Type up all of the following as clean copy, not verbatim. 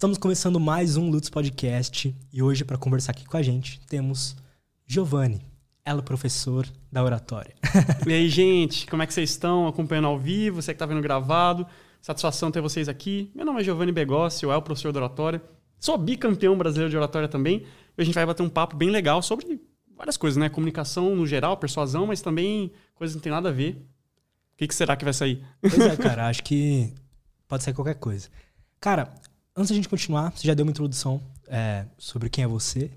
Estamos começando mais um Lutz Podcast e hoje, para conversar aqui com a gente, temos Giovanni, ela professor da oratória. E aí, gente, como é que vocês estão acompanhando ao vivo? Você que está vendo gravado, satisfação ter vocês aqui. Meu nome é Giovanni Begossi, eu sou o professor da oratória. Sou bicampeão brasileiro de oratória também. E a gente vai bater um papo bem legal sobre várias coisas, né? Comunicação no geral, persuasão, mas também coisas que não tem nada a ver. O que será que vai sair? Pois é, cara, acho que pode sair qualquer coisa. Cara, antes da gente continuar, você já deu uma introdução sobre quem é você,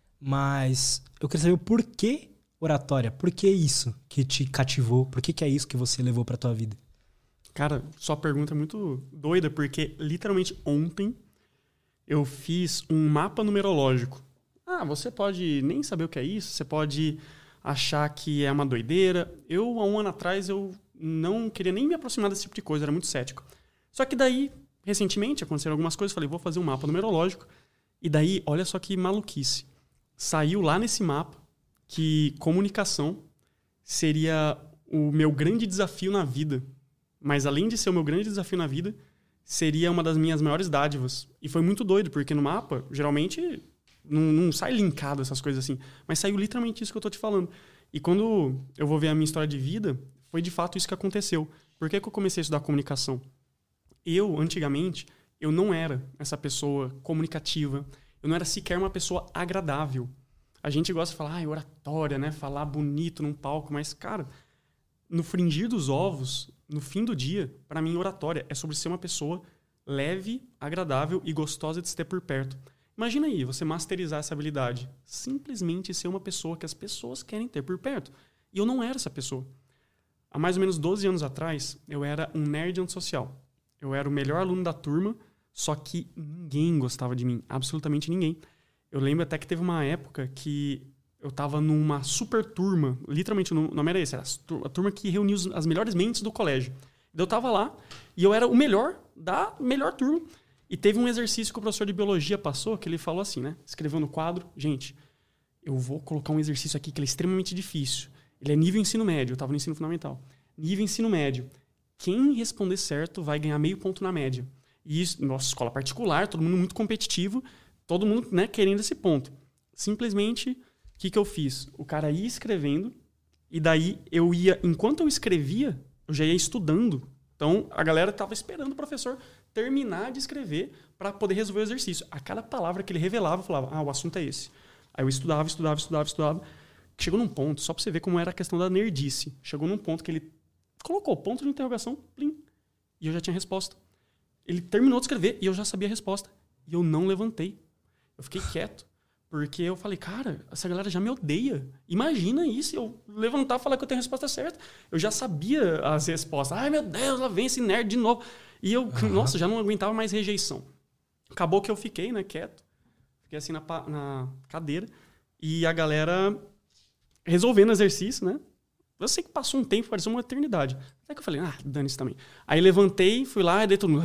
mas eu queria saber o porquê oratória, por que isso que te cativou, por que é isso que você levou pra tua vida? Cara, sua pergunta é muito doida, porque literalmente ontem eu fiz um mapa numerológico. Você pode nem saber o que é isso, você pode achar que é uma doideira. Eu, há um ano atrás, eu não queria nem me aproximar desse tipo de coisa, era muito cético. Só que daí, recentemente, aconteceram algumas coisas, falei, vou fazer um mapa numerológico. E daí, olha só que maluquice. Saiu lá nesse mapa que comunicação seria o meu grande desafio na vida. Mas além de ser o meu grande desafio na vida, seria uma das minhas maiores dádivas. E foi muito doido, porque no mapa, geralmente, não sai linkado essas coisas assim. Mas saiu literalmente isso que eu tô te falando. E quando eu vou ver a minha história de vida, foi de fato isso que aconteceu. Por que eu comecei a estudar comunicação? Eu, antigamente, eu não era essa pessoa comunicativa. Eu não era sequer uma pessoa agradável. A gente gosta de falar, oratória, né? Falar bonito num palco. Mas, cara, no fringir dos ovos, no fim do dia, para mim, oratória é sobre ser uma pessoa leve, agradável e gostosa de se ter por perto. Imagina aí, você masterizar essa habilidade. Simplesmente ser uma pessoa que as pessoas querem ter por perto. E eu não era essa pessoa. Há mais ou menos 12 anos atrás, eu era um nerd antissocial. Eu era o melhor aluno da turma, só que ninguém gostava de mim. Absolutamente ninguém. Eu lembro até que teve uma época que eu tava numa super turma. Literalmente, o nome era esse. Era a turma que reunia as melhores mentes do colégio. Eu tava lá e eu era o melhor da melhor turma. E teve um exercício que o professor de biologia passou, que ele falou assim, né? Escreveu no quadro, gente, eu vou colocar um exercício aqui que ele é extremamente difícil. Ele é nível ensino médio, eu estava no ensino fundamental. Nível ensino médio. Quem responder certo vai ganhar meio ponto na média. E isso, nossa, escola particular, todo mundo muito competitivo, todo mundo, né, querendo esse ponto. Simplesmente, o que eu fiz? O cara ia escrevendo, e daí eu ia, enquanto eu escrevia, eu já ia estudando. Então, a galera estava esperando o professor terminar de escrever para poder resolver o exercício. A cada palavra que ele revelava, eu falava, o assunto é esse. Aí eu estudava. Chegou num ponto, só para você ver como era a questão da nerdice. Chegou num ponto que ele colocou ponto de interrogação, plim, e eu já tinha a resposta. Ele terminou de escrever e eu já sabia a resposta. E eu não levantei. Eu fiquei quieto. Porque eu falei, cara, essa galera já me odeia. Imagina isso, eu levantar e falar que eu tenho a resposta certa. Eu já sabia as respostas. Ai, meu Deus, lá vem esse nerd de novo. E eu, nossa, já não aguentava mais rejeição. Acabou que eu fiquei, né, quieto. Fiquei assim na cadeira. E a galera resolvendo o exercício, né? Eu sei que passou um tempo, pareceu uma eternidade. Até que eu falei, dane-se também. Aí levantei, fui lá e dei todo mundo.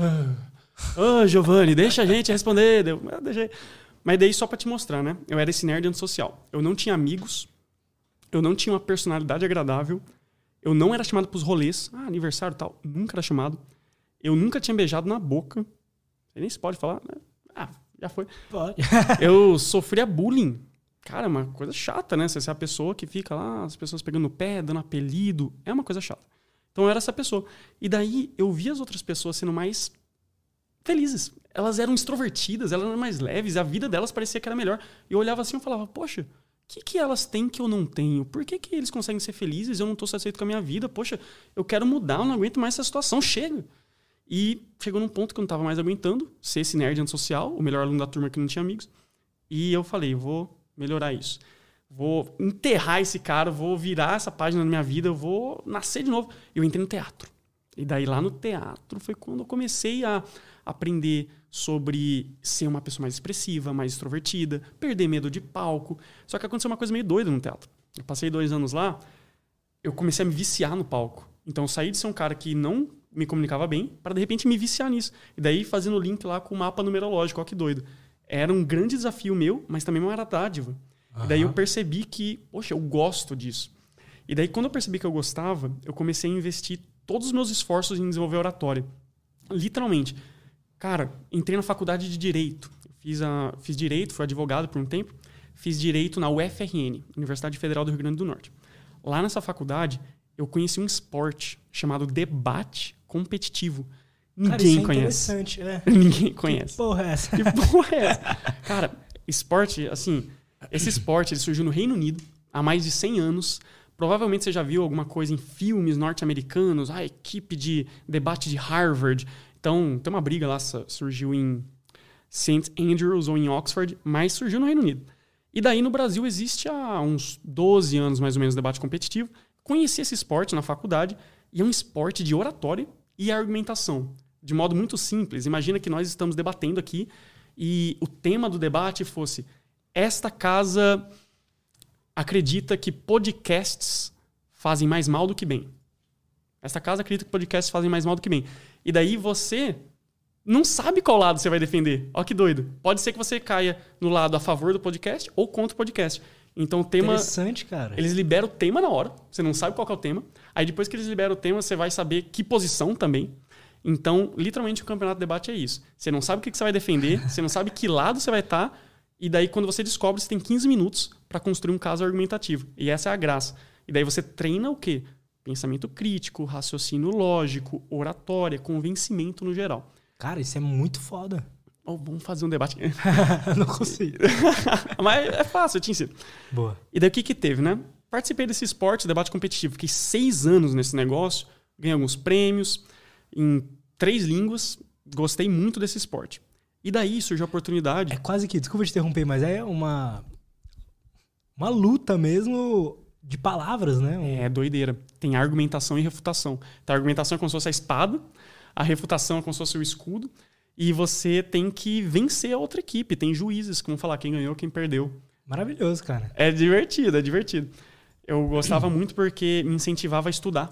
Giovanni, deixa a gente responder. Deixei. Mas daí só pra te mostrar, né? Eu era esse nerd antissocial. Eu não tinha amigos. Eu não tinha uma personalidade agradável. Eu não era chamado pros rolês. Aniversário e tal. Nunca era chamado. Eu nunca tinha beijado na boca. Nem se pode falar, né? Já foi. Pode. Eu sofria bullying. Cara, é uma coisa chata, né? Você é a pessoa que fica lá, as pessoas pegando no pé, dando apelido. É uma coisa chata. Então eu era essa pessoa. E daí eu via as outras pessoas sendo mais felizes. Elas eram extrovertidas, elas eram mais leves, a vida delas parecia que era melhor. E eu olhava assim e falava, poxa, o que elas têm que eu não tenho? Por que eles conseguem ser felizes e eu não estou satisfeito com a minha vida? Poxa, eu quero mudar, eu não aguento mais essa situação, chega. E chegou num ponto que eu não estava mais aguentando ser esse nerd antissocial, o melhor aluno da turma que não tinha amigos. E eu falei, vou melhorar isso. Vou enterrar esse cara, vou virar essa página na minha vida, eu vou nascer de novo. E eu entrei no teatro. E daí lá no teatro foi quando eu comecei a aprender sobre ser uma pessoa mais expressiva, mais extrovertida, perder medo de palco. Só que aconteceu uma coisa meio doida no teatro. Eu passei 2 anos lá, eu comecei a me viciar no palco. Então eu saí de ser um cara que não me comunicava bem para de repente me viciar nisso. E daí fazendo o link lá com o mapa numerológico, ó que doido. Era um grande desafio meu, mas também uma era dádiva. E daí eu percebi que, poxa, eu gosto disso. E daí quando eu percebi que eu gostava, eu comecei a investir todos os meus esforços em desenvolver oratória. Literalmente. Cara, entrei na faculdade de Direito. Fiz Direito, fui advogado por um tempo. Fiz Direito na UFRN, Universidade Federal do Rio Grande do Norte. Lá nessa faculdade, eu conheci um esporte chamado debate competitivo. Ninguém conhece. Interessante, é. Ninguém conhece. Que porra é essa? Que porra é essa? Cara, esporte, assim... Esse esporte ele surgiu no Reino Unido há mais de 100 anos. Provavelmente você já viu alguma coisa em filmes norte-americanos. A equipe de debate de Harvard. Então, tem uma briga lá, surgiu em St. Andrews ou em Oxford, mas surgiu no Reino Unido. E daí no Brasil existe há uns 12 anos, mais ou menos, debate competitivo. Conheci esse esporte na faculdade e é um esporte de oratória e argumentação. De modo muito simples. Imagina que nós estamos debatendo aqui e o tema do debate fosse: esta casa acredita que podcasts fazem mais mal do que bem. Esta casa acredita que podcasts fazem mais mal do que bem. E daí você não sabe qual lado você vai defender. Ó que doido. Pode ser que você caia no lado a favor do podcast ou contra o podcast. Então o tema... Interessante, cara. Eles liberam o tema na hora. Você não sabe qual que é o tema. Aí depois que eles liberam o tema, você vai saber que posição também. Então, literalmente, o campeonato de debate é isso. Você não sabe o que você vai defender, você não sabe que lado você vai estar, e daí, quando você descobre, você tem 15 minutos para construir um caso argumentativo. E essa é a graça. E daí você treina o quê? Pensamento crítico, raciocínio lógico, oratória, convencimento no geral. Cara, isso é muito foda. Oh, vamos fazer um debate. Não consigo. Mas é fácil, eu te ensino. Boa. E daí o que teve, né? Participei desse esporte, debate competitivo. Fiquei 6 anos nesse negócio, ganhei alguns prêmios em 3 línguas. Gostei muito desse esporte. E daí surgiu a oportunidade... É quase que, desculpa te interromper, mas é uma luta mesmo de palavras, né? É doideira. Tem argumentação e refutação. Então, a argumentação é como se fosse a espada, a refutação é como se fosse o escudo, e você tem que vencer a outra equipe. Tem juízes que vão falar quem ganhou, quem perdeu. Maravilhoso, cara. É divertido, é divertido. Eu gostava muito porque me incentivava a estudar.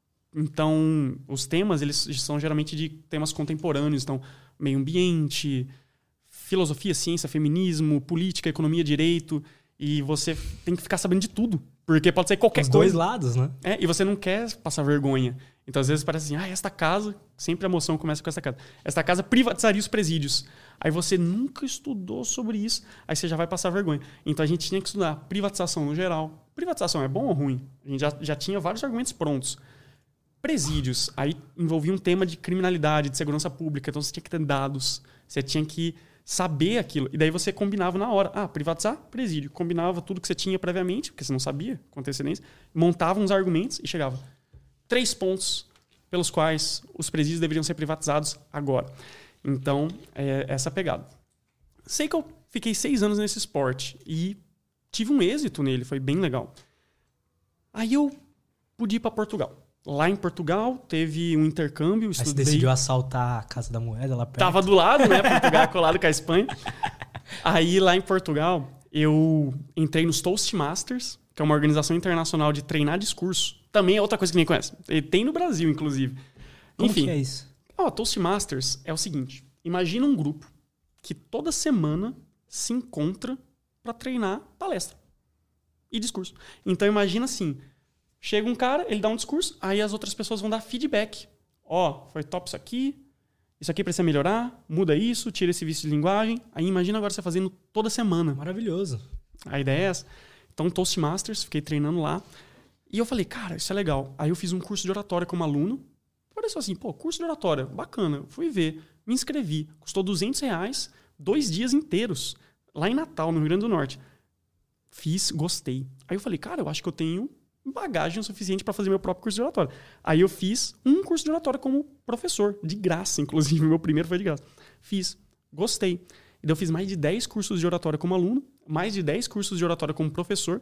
Então, os temas, eles são geralmente de temas contemporâneos. Então, meio ambiente, filosofia, ciência, feminismo, política, economia, direito. E você tem que ficar sabendo de tudo. Porque pode ser qualquer coisa. Os dois lados, né? É, e você não quer passar vergonha. Então, às vezes, parece assim, esta casa... Sempre a moção começa com essa casa. Esta casa privatizaria os presídios. Aí você nunca estudou sobre isso. Aí você já vai passar vergonha. Então, a gente tinha que estudar privatização no geral. Privatização é bom ou ruim? A gente já tinha vários argumentos prontos. Presídios. Aí envolvia um tema de criminalidade, de segurança pública. Então, você tinha que ter dados. Você tinha que saber aquilo. E daí você combinava na hora. Privatizar, presídio. Combinava tudo que você tinha previamente, porque você não sabia com antecedência. Montava uns argumentos e chegava. 3 pontos pelos quais os presídios deveriam ser privatizados agora. Então, é essa pegada. Sei que eu fiquei 6 anos nesse esporte e tive um êxito nele, foi bem legal. Aí eu pude ir para Portugal. Lá em Portugal teve um intercâmbio. Aí você decidiu assaltar a Casa da Moeda lá perto? Tava do lado, né? Portugal colado com a Espanha. Aí lá em Portugal, eu entrei nos Toastmasters, que é uma organização internacional de treinar discurso. Também é outra coisa que ninguém conhece. E tem no Brasil, inclusive. Enfim. Como que é isso? Toastmasters é o seguinte. Imagina um grupo que toda semana se encontra para treinar palestra e discurso. Então imagina assim, chega um cara, ele dá um discurso, aí as outras pessoas vão dar feedback. Foi top isso aqui precisa melhorar, muda isso, tira esse vício de linguagem. Aí imagina agora você fazendo toda semana. Maravilhoso. A ideia é essa. Então Toastmasters, fiquei treinando lá. E eu falei, cara, isso é legal. Aí eu fiz um curso de oratória como aluno. Pareceu assim, curso de oratória, bacana. Fui ver, me inscrevi. Custou R$200, 2 dias inteiros. Lá em Natal, no Rio Grande do Norte. Fiz, gostei. Aí eu falei, cara, eu acho que eu tenho bagagem suficiente para fazer meu próprio curso de oratória. Aí eu fiz um curso de oratória como professor, de graça, inclusive. Meu primeiro foi de graça. Fiz, gostei. E daí eu fiz mais de 10 cursos de oratória como aluno, mais de 10 cursos de oratória como professor.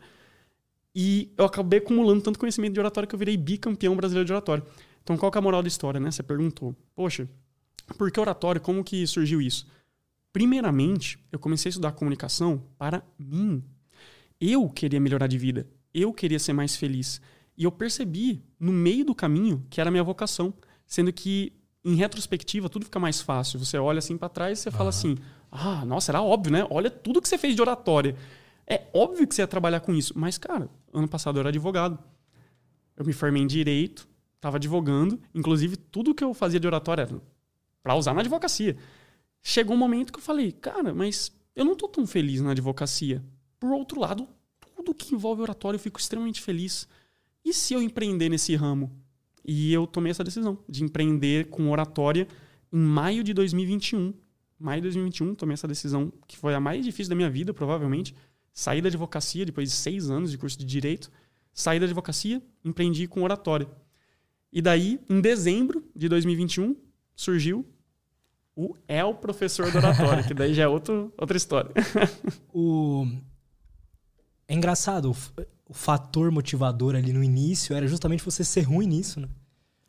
E eu acabei acumulando tanto conhecimento de oratória que eu virei bicampeão brasileiro de oratória. Então, qual que é a moral da história, né? Você perguntou, poxa, por que oratória? Como que surgiu isso? Primeiramente, eu comecei a estudar comunicação para mim. Eu queria melhorar de vida. Eu queria ser mais feliz. E eu percebi, no meio do caminho, que era a minha vocação. Sendo que, em retrospectiva, tudo fica mais fácil. Você olha assim para trás e você fala assim, nossa, era óbvio, né? Olha tudo que você fez de oratória. É óbvio que você ia trabalhar com isso. Mas, cara, ano passado eu era advogado. Eu me formei em Direito, estava advogando. Inclusive, tudo que eu fazia de oratória era para usar na advocacia. Chegou um momento que eu falei, cara, mas eu não tô tão feliz na advocacia. Por outro lado, tudo que envolve oratório eu fico extremamente feliz. E se eu empreender nesse ramo? E eu tomei essa decisão de empreender com oratória em maio de 2021. Maio de 2021, tomei essa decisão que foi a mais difícil da minha vida, provavelmente. Saí da advocacia depois de 6 anos de curso de Direito. Saí da advocacia, empreendi com oratória. E daí, em dezembro de 2021, surgiu o Professor do Oratório, que daí já é outra história. É engraçado, o fator motivador ali no início era justamente você ser ruim nisso, né?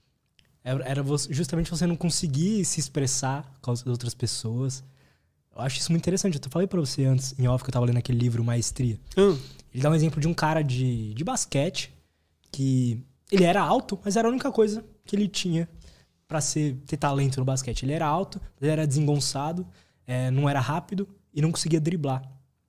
Era justamente você não conseguir se expressar com as outras pessoas. Eu acho isso muito interessante. Eu falei pra você antes, em off, que eu tava lendo aquele livro Maestria. Ele dá um exemplo de um cara de basquete que ele era alto, mas era a única coisa que ele tinha pra ter talento no basquete. Ele era alto, ele era desengonçado, não era rápido e não conseguia driblar.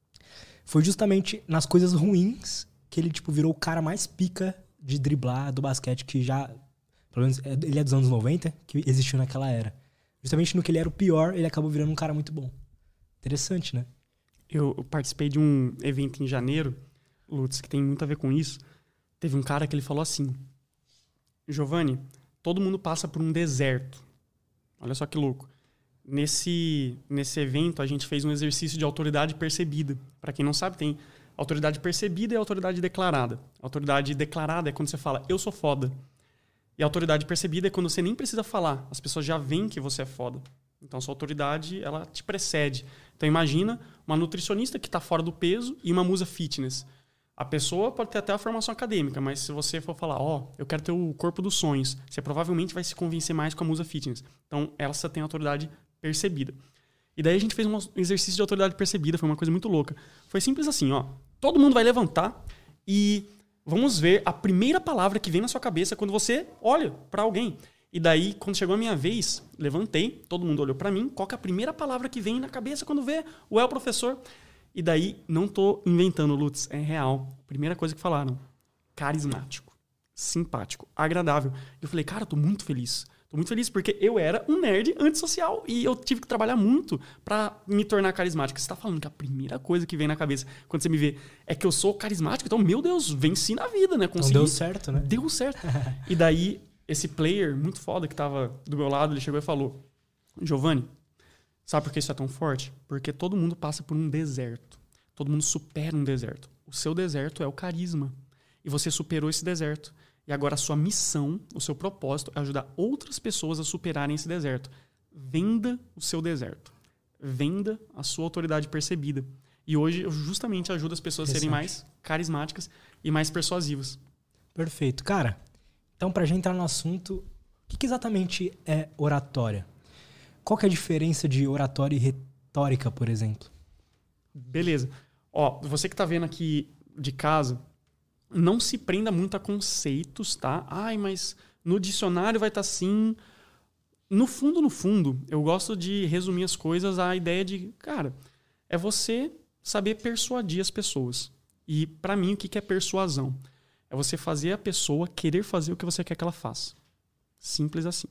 Foi justamente nas coisas ruins que ele virou o cara mais pica de driblar do basquete que já... Pelo menos ele é dos anos 90, que existiu naquela era. Justamente no que ele era o pior, ele acabou virando um cara muito bom. Interessante, né? Eu participei de um evento em janeiro, Lutz, que tem muito a ver com isso. Teve um cara que ele falou assim: Giovanni, todo mundo passa por um deserto. Olha só que louco. Nesse evento, a gente fez um exercício de autoridade percebida. Para quem não sabe, tem autoridade percebida e autoridade declarada. Autoridade declarada é quando você fala, eu sou foda. E a autoridade percebida é quando você nem precisa falar. As pessoas já veem que você é foda. Então, sua autoridade, ela te precede. Então, imagina uma nutricionista que está fora do peso e uma musa fitness. A pessoa pode ter até a formação acadêmica, mas se você for falar, eu quero ter o corpo dos sonhos, você provavelmente vai se convencer mais com a musa fitness. Então, essa tem autoridade percebida. E daí a gente fez um exercício de autoridade percebida, foi uma coisa muito louca. Foi simples assim, todo mundo vai levantar e vamos ver a primeira palavra que vem na sua cabeça quando você olha para alguém. E daí, quando chegou a minha vez, levantei, todo mundo olhou para mim, qual que é a primeira palavra que vem na cabeça quando vê o professor? E daí, não tô inventando, Lutz, é real. Primeira coisa que falaram, carismático, simpático, agradável. E eu falei, cara, tô muito feliz. Tô muito feliz porque eu era um nerd antissocial e eu tive que trabalhar muito pra me tornar carismático. Você tá falando que a primeira coisa que vem na cabeça quando você me vê é que eu sou carismático. Então, meu Deus, venci na vida, né? Consegui. Então deu certo, né? Deu certo. E daí, esse player muito foda que tava do meu lado, ele chegou e falou, Giovanni, sabe por que isso é tão forte? Porque todo mundo passa por um deserto. Todo mundo supera um deserto. O seu deserto é o carisma. E você superou esse deserto. E agora a sua missão, o seu propósito é ajudar outras pessoas a superarem esse deserto. Venda o seu deserto. Venda a sua autoridade percebida. E hoje eu justamente ajudo as pessoas a serem mais carismáticas e mais persuasivas. Perfeito. Cara, então pra gente entrar no assunto, o que exatamente é oratória? Qual que é a diferença de oratória e retórica, por exemplo? Beleza. Você que tá vendo aqui de casa, não se prenda muito a conceitos, tá? Mas no dicionário vai estar assim. No fundo, eu gosto de resumir as coisas à ideia de, cara, é você saber persuadir as pessoas. E pra mim, o que é persuasão? É você fazer a pessoa querer fazer o que você quer que ela faça. Simples assim.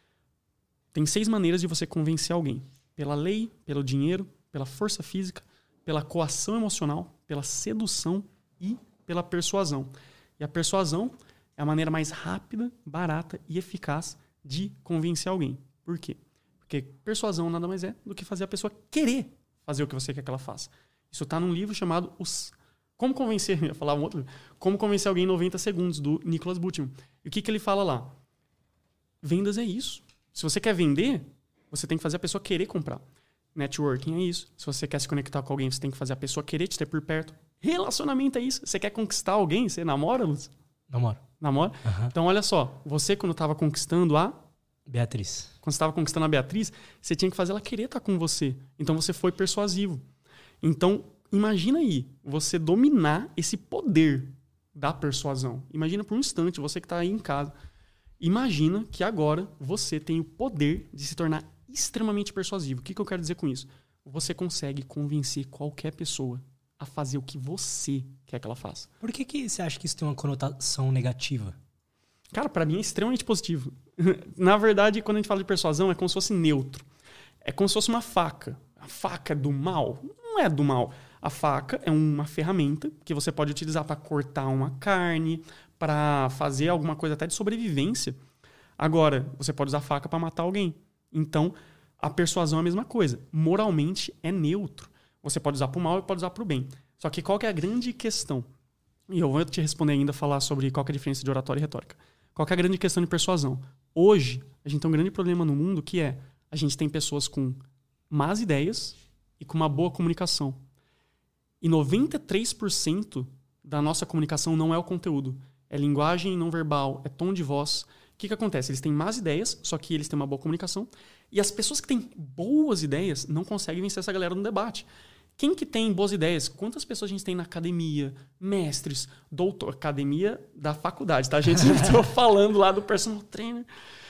Tem 6 maneiras de você convencer alguém. Pela lei, pelo dinheiro, pela força física, pela coação emocional, pela sedução e pela persuasão. E a persuasão é a maneira mais rápida, barata e eficaz de convencer alguém. Por quê? Porque persuasão nada mais é do que fazer a pessoa querer fazer o que você quer que ela faça. Isso está num livro chamado Como Convencer, eu ia falar um outro livro, Como Convencer Alguém em 90 Segundos, do Nicholas Butman. E o que ele fala lá? Vendas é isso. Se você quer vender, você tem que fazer a pessoa querer comprar. Networking é isso. Se você quer se conectar com alguém, você tem que fazer a pessoa querer te ter por perto. Relacionamento é isso. Você quer conquistar alguém? Você namora, Lúcio? Namoro. Namora? Uhum. Então, olha só. Você, quando estava conquistando a... Beatriz. Quando você estava conquistando a Beatriz, você tinha que fazer ela querer estar com você. Então, você foi persuasivo. Então, imagina aí, você dominar esse poder da persuasão. Imagina por um instante, você que está aí em casa. Imagina que agora você tem o poder de se tornar extremamente persuasivo. O que eu quero dizer com isso? Você consegue convencer qualquer pessoa a fazer o que você quer que ela faça. Por que você acha que isso tem uma conotação negativa? Cara, pra mim é extremamente positivo. Na verdade, quando a gente fala de persuasão, é como se fosse neutro. É como se fosse uma faca. A faca é do mal? Não é do mal. A faca é uma ferramenta que você pode utilizar para cortar uma carne, para fazer alguma coisa até de sobrevivência. Agora, você pode usar a faca para matar alguém. Então, a persuasão é a mesma coisa. Moralmente é neutro. Você pode usar para o mal e pode usar para o bem. Só que qual que é a grande questão? E eu vou te responder ainda, falar sobre qual que é a diferença de oratória e retórica. Qual que é a grande questão de persuasão? Hoje, a gente tem um grande problema no mundo que é a gente tem pessoas com más ideias e com uma boa comunicação. E 93% da nossa comunicação não é o conteúdo. É linguagem não verbal, é tom de voz. O que acontece? Eles têm más ideias, só que eles têm uma boa comunicação. E as pessoas que têm boas ideias não conseguem vencer essa galera no debate. Quem que tem boas ideias? Quantas pessoas a gente tem na academia? Mestres, doutor, academia da faculdade, tá, gente? Estou falando lá do personal trainer.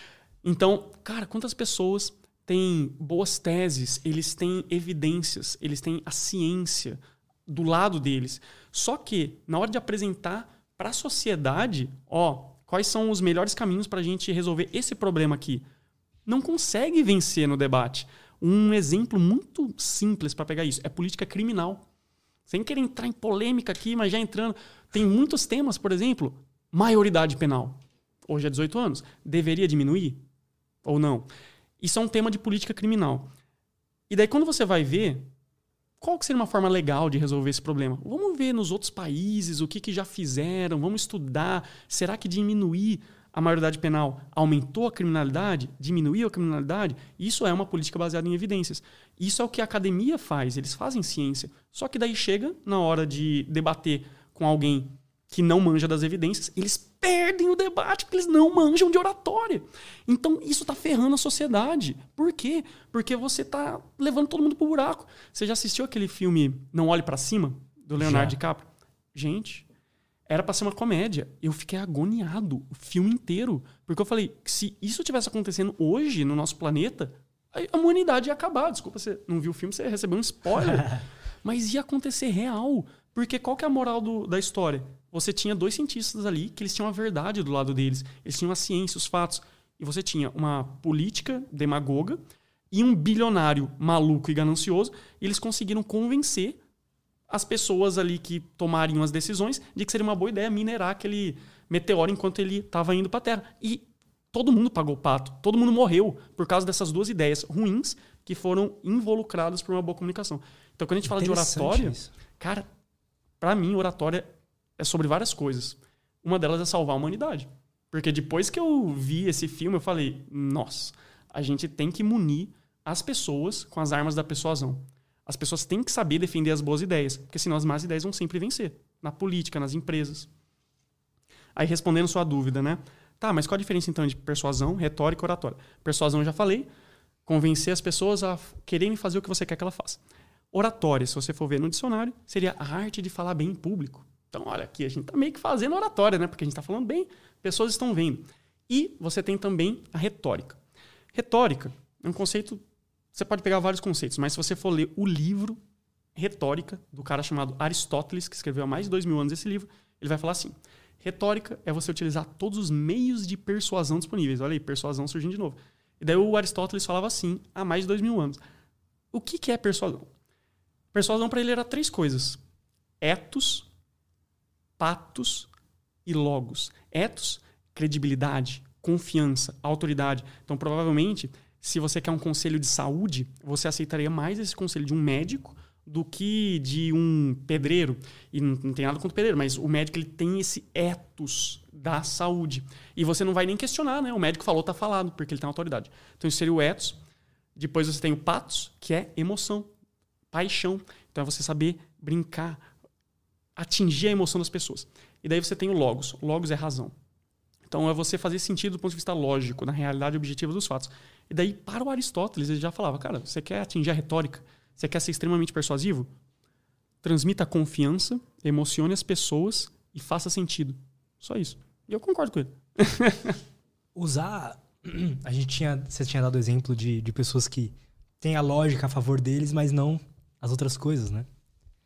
Então, cara, quantas pessoas têm boas teses, eles têm evidências, eles têm a ciência do lado deles. Só que, na hora de apresentar para a sociedade, quais são os melhores caminhos para a gente resolver esse problema aqui, não consegue vencer no debate. Um exemplo muito simples para pegar isso é política criminal. Sem querer entrar em polêmica aqui, mas já entrando. Tem muitos temas, por exemplo, maioridade penal. Hoje é 18 anos. Deveria diminuir ou não? Isso é um tema de política criminal. E daí quando você vai ver, qual que seria uma forma legal de resolver esse problema? Vamos ver nos outros países o que já fizeram, vamos estudar. Será que diminuir a maioridade penal aumentou a criminalidade? Diminuiu a criminalidade? Isso é uma política baseada em evidências. Isso é o que a academia faz, eles fazem ciência. Só que daí chega na hora de debater com alguém que não manja das evidências, eles perdem o debate porque eles não manjam de oratória. Então isso está ferrando a sociedade. Por quê? Porque você está levando todo mundo pro buraco. Você já assistiu aquele filme Não Olhe Para Cima, do Leonardo DiCaprio? Gente, era para ser uma comédia. Eu fiquei agoniado o filme inteiro. Porque eu falei, se isso tivesse acontecendo hoje no nosso planeta, a humanidade ia acabar. Desculpa, você não viu o filme, você recebeu um spoiler. Mas ia acontecer real. Porque qual que é a moral da história? Você tinha 2 cientistas ali que eles tinham a verdade do lado deles. Eles tinham a ciência, os fatos. E você tinha uma política demagoga e um bilionário maluco e ganancioso. E eles conseguiram convencer as pessoas ali que tomariam as decisões de que seria uma boa ideia minerar aquele meteoro enquanto ele estava indo para a Terra. E todo mundo pagou o pato. Todo mundo morreu por causa dessas 2 ideias ruins que foram involucradas por uma boa comunicação. Então, quando a gente fala de oratória, cara, para mim, oratória é sobre várias coisas. Uma delas é salvar a humanidade. Porque depois que eu vi esse filme, eu falei, nossa, a gente tem que munir as pessoas com as armas da persuasão. As pessoas têm que saber defender as boas ideias, porque senão as más ideias vão sempre vencer. Na política, nas empresas. Aí, respondendo sua dúvida, né? Tá, mas qual a diferença, então, de persuasão, retórica e oratória? Persuasão, eu já falei, convencer as pessoas a quererem fazer o que você quer que ela faça. Oratória, se você for ver no dicionário, seria a arte de falar bem em público. Então, olha aqui, a gente está meio que fazendo oratória, né? Porque a gente está falando bem, pessoas estão vendo. E você tem também a retórica. Retórica é um conceito, você pode pegar vários conceitos, mas se você for ler o livro Retórica, do cara chamado Aristóteles, que escreveu há mais de 2000 anos esse livro, ele vai falar assim, retórica é você utilizar todos os meios de persuasão disponíveis. Olha aí, persuasão surgindo de novo. E daí o Aristóteles falava assim, há mais de 2000 anos. O que é persuasão? Persuasão para ele era 3 coisas. Ethos, patos e logos. Ethos, credibilidade, confiança, autoridade. Então, provavelmente, se você quer um conselho de saúde, você aceitaria mais esse conselho de um médico do que de um pedreiro. E não tem nada contra o pedreiro, mas o médico ele tem esse ethos da saúde. E você não vai nem questionar, né? O médico falou, tá falado, porque ele tem autoridade. Então, isso seria o ethos. Depois você tem o patos, que é emoção, paixão. Então, é você saber brincar, atingir a emoção das pessoas. E daí você tem o logos. O logos é razão. Então, é você fazer sentido do ponto de vista lógico, na realidade objetiva dos fatos. E daí, para o Aristóteles, ele já falava, cara, você quer atingir a retórica? Você quer ser extremamente persuasivo? Transmita confiança, emocione as pessoas e faça sentido. Só isso. E eu concordo com ele. Usar... Você tinha dado exemplo de pessoas que têm a lógica a favor deles, mas não as outras coisas, né?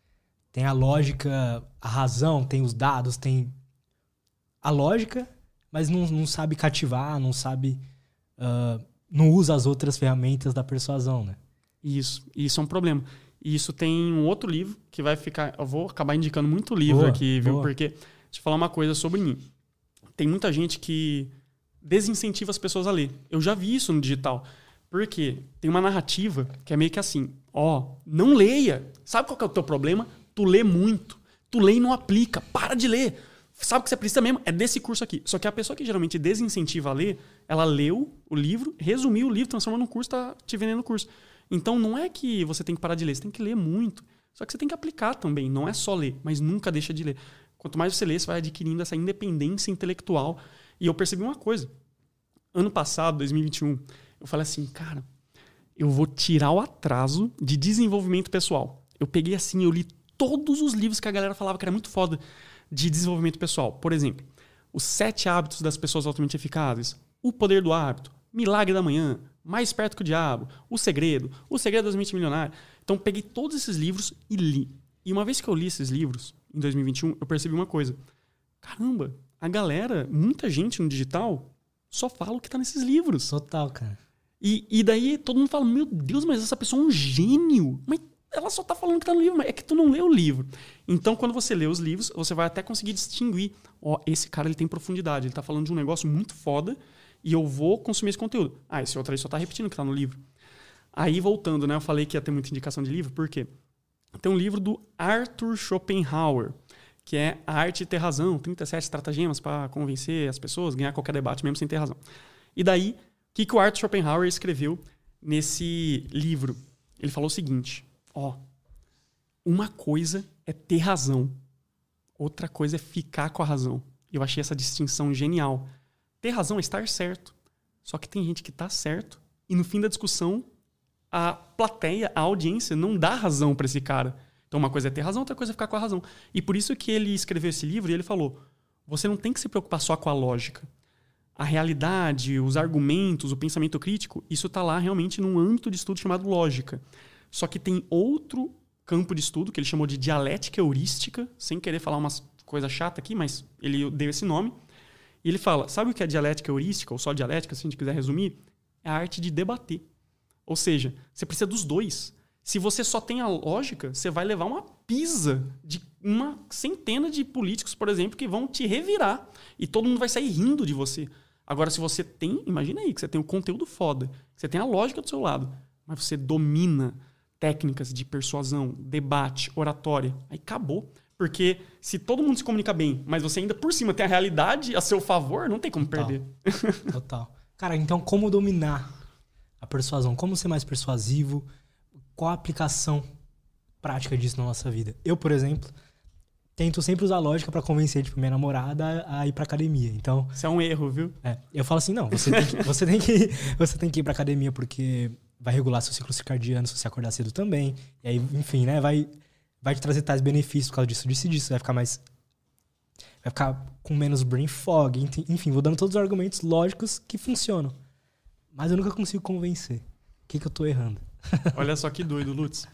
Tem a lógica, a razão, tem os dados, tem a lógica, mas não sabe cativar, não sabe... não usa as outras ferramentas da persuasão, né? Isso é um problema. E isso tem um outro livro que vai ficar... Eu vou acabar indicando muito livro aqui, viu? Boa. Porque, deixa eu falar uma coisa sobre mim. Tem muita gente que desincentiva as pessoas a ler. Eu já vi isso no digital. Por quê? Tem uma narrativa que é meio que assim, não leia. Sabe qual que é o teu problema? Tu lê muito. Tu lê e não aplica. Para de ler. Sabe o que você precisa mesmo? É desse curso aqui. Só que a pessoa que geralmente desincentiva a ler, ela leu o livro, resumiu o livro, transformou num curso, tá te vendendo o curso. Então não é que você tem que parar de ler, você tem que ler muito. Só que você tem que aplicar também. Não é só ler, mas nunca deixa de ler. Quanto mais você lê, você vai adquirindo essa independência intelectual. E eu percebi uma coisa. Ano passado, 2021, eu falei assim, cara, eu vou tirar o atraso de desenvolvimento pessoal. Eu peguei assim, eu li todos os livros que a galera falava que era muito foda de desenvolvimento pessoal. Por exemplo, Os 7 Hábitos das Pessoas Altamente Eficazes, O Poder do Hábito, Milagre da Manhã, Mais Perto que o Diabo, O Segredo das Mentes Milionárias. Então, peguei todos esses livros e li. E uma vez que eu li esses livros, em 2021, eu percebi uma coisa. Caramba, a galera, muita gente no digital, só fala o que tá nesses livros. Total, cara. E daí todo mundo fala, meu Deus, mas essa pessoa é um gênio. Mas ela só tá falando que tá no livro, mas é que tu não leu o livro. Então, quando você lê os livros, você vai até conseguir distinguir. Esse cara ele tem profundidade, ele tá falando de um negócio muito foda e eu vou consumir esse conteúdo. Esse outro aí só tá repetindo o que tá no livro. Aí, voltando, né? Eu falei que ia ter muita indicação de livro, por quê? Tem um livro do Arthur Schopenhauer, que é A Arte de Ter Razão, 37 estratagemas para convencer as pessoas, ganhar qualquer debate mesmo sem ter razão. E daí, o que o Arthur Schopenhauer escreveu nesse livro? Ele falou o seguinte, uma coisa é ter razão, outra coisa é ficar com a razão. Eu achei essa distinção genial. Ter razão é estar certo, só que tem gente que tá certo e no fim da discussão a plateia, a audiência não dá razão para esse cara. Então uma coisa é ter razão, outra coisa é ficar com a razão. E por isso que ele escreveu esse livro e ele falou, você não tem que se preocupar só com a lógica. A realidade, os argumentos, o pensamento crítico, isso está lá realmente num âmbito de estudo chamado lógica. Só que tem outro campo de estudo que ele chamou de dialética heurística, sem querer falar umas coisa chata aqui, mas ele deu esse nome. E ele fala, sabe o que é dialética heurística, ou só dialética, se a gente quiser resumir? É a arte de debater. Ou seja, você precisa dos dois. Se você só tem a lógica, você vai levar uma pisa de uma centena de políticos, por exemplo, que vão te revirar. E todo mundo vai sair rindo de você. Agora, se você tem... Imagina aí, que você tem o conteúdo foda. Que você tem a lógica do seu lado. Mas você domina técnicas de persuasão, debate, oratória. Aí acabou. Porque se todo mundo se comunica bem, mas você ainda por cima tem a realidade a seu favor, não tem como perder. Total. Cara, então como dominar a persuasão? Como ser mais persuasivo? Qual a aplicação prática disso na nossa vida? Eu, por exemplo, tento sempre usar lógica pra convencer minha namorada a ir pra academia. Então, isso é um erro, viu? Eu falo assim, não, você tem que ir pra academia porque vai regular seu ciclo circadiano se você acordar cedo também. E aí, enfim, né, vai te trazer tais benefícios por causa disso. Vai ficar com menos brain fog. Enfim, vou dando todos os argumentos lógicos que funcionam. Mas eu nunca consigo convencer. O que eu tô errando? Olha só que doido, Lutz.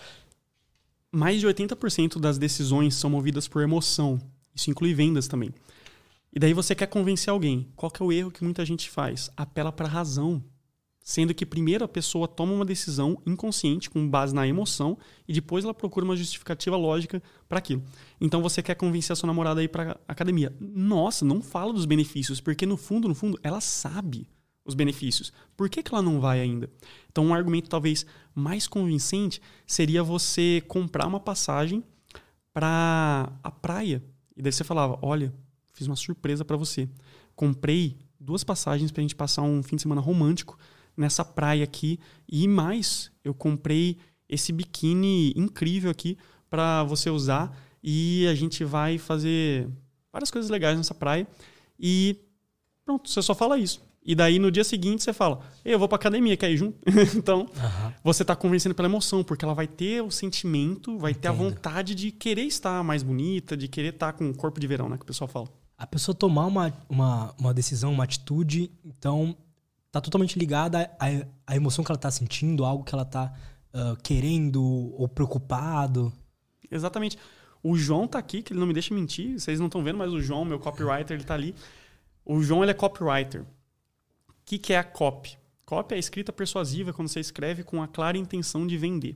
Mais de 80% das decisões são movidas por emoção. Isso inclui vendas também. E daí você quer convencer alguém. Qual que é o erro que muita gente faz? Apela para a razão. Sendo que primeiro a pessoa toma uma decisão inconsciente com base na emoção e depois ela procura uma justificativa lógica para aquilo. Então você quer convencer a sua namorada a ir para academia. Nossa, não fala dos benefícios, porque no fundo, ela sabe os benefícios. Por que ela não vai ainda? Então um argumento talvez mais convincente seria você comprar uma passagem para a praia. E daí você falava, olha, fiz uma surpresa para você. Comprei 2 passagens para a gente passar um fim de semana romântico nessa praia aqui. E mais, eu comprei esse biquíni incrível aqui para você usar. E a gente vai fazer várias coisas legais nessa praia. E pronto, você só fala isso. E daí, no dia seguinte, você fala, eu vou pra academia, quer ir junto? Então, você tá convencendo pela emoção, porque ela vai ter o sentimento, vai ter a vontade de querer estar mais bonita, de querer estar com o corpo de verão, né, que o pessoal fala. A pessoa tomar uma decisão, uma atitude, então, tá totalmente ligada à emoção que ela tá sentindo, algo que ela tá querendo ou preocupado. Exatamente. O João tá aqui, que ele não me deixa mentir, vocês não estão vendo, mas o João, meu copywriter, ele tá ali. O João, ele é copywriter. O que é a copy? Copy é a escrita persuasiva, quando você escreve com a clara intenção de vender.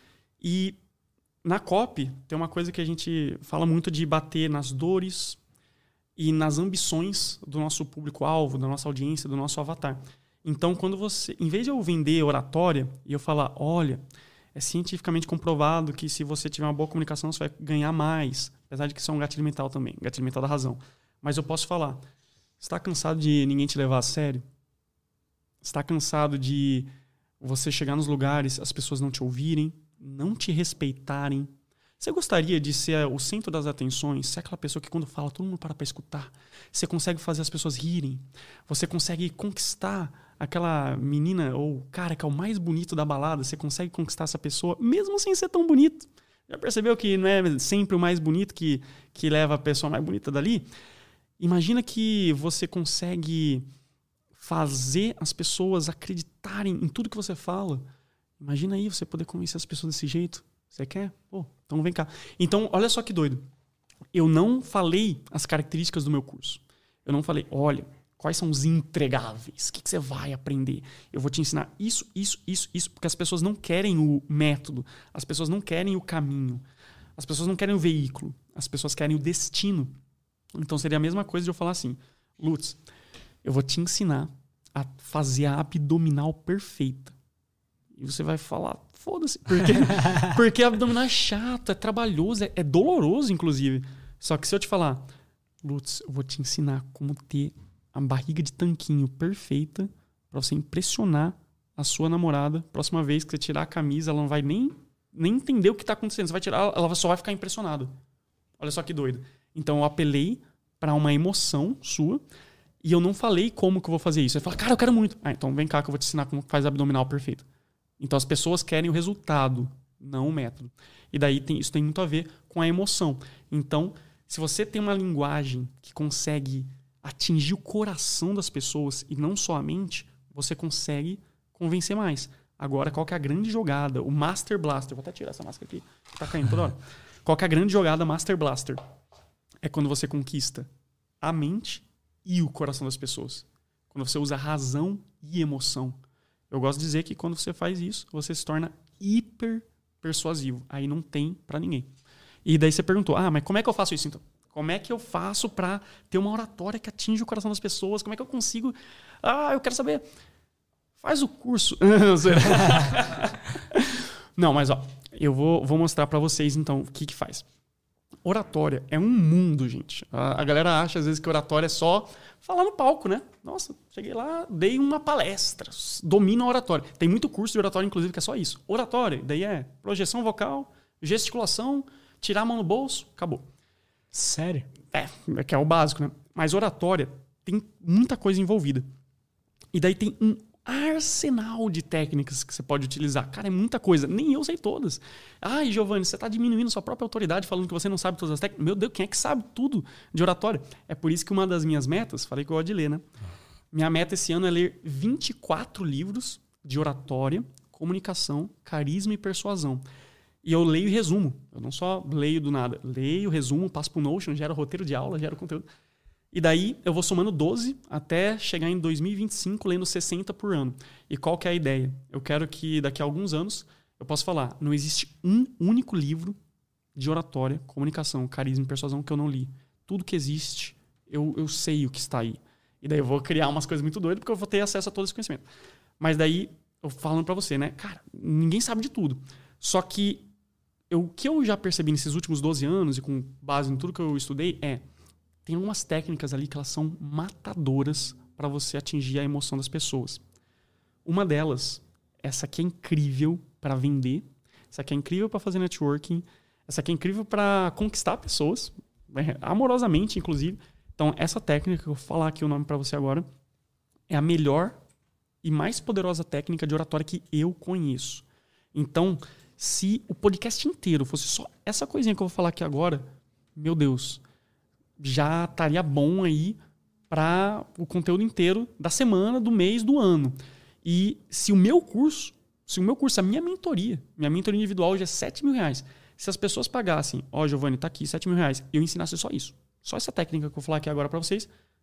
E na copy tem uma coisa que a gente fala muito de bater nas dores e nas ambições do nosso público-alvo, da nossa audiência, do nosso avatar. Então, quando você, em vez de eu vender oratória e eu falar, olha, é cientificamente comprovado que se você tiver uma boa comunicação, você vai ganhar mais. Apesar de que isso é um gatilho mental também, gatilho mental da razão. Mas eu posso falar, você está cansado de ninguém te levar a sério? Você está cansado de você chegar nos lugares, as pessoas não te ouvirem, não te respeitarem? Você gostaria de ser o centro das atenções, ser aquela pessoa que quando fala, todo mundo para escutar? Você consegue fazer as pessoas rirem? Você consegue conquistar aquela menina ou cara que é o mais bonito da balada? Você consegue conquistar essa pessoa mesmo sem ser tão bonito? Já percebeu que não é sempre o mais bonito que leva a pessoa mais bonita dali? Imagina que você consegue fazer as pessoas acreditarem em tudo que você fala. Imagina aí você poder convencer as pessoas desse jeito. Você quer? Pô, então vem cá. Então, olha só que doido. Eu não falei as características do meu curso. Eu não falei, olha, quais são os entregáveis? O que você vai aprender? Eu vou te ensinar isso, porque as pessoas não querem o método. As pessoas não querem o caminho. As pessoas não querem o veículo. As pessoas querem o destino. Então, seria a mesma coisa de eu falar assim, Lutz, eu vou te ensinar a fazer a abdominal perfeita. E você vai falar, foda-se. Porque abdominal é chato, é trabalhoso, é doloroso, inclusive. Só que se eu te falar, Lutz, eu vou te ensinar como ter a barriga de tanquinho perfeita pra você impressionar a sua namorada. Próxima vez que você tirar a camisa, ela não vai nem entender o que tá acontecendo. Você vai tirar, ela só vai ficar impressionada. Olha só que doido. Então eu apelei pra uma emoção sua e eu não falei como que eu vou fazer isso. Você fala, cara, eu quero muito. Ah, então vem cá que eu vou te ensinar como faz a abdominal perfeita. Então as pessoas querem o resultado, não o método. E daí isso tem muito a ver com a emoção. Então, se você tem uma linguagem que consegue atingir o coração das pessoas e não só a mente, você consegue convencer mais. Agora, qual que é a grande jogada? O Master Blaster. Vou até tirar essa máscara aqui, que tá caindo toda hora. Qual que é a grande jogada Master Blaster? É quando você conquista a mente e o coração das pessoas. Quando você usa razão e emoção. Eu gosto de dizer que quando você faz isso, você se torna hiper persuasivo. Aí não tem pra ninguém. E daí você perguntou, mas como é que eu faço isso então? Como é que eu faço pra ter uma oratória que atinge o coração das pessoas? Como é que eu consigo... eu quero saber. Faz o curso. Não, mas eu vou mostrar pra vocês então o que faz. Oratória é um mundo, gente. A galera acha às vezes que oratória é só falar no palco, né? Nossa, cheguei lá, dei uma palestra, domino a oratória. Tem muito curso de oratória, inclusive, que é só isso. Oratória, daí é projeção vocal, gesticulação, tirar a mão no bolso, acabou. Sério? É que é o básico, né? Mas oratória tem muita coisa envolvida. E daí tem um arsenal de técnicas que você pode utilizar. Cara, é muita coisa. Nem eu sei todas. Ai, Giovanni, você está diminuindo sua própria autoridade falando que você não sabe todas as técnicas. Meu Deus, quem é que sabe tudo de oratória? É por isso que uma das minhas metas, falei que eu gosto de ler, né? Minha meta esse ano é ler 24 livros de oratória, comunicação, carisma e persuasão. E eu leio e resumo. Eu não só leio do nada. Leio, resumo, passo pro Notion, gero roteiro de aula, gero conteúdo. E daí eu vou somando 12 até chegar em 2025 lendo 60 por ano. E qual que é a ideia? Eu quero que daqui a alguns anos eu possa falar, não existe um único livro de oratória, comunicação, carisma e persuasão que eu não li. Tudo que existe, eu sei o que está aí. E daí eu vou criar umas coisas muito doidas porque eu vou ter acesso a todo esse conhecimento. Mas daí, eu falando pra você, né? Cara, ninguém sabe de tudo. Só que o que eu já percebi nesses últimos 12 anos e com base em tudo que eu estudei tem algumas técnicas ali que elas são matadoras para você atingir a emoção das pessoas. Uma delas, essa aqui é incrível para vender, essa aqui é incrível para fazer networking, essa aqui é incrível para conquistar pessoas, amorosamente, inclusive. Então, essa técnica que eu vou falar aqui o nome para você agora é a melhor e mais poderosa técnica de oratória que eu conheço. Então, se o podcast inteiro fosse só essa coisinha que eu vou falar aqui agora, meu Deus, já estaria bom aí para o conteúdo inteiro da semana, do mês, do ano. E se o meu curso, a minha mentoria individual hoje é R$7.000. Se as pessoas pagassem, Giovanni, tá aqui, R$7.000, e eu ensinasse só isso, só essa técnica que eu vou falar aqui agora para vocês,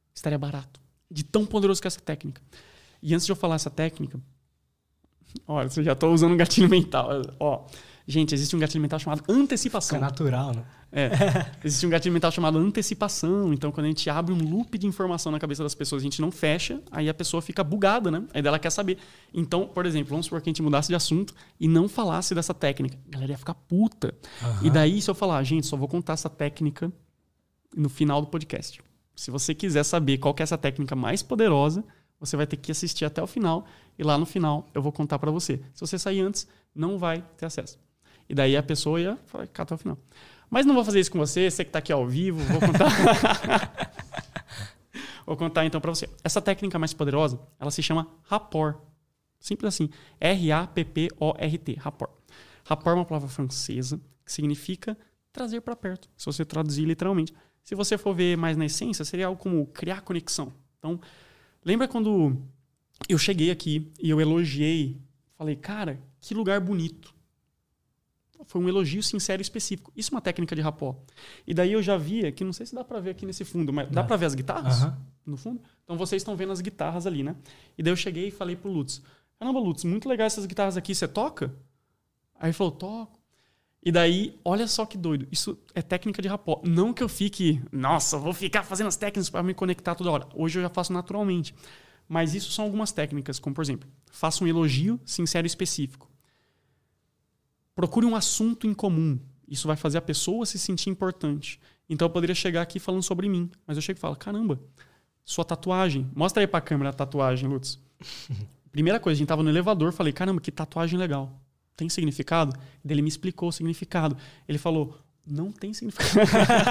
estaria barato. De tão poderoso que é essa técnica. E antes de eu falar essa técnica... Olha, eu já estou usando um gatilho mental. Ó, gente, existe um gatilho mental chamado antecipação. É natural, né? Existe um gatilho mental chamado antecipação. Então, quando a gente abre um loop de informação na cabeça das pessoas, a gente não fecha, aí a pessoa fica bugada, né? Aí ela quer saber. Então, por exemplo, vamos supor que a gente mudasse de assunto e não falasse dessa técnica. A galera ia ficar puta. Uhum. E daí, se eu falar, gente, só vou contar essa técnica no final do podcast. Se você quiser saber qual que é essa técnica mais poderosa, você vai ter que assistir até o final e lá no final eu vou contar pra você. Se você sair antes, não vai ter acesso. E daí a pessoa ia ficar até o final. Mas não vou fazer isso com você que tá aqui ao vivo, vou contar. Vou contar então pra você. Essa técnica mais poderosa, ela se chama rapport. Simples assim. R-A-P-P-O-R-T. Rapport. Rapport é uma palavra francesa que significa trazer pra perto, se você traduzir literalmente. Se você for ver mais na essência, seria algo como criar conexão. Então, lembra quando eu cheguei aqui e eu elogiei, falei, cara, que lugar bonito. Foi um elogio sincero e específico. Isso é uma técnica de rapport. E daí eu já via, que não sei se dá pra ver aqui nesse fundo, mas dá pra ver as guitarras no fundo? Então vocês estão vendo as guitarras ali, né? E daí eu cheguei e falei pro Lutz, caramba, Lutz, muito legal essas guitarras aqui, você toca? Aí ele falou, toco. E daí, olha só que doido. Isso é técnica de rapport. Não que eu fique, nossa, vou ficar fazendo as técnicas para me conectar toda hora. Hoje eu já faço naturalmente. Mas isso são algumas técnicas, como por exemplo, faça um elogio sincero e específico. Procure um assunto em comum. Isso vai fazer a pessoa se sentir importante. Então eu poderia chegar aqui falando sobre mim. Mas eu chego e falo, caramba, sua tatuagem. Mostra aí pra câmera a tatuagem, Lutz. Primeira coisa, a gente tava no elevador, falei, caramba, que tatuagem legal. Tem significado? Daí ele me explicou o significado. Ele falou, não tem significado.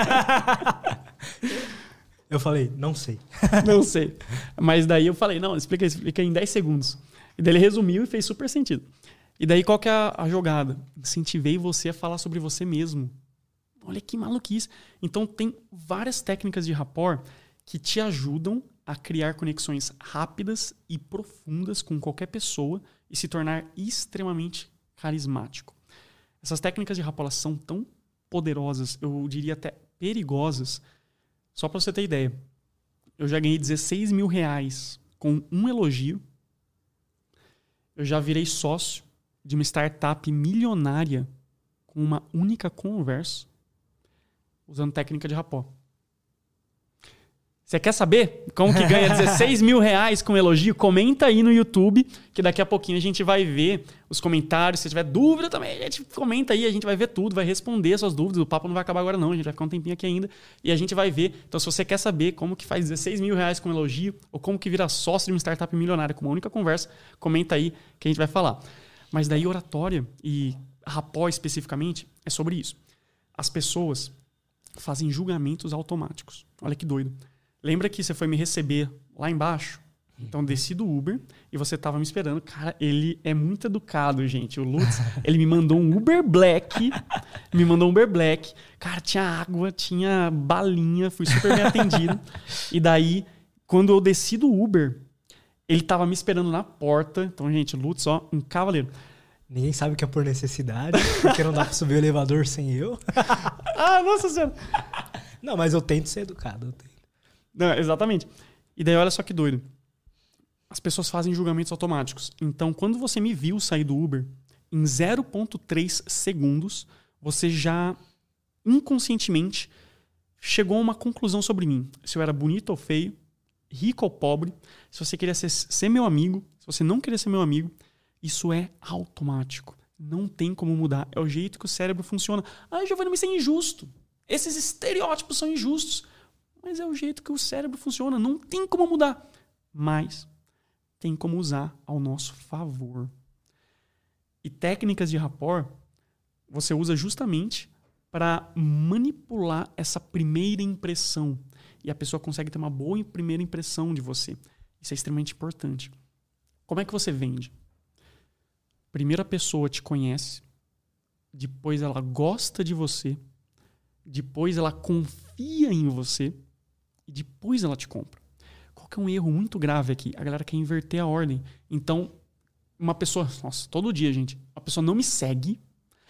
Eu falei, não sei. Não sei. Mas daí eu falei, não, explica em 10 segundos. E daí ele resumiu e fez super sentido. E daí qual que é a jogada? Incentivei você a falar sobre você mesmo. Olha que maluquice. Então tem várias técnicas de rapport que te ajudam a criar conexões rápidas e profundas com qualquer pessoa e se tornar extremamente carismático. Essas técnicas de rapport são tão poderosas, eu diria até perigosas. Só para você ter ideia, eu já ganhei 16 mil reais com um elogio. Eu já virei sócio de uma startup milionária com uma única conversa usando técnica de rapport. Você quer saber como que ganha 16 mil reais com elogio? Comenta aí no YouTube, que daqui a pouquinho a gente vai ver os comentários. Se tiver dúvida também, a gente comenta aí, a gente vai ver tudo, vai responder suas dúvidas. O papo não vai acabar agora não, a gente vai ficar um tempinho aqui ainda e a gente vai ver. Então, se você quer saber como que faz 16 mil reais com elogio ou como que vira sócio de uma startup milionária com uma única conversa, comenta aí que a gente vai falar. Mas daí oratória e rapport especificamente é sobre isso. As pessoas fazem julgamentos automáticos. Olha que doido. Lembra que você foi me receber lá embaixo? Então, desci do Uber e você tava me esperando. Cara, ele é muito educado, gente. O Lutz, ele me mandou um Uber Black. Cara, tinha água, tinha balinha. Fui super bem atendido. E daí, quando eu desci do Uber, ele tava me esperando na porta. Então, gente, o Lutz, ó, um cavaleiro. Ninguém sabe o que é por necessidade, porque não dá pra subir o elevador sem eu. Ah, nossa senhora. Não, mas eu tento ser educado, eu tento. Não, exatamente. E daí, olha só que doido. As pessoas fazem julgamentos automáticos. Então, quando você me viu sair do Uber, em 0,3 segundos, você já inconscientemente chegou a uma conclusão sobre mim. Se eu era bonito ou feio, rico ou pobre, se você queria ser meu amigo, se você não queria ser meu amigo, isso é automático. Não tem como mudar. É o jeito que o cérebro funciona. Ah, Giovanni, mas isso é injusto. Esses estereótipos são injustos. Mas é o jeito que o cérebro funciona. Não tem como mudar. Mas tem como usar ao nosso favor. E técnicas de rapport você usa justamente para manipular essa primeira impressão. E a pessoa consegue ter uma boa primeira impressão de você. Isso é extremamente importante. Como é que você vende? Primeiro a pessoa te conhece, depois ela gosta de você, depois ela confia em você e depois ela te compra. Qual que é um erro muito grave aqui? A galera quer inverter a ordem. Então, uma pessoa... Nossa, todo dia, gente. A pessoa não me segue.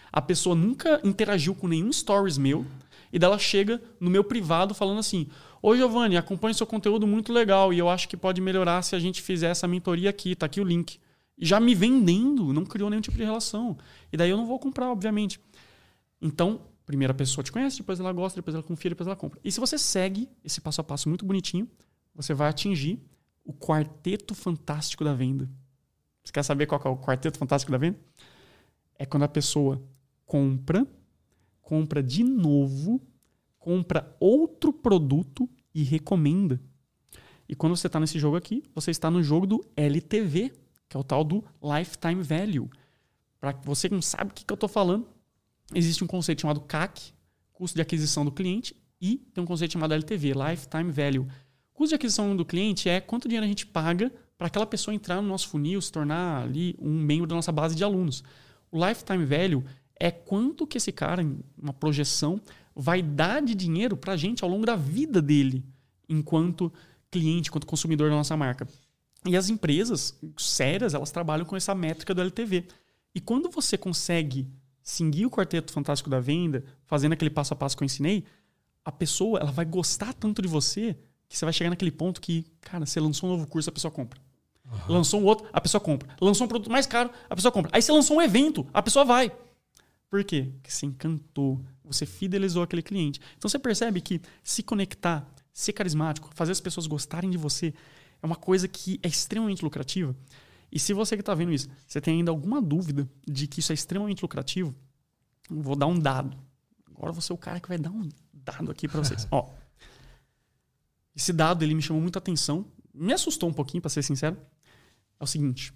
A pessoa nunca interagiu com nenhum stories meu e daí ela chega no meu privado falando assim: "Ô Giovanni, acompanho seu conteúdo muito legal e eu acho que pode melhorar se a gente fizer essa mentoria aqui, tá aqui o link." E já me vendendo, não criou nenhum tipo de relação. E daí eu não vou comprar, obviamente. Então, primeiro a pessoa te conhece, depois ela gosta, depois ela confia, depois ela compra. E se você segue esse passo a passo muito bonitinho, você vai atingir o quarteto fantástico da venda. Você quer saber qual que é o quarteto fantástico da venda? É quando a pessoa compra de novo, compra outro produto e recomenda. E quando você está nesse jogo aqui, você está no jogo do LTV, que é o tal do Lifetime Value. Para você que não sabe o que eu estou falando, existe um conceito chamado CAC, custo de aquisição do cliente, e tem um conceito chamado LTV, Lifetime Value. Custo de aquisição do cliente é quanto dinheiro a gente paga para aquela pessoa entrar no nosso funil, se tornar ali um membro da nossa base de alunos. O Lifetime Value é quanto que esse cara, em uma projeção, vai dar de dinheiro para a gente ao longo da vida dele, enquanto cliente, enquanto consumidor da nossa marca. E as empresas sérias, elas trabalham com essa métrica do LTV. E quando você consegue seguir o quarteto fantástico da venda, fazendo aquele passo a passo que eu ensinei, a pessoa ela vai gostar tanto de você que você vai chegar naquele ponto que, cara, você lançou um novo curso, a pessoa compra. Uhum. Lançou um outro, a pessoa compra. Lançou um produto mais caro, a pessoa compra. Aí você lançou um evento, a pessoa vai. Por quê? Porque você encantou, você fidelizou aquele cliente. Então você percebe que se conectar, ser carismático, fazer as pessoas gostarem de você é uma coisa que é extremamente lucrativa. E se você que está vendo isso, você tem ainda alguma dúvida de que isso é extremamente lucrativo, eu vou dar um dado. Agora você é o cara que vai dar um dado aqui para vocês. Ó, esse dado ele me chamou muita atenção, me assustou um pouquinho, para ser sincero. É o seguinte: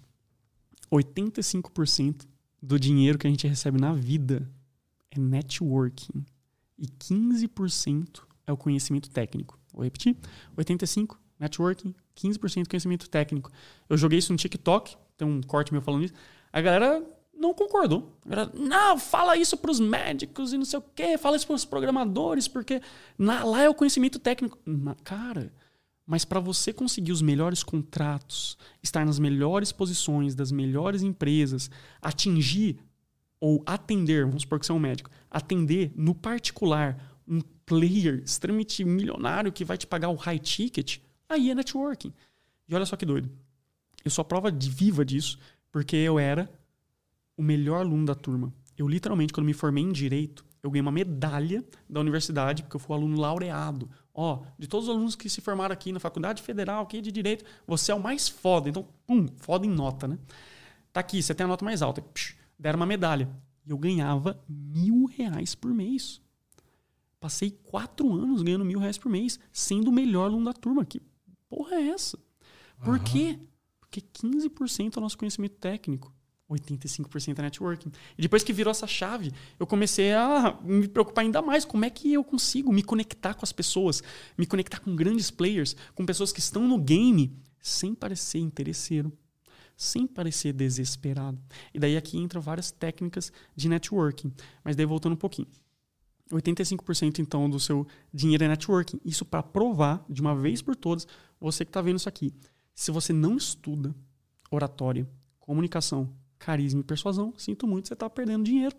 85% do dinheiro que a gente recebe na vida é networking e 15% é o conhecimento técnico. Vou repetir: 85% networking, 15% conhecimento técnico. Eu joguei isso no TikTok, tem um corte meu falando isso. A galera não concordou. A galera, não, fala isso pros médicos e não sei o quê, fala isso pros programadores, porque lá é o conhecimento técnico. Cara, mas para você conseguir os melhores contratos, estar nas melhores posições das melhores empresas, atingir ou atender, vamos supor que você é um médico, atender no particular um player extremamente milionário que vai te pagar o high ticket, aí é networking. E olha só que doido. Eu sou a prova viva disso, porque eu era o melhor aluno da turma. Eu literalmente, quando me formei em Direito, eu ganhei uma medalha da universidade, porque eu fui aluno laureado. Ó, de todos os alunos que se formaram aqui na Faculdade Federal aqui de Direito, você é o mais foda. Então, foda em nota, né? Tá aqui, você tem a nota mais alta. Psh, deram uma medalha. E eu ganhava R$1.000 por mês. Passei 4 anos ganhando R$1.000 por mês, sendo o melhor aluno da turma. Que porra é essa? Por quê? Porque 15% é o nosso conhecimento técnico. 85% é networking. E depois que virou essa chave, eu comecei a me preocupar ainda mais. Como é que eu consigo me conectar com as pessoas, me conectar com grandes players, com pessoas que estão no game, sem parecer interesseiro, sem parecer desesperado. E daí aqui entram várias técnicas de networking. Mas daí voltando um pouquinho. 85% então do seu dinheiro é networking. Isso para provar, de uma vez por todas, você que está vendo isso aqui. Se você não estuda oratória, comunicação, carisma e persuasão, sinto muito, você está perdendo dinheiro.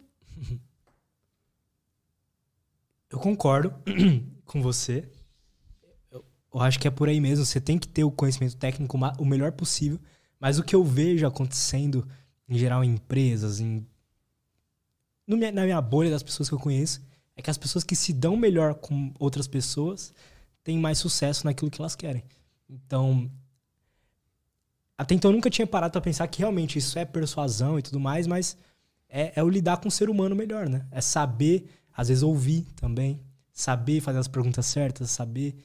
Eu concordo com você. Eu acho que é por aí mesmo. Você tem que ter o conhecimento técnico o melhor possível. Mas o que eu vejo acontecendo, em geral, em empresas, na minha bolha das pessoas que eu conheço, é que as pessoas que se dão melhor com outras pessoas têm mais sucesso naquilo que elas querem. Então, até então eu nunca tinha parado pra pensar que realmente isso é persuasão e tudo mais, mas é o lidar com o ser humano melhor, né? É saber, às vezes, ouvir também, saber fazer as perguntas certas, saber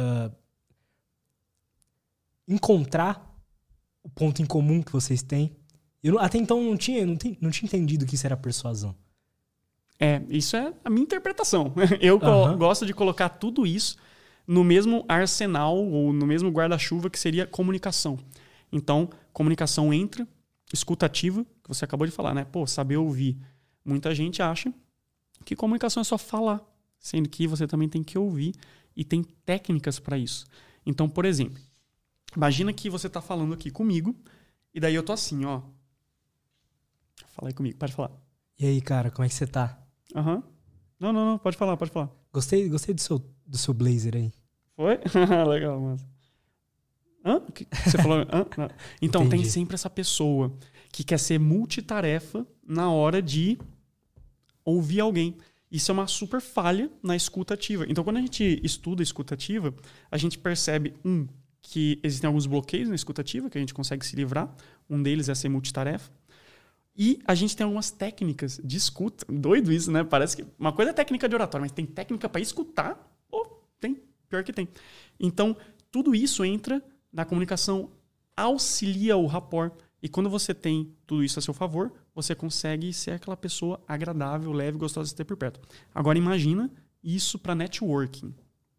encontrar o ponto em comum que vocês têm. Eu até então não tinha entendido que isso era persuasão. Isso é a minha interpretação. Eu gosto de colocar tudo isso no mesmo arsenal ou no mesmo guarda-chuva que seria comunicação. Então, comunicação entra, escuta ativa, que você acabou de falar, né? Pô, saber ouvir. Muita gente acha que comunicação é só falar, sendo que você também tem que ouvir e tem técnicas para isso. Então, por exemplo, imagina que você está falando aqui comigo e daí eu tô assim, ó. Fala aí comigo, pode falar. E aí, cara, como é que você tá? Aham. Não, pode falar. Gostei do seu blazer aí. Foi? Legal, mas... Hã? Você falou... Hã? Não. Então, Entendi. tem sempre essa pessoa que quer ser multitarefa na hora de ouvir alguém. Isso é uma super falha na escuta ativa. Então, quando a gente estuda a escuta ativa, a gente percebe, que existem alguns bloqueios na escuta ativa que a gente consegue se livrar. Um deles é ser multitarefa. E a gente tem algumas técnicas de escuta. Doido isso, né? Parece que uma coisa é técnica de oratório, mas tem técnica para escutar? Pô, tem. Pior que tem. Então, tudo isso entra na comunicação, auxilia o rapport. E quando você tem tudo isso a seu favor, você consegue ser aquela pessoa agradável, leve, gostosa de ter por perto. Agora, imagina isso para networking.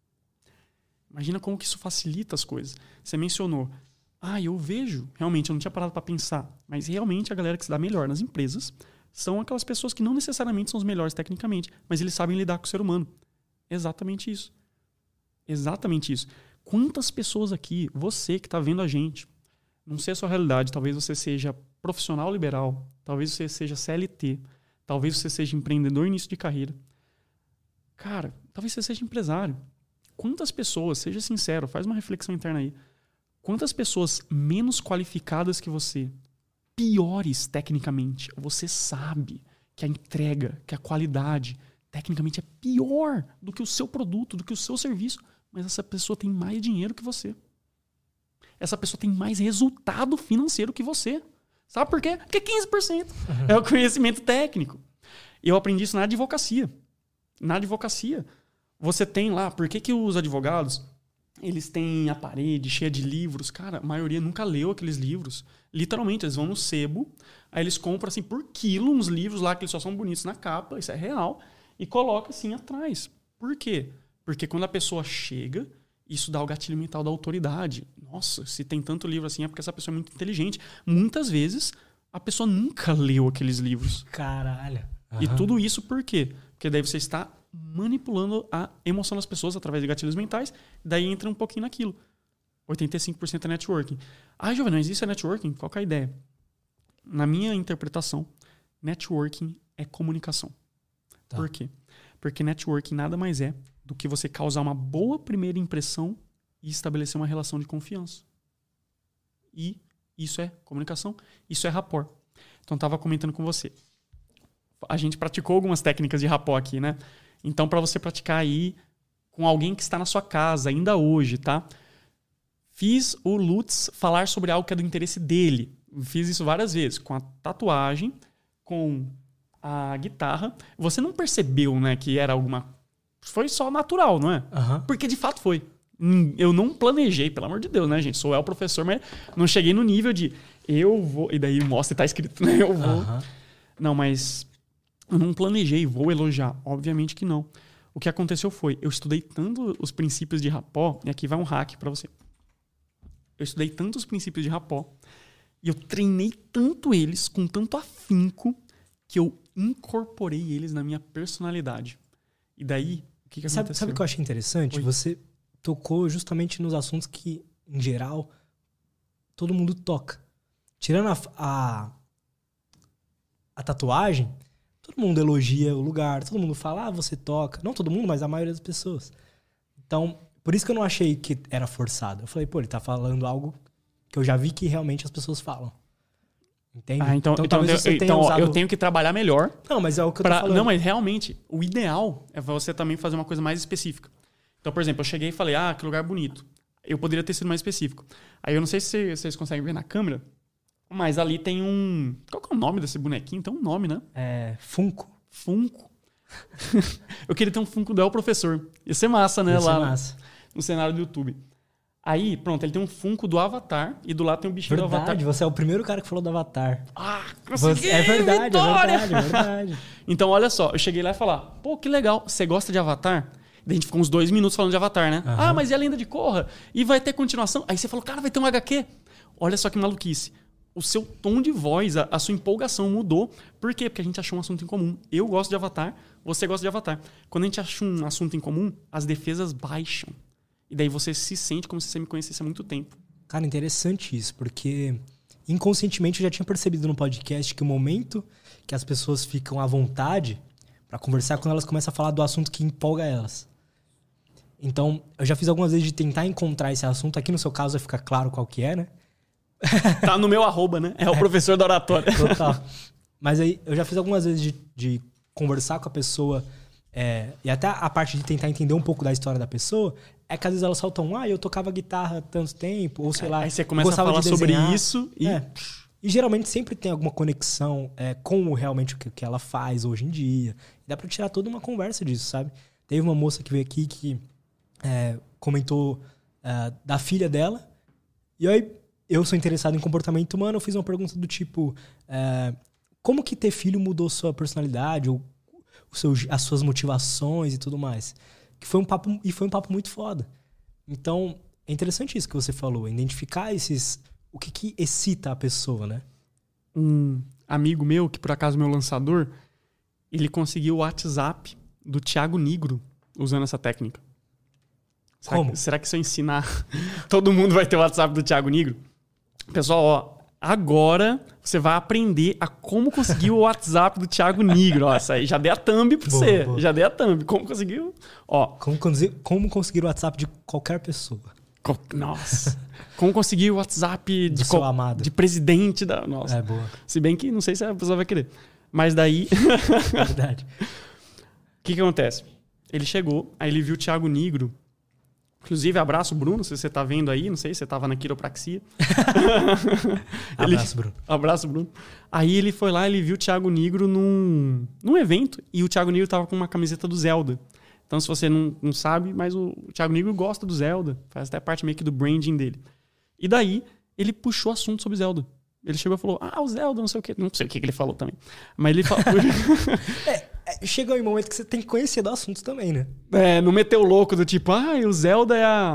Imagina como que isso facilita as coisas. Você mencionou... eu vejo, realmente, eu não tinha parado para pensar, mas realmente a galera que se dá melhor nas empresas são aquelas pessoas que não necessariamente são os melhores tecnicamente, mas eles sabem lidar com o ser humano. Exatamente isso. Exatamente isso. Quantas pessoas aqui, você que está vendo a gente, não sei a sua realidade, talvez você seja profissional liberal, talvez você seja CLT, talvez você seja empreendedor início de carreira. Cara, talvez você seja empresário. Quantas pessoas, seja sincero, faz uma reflexão interna aí, quantas pessoas menos qualificadas que você, piores tecnicamente, você sabe que a entrega, que a qualidade, tecnicamente é pior do que o seu produto, do que o seu serviço, mas essa pessoa tem mais dinheiro que você. Essa pessoa tem mais resultado financeiro que você. Sabe por quê? Porque 15% é o conhecimento técnico. E eu aprendi isso na advocacia. Na advocacia, você tem lá, por que os advogados... Eles têm a parede cheia de livros. Cara, a maioria nunca leu aqueles livros. Literalmente, eles vão no sebo, aí eles compram assim por quilo uns livros lá que eles só são bonitos na capa, isso é real, e coloca assim atrás. Por quê? Porque quando a pessoa chega, isso dá o gatilho mental da autoridade. Nossa, se tem tanto livro assim é porque essa pessoa é muito inteligente. Muitas vezes, a pessoa nunca leu aqueles livros. Caralho. E tudo isso por quê? Porque daí você está manipulando a emoção das pessoas através de gatilhos mentais, daí entra um pouquinho naquilo. 85% é networking. Giovanni, mas isso é networking? Qual que é a ideia? Na minha interpretação, networking é comunicação. Tá. Por quê? Porque networking nada mais é do que você causar uma boa primeira impressão e estabelecer uma relação de confiança. E isso é comunicação, isso é rapport. Então, eu estava comentando com você. A gente praticou algumas técnicas de rapport aqui, né? Então, para você praticar aí com alguém que está na sua casa ainda hoje, tá? Fiz o Lutz falar sobre algo que é do interesse dele. Fiz isso várias vezes, com a tatuagem, com a guitarra. Você não percebeu, né, que era alguma... Foi só natural, não é? Porque de fato foi. Eu não planejei, pelo amor de Deus, né, gente? Sou eu o professor, mas não cheguei no nível de eu vou... E daí mostra e tá escrito, né? Eu vou... Não, mas... Eu não planejei, vou elogiar. Obviamente que não. O que aconteceu foi, eu estudei tanto os princípios de rapport, e aqui vai um hack para você. Eu estudei tanto os princípios de rapport, e eu treinei tanto eles, com tanto afinco, que eu incorporei eles na minha personalidade. E daí, o que aconteceu? Sabe o que eu achei interessante? Oi. Você tocou justamente nos assuntos que, em geral, todo mundo toca. Tirando a tatuagem... Todo mundo elogia o lugar, todo mundo fala, você toca. Não todo mundo, mas a maioria das pessoas. Então, por isso que eu não achei que era forçado. Eu falei, ele tá falando algo que eu já vi que realmente as pessoas falam. Entende? Então talvez você tenha usado... eu tenho que trabalhar melhor. Não, mas é o que eu tô falando. Não, mas realmente, o ideal é você também fazer uma coisa mais específica. Então, por exemplo, eu cheguei e falei, que lugar bonito. Eu poderia ter sido mais específico. Aí eu não sei se vocês conseguem ver na câmera, mas ali tem um... Qual que é o nome desse bonequinho? Tem um nome, né? Funko. Funko. Eu queria ter um Funko do El Professor. Ia ser massa, né? Ia ser lá massa. No cenário do YouTube. Aí, pronto, ele tem um Funko do Avatar e do lado tem um bichinho do Avatar. Verdade, você é o primeiro cara que falou do Avatar. Consegui! É verdade, Vitória! é verdade. Então, olha só, eu cheguei lá e falar, que legal, você gosta de Avatar? Daí a gente ficou uns 2 minutos falando de Avatar, né? Mas e a Lenda de Korra? E vai ter continuação? Aí você falou, cara, vai ter um HQ. Olha só que maluquice. O seu tom de voz, a sua empolgação mudou. Por quê? Porque a gente achou um assunto em comum. Eu gosto de Avatar, você gosta de Avatar. Quando a gente acha um assunto em comum, as defesas baixam. E daí você se sente como se você me conhecesse há muito tempo. Cara, interessante isso, porque inconscientemente eu já tinha percebido no podcast que o momento que as pessoas ficam à vontade pra conversar é quando elas começam a falar do assunto que empolga elas. Então, eu já fiz algumas vezes de tentar encontrar esse assunto. Aqui no seu caso vai ficar claro qual que é, né? Tá no meu arroba, né? É o professor da oratória. Total. Mas aí, eu já fiz algumas vezes de conversar com a pessoa, e até a parte de tentar entender um pouco da história da pessoa, é que às vezes elas soltam, eu tocava guitarra há tanto tempo, ou sei lá. Aí você começa a falar sobre isso e... E geralmente sempre tem alguma conexão com realmente o que ela faz hoje em dia. Dá pra tirar toda uma conversa disso, sabe? Teve uma moça que veio aqui que comentou da filha dela. E aí, eu sou interessado em comportamento humano, eu fiz uma pergunta do tipo... como que ter filho mudou sua personalidade, ou as suas motivações e tudo mais? Foi um papo muito foda. Então, é interessante isso que você falou, identificar o que excita a pessoa, né? Um amigo meu, que por acaso é meu lançador, ele conseguiu o WhatsApp do Thiago Nigro usando essa técnica. Será que se eu ensinar, todo mundo vai ter o WhatsApp do Thiago Nigro? Pessoal, agora você vai aprender a como conseguir o WhatsApp do Thiago Nigro. Isso aí já dei a thumb pra você. Boa. Já dei a thumb. Como conseguiu? Como conseguir o WhatsApp de qualquer pessoa. Nossa. Como conseguir o WhatsApp do seu amado. De presidente da... Nossa. Boa. Se bem que não sei se a pessoa vai querer. Mas daí... Verdade. O que acontece? Ele chegou, aí ele viu o Thiago Nigro. Inclusive, abraço, Bruno, se você tá vendo aí. Não sei se você tava na quiropraxia. Abraço, Bruno. Abraço, Bruno. Aí ele foi lá, ele viu o Thiago Nigro num evento. E o Thiago Nigro tava com uma camiseta do Zelda. Então, se você não sabe, mas o Thiago Nigro gosta do Zelda. Faz até parte meio que do branding dele. E daí, ele puxou assunto sobre Zelda. Ele chegou e falou, o Zelda, não sei o quê. Não sei o que ele falou também. Mas ele falou... Chega um momento que você tem que conhecer do assunto também, né? Não meteu o louco do tipo, o Zelda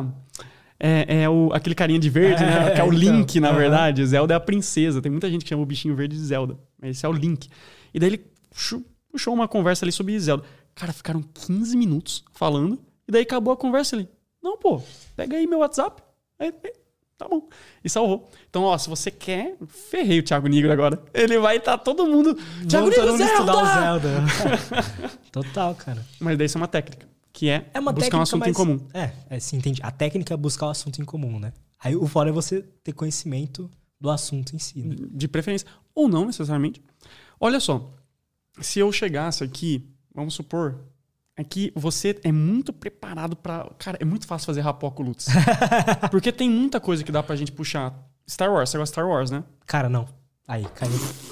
aquele carinha de verde, né? Que é o Link, na verdade. O Zelda é a princesa. Tem muita gente que chama o bichinho verde de Zelda. Mas esse é o Link. E daí ele puxou uma conversa ali sobre Zelda. Cara, ficaram 15 minutos falando. E daí acabou a conversa ali. Não, pô, pega aí meu WhatsApp. Aí, tá bom. E salvou. Então, se você quer, ferrei o Thiago Nigro agora. Ele vai estar todo mundo... Thiago Nigro, Zelda! Estudar o Zelda. Total, cara. Mas daí isso é uma técnica. Que é uma buscar técnica, um assunto em comum. Sim, entendi. A técnica é buscar o assunto em comum, né? Aí o fora é você ter conhecimento do assunto em si. Né? De preferência. Ou não, necessariamente. Olha só. Se eu chegasse aqui, vamos supor... É que você é muito preparado pra... Cara, é muito fácil fazer rapó com o Lutz. Porque tem muita coisa que dá pra gente puxar. Star Wars, você gosta de Star Wars, né? Cara, não. Aí, caiu.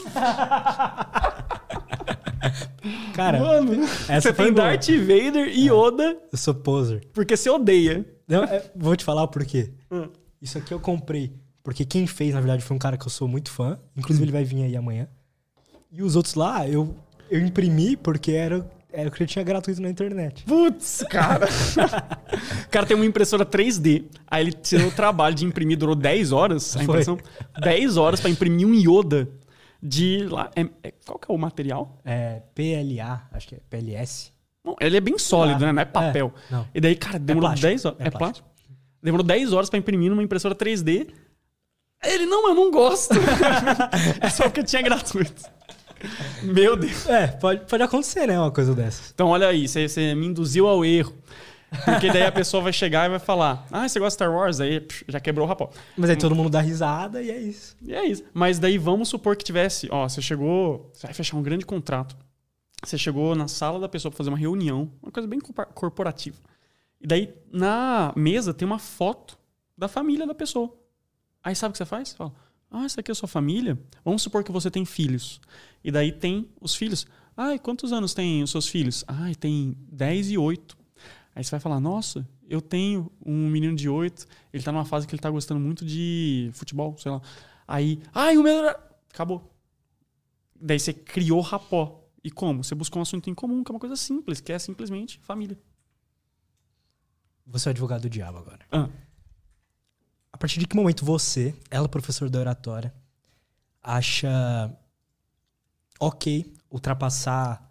Cara, mano, você tem boa. Darth Vader e Yoda. Eu sou poser. Porque você odeia. Não, vou te falar o porquê. Isso aqui eu comprei. Porque quem fez, na verdade, foi um cara que eu sou muito fã. Inclusive, ele vai vir aí amanhã. E os outros lá, eu imprimi porque era o que eu tinha gratuito na internet. Putz, cara. O cara tem uma impressora 3D. Aí ele tirou o trabalho de imprimir, durou 10 horas a impressão. 10 horas pra imprimir um Yoda de lá. Qual que é o material? PLA, acho que é PLS. Bom, ele é bem sólido, né? Não é papel. Não. E daí, cara, demorou 10 horas. É plástico? Demorou 10 horas pra imprimir numa impressora 3D. Ele, não, eu não gosto. É só porque tinha gratuito. Meu Deus. Pode acontecer, né? Uma coisa dessas. Então, olha aí, você me induziu ao erro. Porque daí a pessoa vai chegar e vai falar: você gosta de Star Wars? Aí já quebrou o rapó. Mas aí todo mundo dá risada e é isso. E é isso. Mas daí vamos supor que tivesse... você chegou... Você vai fechar um grande contrato. Você chegou na sala da pessoa pra fazer uma reunião. Uma coisa bem corporativa. E daí, na mesa, tem uma foto da família da pessoa. Aí sabe o que você faz? Você fala: essa aqui é a sua família? Vamos supor que você tem filhos. E daí tem os filhos. E quantos anos tem os seus filhos? Tem 10 e 8. Aí você vai falar: nossa, eu tenho um menino de 8. Ele tá numa fase que ele tá gostando muito de futebol, sei lá. Aí, o meu... Acabou. Daí você criou rapó. E como? Você buscou um assunto em comum, que é uma coisa simples, que é simplesmente família. Você é o advogado do diabo agora. A partir de que momento você, ela, professor da oratória, acha ok ultrapassar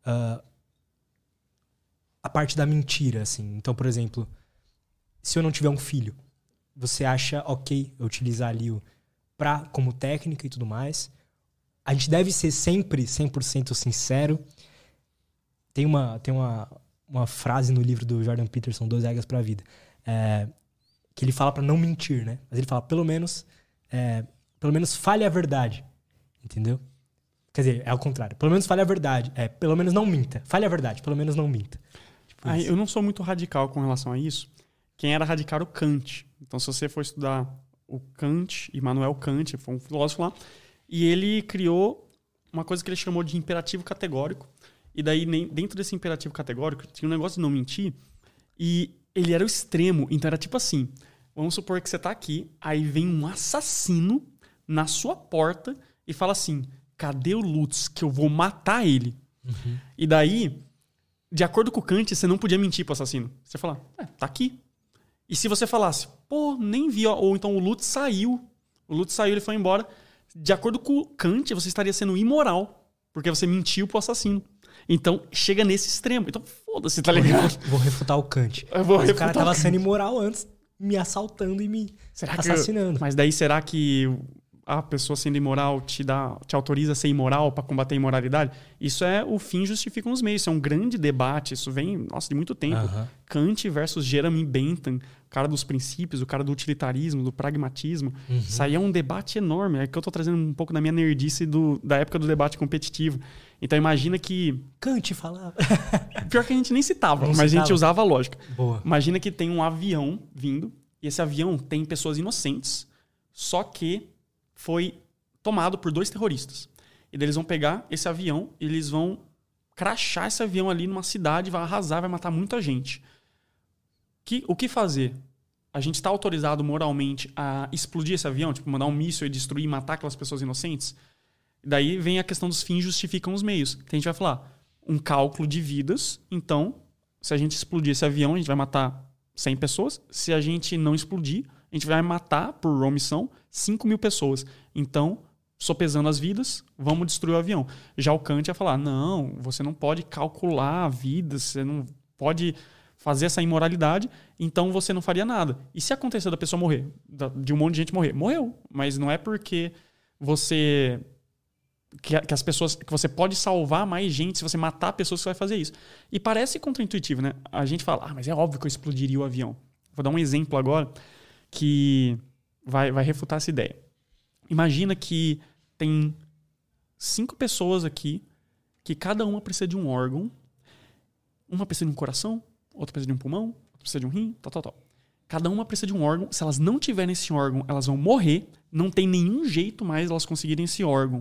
a parte da mentira, assim? Então, por exemplo, se eu não tiver um filho, você acha ok eu utilizar ali como técnica e tudo mais. A gente deve ser sempre 100% sincero. Tem uma frase no livro do Jordan Peterson, 2 Regras para a Vida, que ele fala para não mentir, né? Mas ele fala, pelo menos fale a verdade, entendeu? Quer dizer, é ao contrário. Pelo menos fale a verdade. Pelo menos não minta. Fale a verdade, pelo menos não minta. Tipo eu não sou muito radical com relação a isso. Quem era radical era o Kant. Então, se você for estudar o Kant, Immanuel Kant, foi um filósofo lá, e ele criou uma coisa que ele chamou de imperativo categórico. E daí, dentro desse imperativo categórico, tinha um negócio de não mentir, e ele era o extremo. Então, era tipo assim, vamos supor que você tá aqui, aí vem um assassino na sua porta e fala assim, cadê o Lutz, que eu vou matar ele? Uhum. E daí, de acordo com o Kant, você não podia mentir pro assassino. Você fala, tá aqui. E se você falasse, pô, nem vi, ou então o Lutz saiu, ele foi embora. De acordo com o Kant, você estaria sendo imoral, porque você mentiu pro assassino. Então, chega nesse extremo. Então, foda-se, tá ligado? Vou refutar o Kant. O cara tava sendo imoral antes, me assaltando e me assassinando. Mas daí, será que a pessoa sendo imoral te autoriza a ser imoral para combater a imoralidade? Isso o fim justifica os meios. Isso é um grande debate. Isso vem, de muito tempo. Uhum. Kant versus Jeremy Bentham, o cara dos princípios, o cara do utilitarismo, do pragmatismo. Uhum. Isso aí é um debate enorme. É que eu tô trazendo um pouco da minha nerdice da época do debate competitivo. Então imagina que... Kant falava. Pior que a gente nem citava, mas a gente usava a lógica. Boa. Imagina que tem um avião vindo, e esse avião tem pessoas inocentes, só que foi tomado por 2 terroristas. E daí eles vão pegar esse avião e eles vão crashar esse avião ali numa cidade, vai arrasar, vai matar muita gente. O que fazer? A gente está autorizado moralmente a explodir esse avião? Tipo, mandar um míssil e destruir e matar aquelas pessoas inocentes? Daí vem a questão dos fins justificam os meios. Então a gente vai falar um cálculo de vidas. Então, se a gente explodir esse avião, a gente vai matar 100 pessoas. Se a gente não explodir, a gente vai matar, por omissão, 5.000 pessoas. Então, sopesando as vidas, vamos destruir o avião. Já o Kant ia falar, não, você não pode calcular a vida, você não pode fazer essa imoralidade, então você não faria nada. E se acontecer da pessoa morrer, de um monte de gente morrer? Morreu. Mas não é porque você... Que as pessoas, que você pode salvar mais gente se você matar pessoas que você vai fazer isso. E parece contraintuitivo, né? A gente fala, mas é óbvio que eu explodiria o avião. Vou dar um exemplo agora que vai refutar essa ideia. Imagina que tem 5 pessoas aqui que cada uma precisa de um órgão. Uma precisa de um coração, outra precisa de um pulmão, outra precisa de um rim, tal. Cada uma precisa de um órgão. Se elas não tiverem esse órgão, elas vão morrer. Não tem nenhum jeito mais de elas conseguirem esse órgão.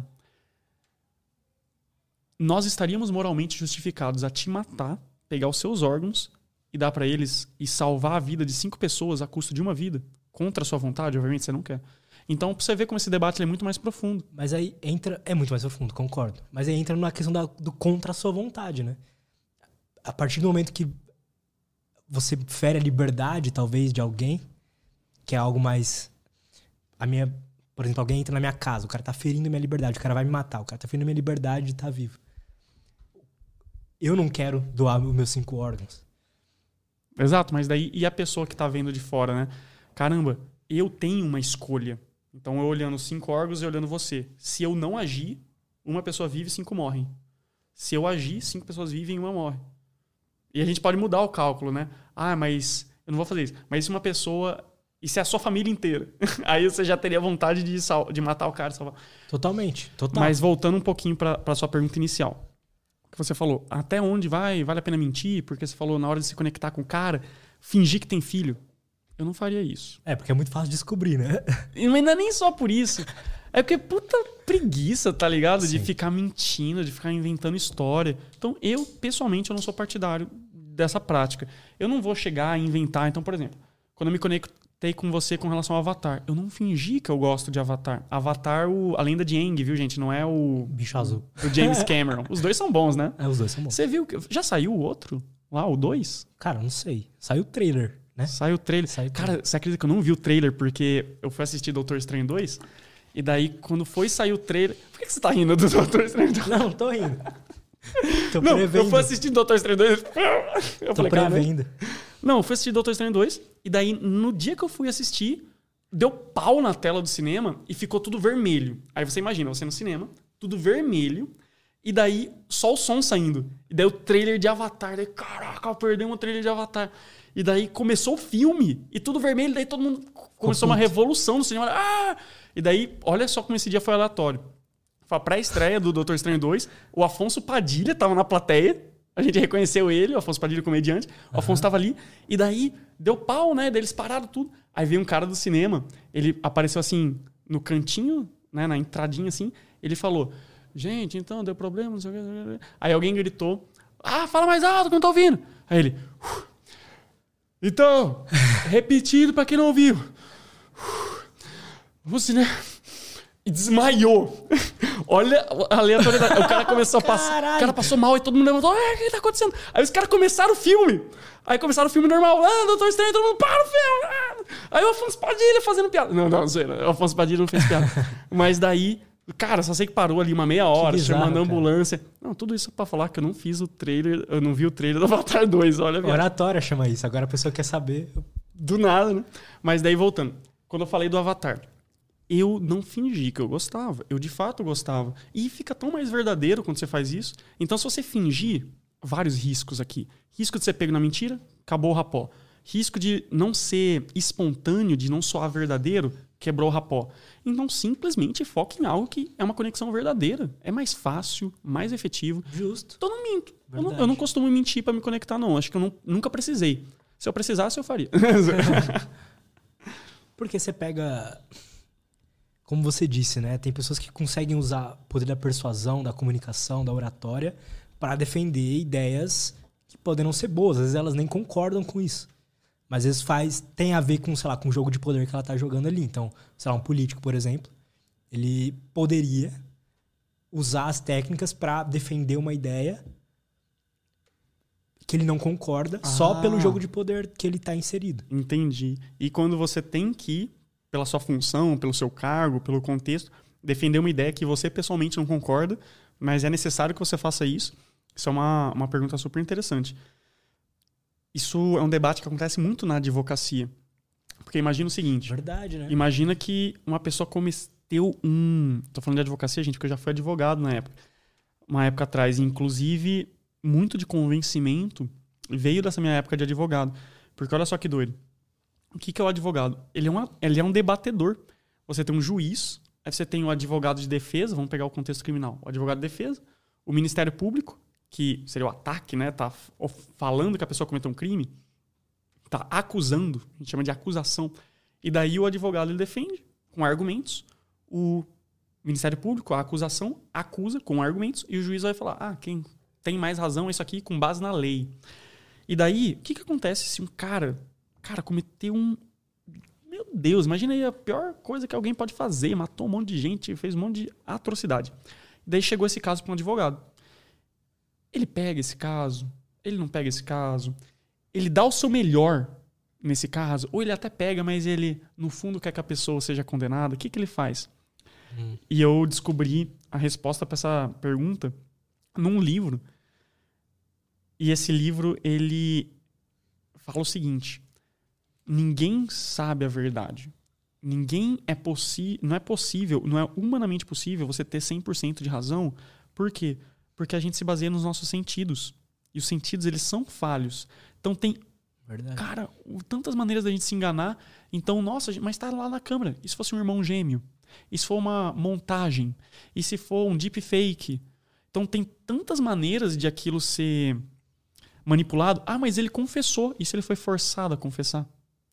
Nós estaríamos moralmente justificados a te matar, pegar os seus órgãos e dar pra eles e salvar a vida de 5 pessoas a custo de uma vida? Contra a sua vontade, obviamente, você não quer. Então, pra você ver como esse debate é muito mais profundo. Mas aí entra... É muito mais profundo, concordo. Mas aí entra na questão do contra a sua vontade, né? A partir do momento que você fere a liberdade, talvez, de alguém, que é algo mais... Por exemplo, alguém entra na minha casa, o cara tá ferindo a minha liberdade, o cara vai me matar, o cara tá ferindo a minha liberdade de estar vivo. Eu não quero doar os meus 5 órgãos. Exato, mas daí... E a pessoa que tá vendo de fora, né? Caramba, eu tenho uma escolha. Então, eu olhando 5 órgãos e olhando você. Se eu não agir, uma pessoa vive e 5 morrem. Se eu agir, 5 pessoas vivem e uma morre. E a gente pode mudar o cálculo, né? Ah, mas eu não vou fazer isso. Mas se uma pessoa... E se é a sua família inteira? Aí você já teria vontade de matar o cara e salvar. Totalmente, total. Mas voltando um pouquinho para sua pergunta inicial. Que você falou, até onde vale a pena mentir? Porque você falou, na hora de se conectar com o cara, fingir que tem filho. Eu não faria isso. Porque é muito fácil descobrir, né? E não é nem só por isso. É porque puta preguiça, tá ligado? Sim. De ficar mentindo, de ficar inventando história. Então, pessoalmente, eu não sou partidário dessa prática. Eu não vou chegar a inventar. Então, por exemplo, quando eu me conectei com você com relação ao Avatar, eu não fingi que eu gosto de Avatar. Avatar, a lenda de Aang, viu, gente? Não é o... Bicho azul. O James Cameron. Os dois são bons, né? Os dois são bons. Você viu? Já saiu o outro? Lá, o 2? Cara, não sei. Saiu o trailer, né? Saiu o trailer. Cara, você acredita que eu não vi o trailer porque eu fui assistir Doutor Estranho 2? E daí, quando sair o trailer... Por que você tá rindo do Doutor Estranho 2? Não tô rindo. Não, eu fui assistir Doutor Estranho 2... Tô prevendo. Não, eu fui assistir Doutor Estranho 2 e daí, no dia que eu fui assistir, deu pau na tela do cinema e ficou tudo vermelho. Aí você imagina, você no cinema, tudo vermelho, e daí só o som saindo. E daí o trailer de Avatar. Daí, caraca, perdemos o trailer de Avatar. E daí começou o filme, e tudo vermelho, daí todo mundo começou uma revolução no cinema. Ah! E daí, olha só como esse dia foi aleatório. Foi a pré-estreia do Doutor Estranho 2, o Afonso Padilha tava na plateia, a gente reconheceu ele, o Afonso Padilha, comediante, o Afonso tava ali, e daí deu pau, né? Daí eles pararam tudo. Aí veio um cara do cinema, ele apareceu assim, no cantinho, né, na entradinha assim, ele falou, gente, então, deu problema, não sei o que. Aí alguém gritou, fala mais alto que eu não tô ouvindo. Aí ele, então, repetido pra quem não ouviu. O cinema... E desmaiou. Olha a aleatoriedade. O cara começou a passar. O cara passou mal e todo mundo levantou. O que tá acontecendo? Aí os caras começaram o filme. Aí começaram o filme normal. Doutor Estranho, todo mundo para o filme. Aí o Afonso Padilha fazendo piada. Não, o Afonso Padilha não fez piada. Mas daí, cara, só sei que parou ali uma meia hora, chamando a ambulância. Não, tudo isso pra falar que eu não fiz o trailer, eu não vi o trailer do Avatar 2. Olha, oratória chama isso. Agora a pessoa quer saber. Do nada, né? Mas daí, voltando. Quando eu falei do Avatar, eu não fingi que eu gostava. Eu, de fato, gostava. E fica tão mais verdadeiro quando você faz isso. Então, se você fingir, vários riscos aqui. Risco de ser pego na mentira, acabou o rapó. Risco de não ser espontâneo, de não soar verdadeiro, quebrou o rapó. Então, simplesmente foque em algo que é uma conexão verdadeira. É mais fácil, mais efetivo. Justo. Então, não minto. Eu não costumo mentir pra me conectar, não. Acho que eu nunca precisei. Se eu precisasse, eu faria. Porque você pega... Como você disse, né? Tem pessoas que conseguem usar o poder da persuasão, da comunicação, da oratória para defender ideias que podem não ser boas. Às vezes elas nem concordam com isso. Mas às vezes tem a ver com, sei lá, com o jogo de poder que ela tá jogando ali. Então, sei lá, um político, por exemplo, ele poderia usar as técnicas para defender uma ideia que ele não concorda só pelo jogo de poder que ele tá inserido. Entendi. E quando você tem que, pela sua função, pelo seu cargo, pelo contexto, defender uma ideia que você pessoalmente não concorda, mas é necessário que você faça isso. Isso é uma pergunta super interessante. Isso é um debate que acontece muito na advocacia. Porque imagina o seguinte... Verdade, né? Imagina que uma pessoa cometeu Tô falando de advocacia, gente, porque eu já fui advogado na época. Uma época atrás. Inclusive, muito de convencimento veio dessa minha época de advogado. Porque olha só que doido. O que é o advogado? Ele é um debatedor. Você tem um juiz, aí você tem o advogado de defesa, vamos pegar o contexto criminal. O advogado de defesa, o Ministério Público, que seria o ataque, né? Tá falando que a pessoa cometeu um crime, tá acusando, a gente chama de acusação. E daí o advogado ele defende com argumentos, o Ministério Público, a acusação, acusa com argumentos, e o juiz vai falar, quem tem mais razão é isso aqui com base na lei. E daí, o que acontece se um cara cometeu Meu Deus, imagina aí a pior coisa que alguém pode fazer. Matou um monte de gente, fez um monte de atrocidade. Daí chegou esse caso para um advogado. Ele pega esse caso, ele não pega esse caso, ele dá o seu melhor nesse caso, ou ele até pega, mas ele, no fundo, quer que a pessoa seja condenada. O que ele faz? E eu descobri a resposta para essa pergunta num livro. E esse livro, ele fala o seguinte: ninguém sabe a verdade. Não é possível, não é humanamente possível você ter 100% de razão. Por quê? Porque a gente se baseia nos nossos sentidos. E os sentidos, eles são falhos. Então tem, cara, tantas maneiras da gente se enganar. Então, nossa, mas tá lá na câmera. E se fosse um irmão gêmeo? E se for uma montagem? E se for um deepfake? Então tem tantas maneiras de aquilo ser manipulado. Mas ele confessou. E se ele foi forçado a confessar?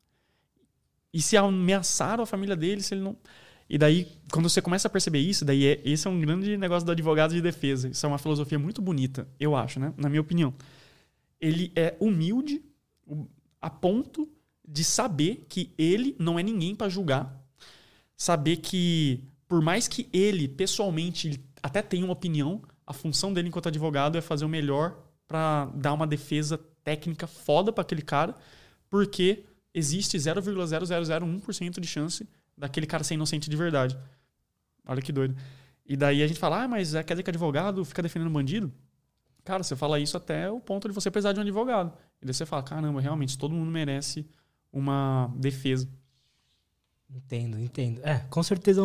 E se ameaçaram a família dele, se ele não... E daí, quando você começa a perceber isso, esse é um grande negócio do advogado de defesa. Isso é uma filosofia muito bonita, eu acho, né? Na minha opinião. Ele é humilde a ponto de saber que ele não é ninguém para julgar. Saber que, por mais que ele, pessoalmente, ele até tenha uma opinião, a função dele enquanto advogado é fazer o melhor para dar uma defesa técnica foda para aquele cara, porque existe 0,0001% de chance daquele cara ser inocente de verdade. Olha que doido. E daí a gente fala, mas quer dizer que advogado fica defendendo bandido? Cara, você fala isso até o ponto de você precisar de um advogado. E daí você fala, caramba, realmente, todo mundo merece uma defesa. Entendo. Com certeza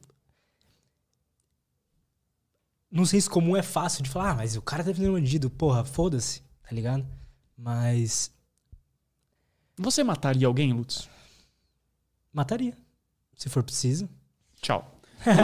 no senso comum é fácil de falar, mas o cara tá sendo bandido, porra, foda-se, tá ligado? Mas... Você mataria alguém, Lutz? Mataria, se for preciso. Tchau.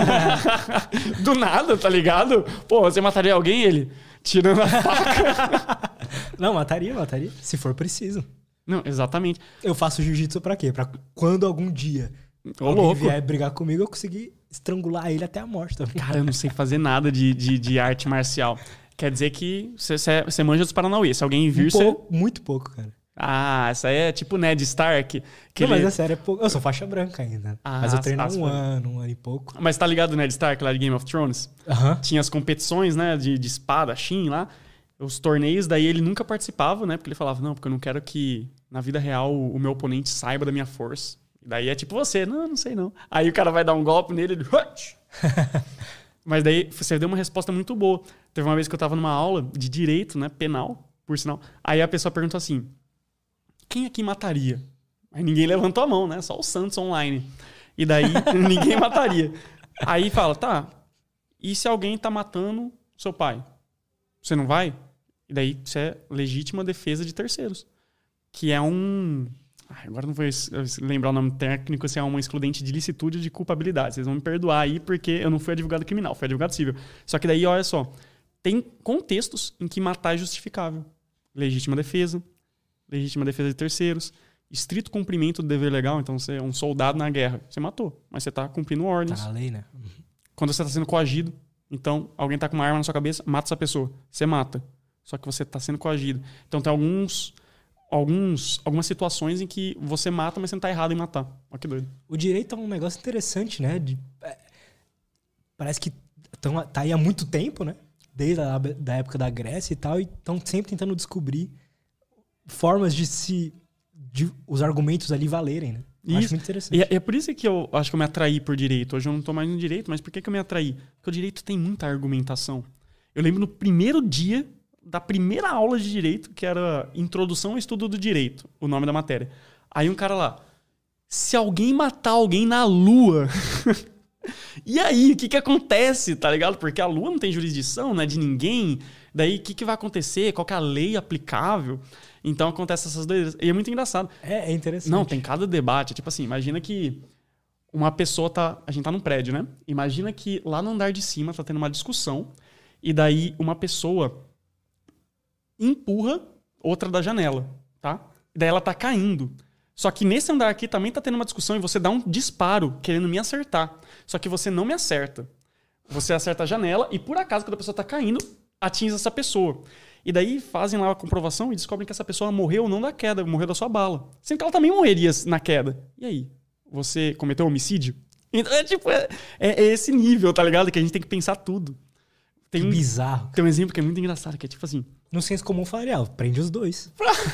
Do nada, tá ligado? Pô, você mataria alguém, ele tirando a faca? Não, mataria, se for preciso. Não, exatamente. Eu faço jiu-jitsu pra quê? Pra quando algum dia alguém vier brigar comigo, eu conseguir estrangular ele até a morte também. Cara, eu não sei fazer nada de arte marcial. Quer dizer que você manja dos Paranauê. Se alguém vir, Muito pouco, cara. Ah, essa aí é tipo Ned Stark. Mas é sério, é pouco. Eu sou faixa branca ainda. Mas eu treino há um ano e pouco. Mas tá ligado o Ned Stark lá de Game of Thrones? Tinha as competições, né, de espada, Shin lá. Os torneios, daí ele nunca participava, né? Porque ele falava, não, porque eu não quero que na vida real o meu oponente saiba da minha força. Daí é tipo você, não sei não. Aí o cara vai dar um golpe nele, ele... Mas daí você deu uma resposta muito boa. Teve uma vez que eu tava numa aula de direito, né, penal, por sinal. Aí a pessoa perguntou assim, quem aqui mataria? Aí ninguém levantou a mão, né? Só o Santos online. E daí ninguém mataria. Aí fala, tá, e se alguém tá matando seu pai? Você não vai? E daí isso é legítima defesa de terceiros. Que é agora não vou lembrar o nome técnico, se é uma excludente de licitude de culpabilidade. Vocês vão me perdoar aí, porque eu não fui advogado criminal, fui advogado civil. Só que daí, olha só, tem contextos em que matar é justificável. Legítima defesa de terceiros, estrito cumprimento do dever legal. Então, você é um soldado na guerra, você matou, mas você tá cumprindo ordens. Tá na lei, né? Quando você tá sendo coagido, então, alguém tá com uma arma na sua cabeça, mata essa pessoa. Você mata. Só que você tá sendo coagido. Então, tem algumas situações em que você mata, mas você não tá errado em matar. Olha que doido. O direito é um negócio interessante, né? Parece que tá aí há muito tempo, né? Desde da época da Grécia e tal, e estão sempre tentando descobrir formas de os argumentos ali valerem, né? Acho muito interessante. E é por isso que eu acho que eu me atraí por direito. Hoje eu não tô mais no direito, mas por que eu me atraí? Porque o direito tem muita argumentação. Eu lembro no primeiro dia da primeira aula de direito, que era Introdução ao Estudo do Direito, o nome da matéria. Aí um cara lá, se alguém matar alguém na Lua, e aí, o que acontece, tá ligado? Porque a Lua não tem jurisdição, né, de ninguém. Daí, o que vai acontecer? Qual que é a lei aplicável? Então, acontece essas doideiras. E é muito engraçado. É interessante. Não, tem cada debate. Tipo assim, imagina que uma pessoa a gente tá num prédio, né? Imagina que lá no andar de cima tá tendo uma discussão e daí uma pessoa empurra outra da janela, tá? E daí ela tá caindo. Só que nesse andar aqui também tá tendo uma discussão e você dá um disparo querendo me acertar. Só que você não me acerta. Você acerta a janela e, por acaso, quando a pessoa tá caindo, atinge essa pessoa. E daí fazem lá a comprovação e descobrem que essa pessoa morreu não da queda, morreu da sua bala. Sendo que ela também morreria na queda. E aí? Você cometeu homicídio? Então é esse nível, tá ligado? Que a gente tem que pensar tudo. Que bizarro. Tem um exemplo que é muito engraçado, que é tipo assim... No senso comum falaria, prende os dois.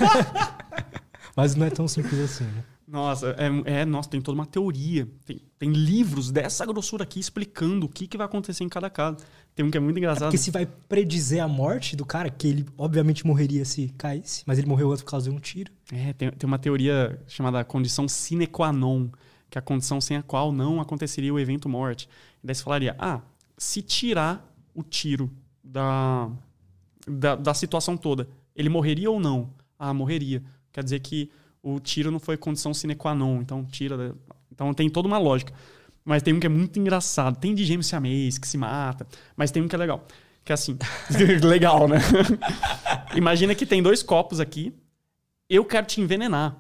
Mas não é tão simples assim, né? Nossa, nossa, tem toda uma teoria. Tem livros dessa grossura aqui explicando o que vai acontecer em cada caso. Tem um que é muito engraçado. Porque se vai predizer a morte do cara, que ele obviamente morreria se caísse, mas ele morreu antes por causa de um tiro. Tem uma teoria chamada condição sine qua non, que é a condição sem a qual não aconteceria o evento morte. E daí você falaria, se tirar o tiro da situação toda, ele morreria ou não? Morreria. Quer dizer que o tiro não foi condição sine qua non, então tira... Então tem toda uma lógica. Mas tem um que é muito engraçado. Tem de gêmeo siamês que se mata, mas tem um que é legal. Que é assim... legal, né? Imagina que tem 2 copos aqui. Eu quero te envenenar.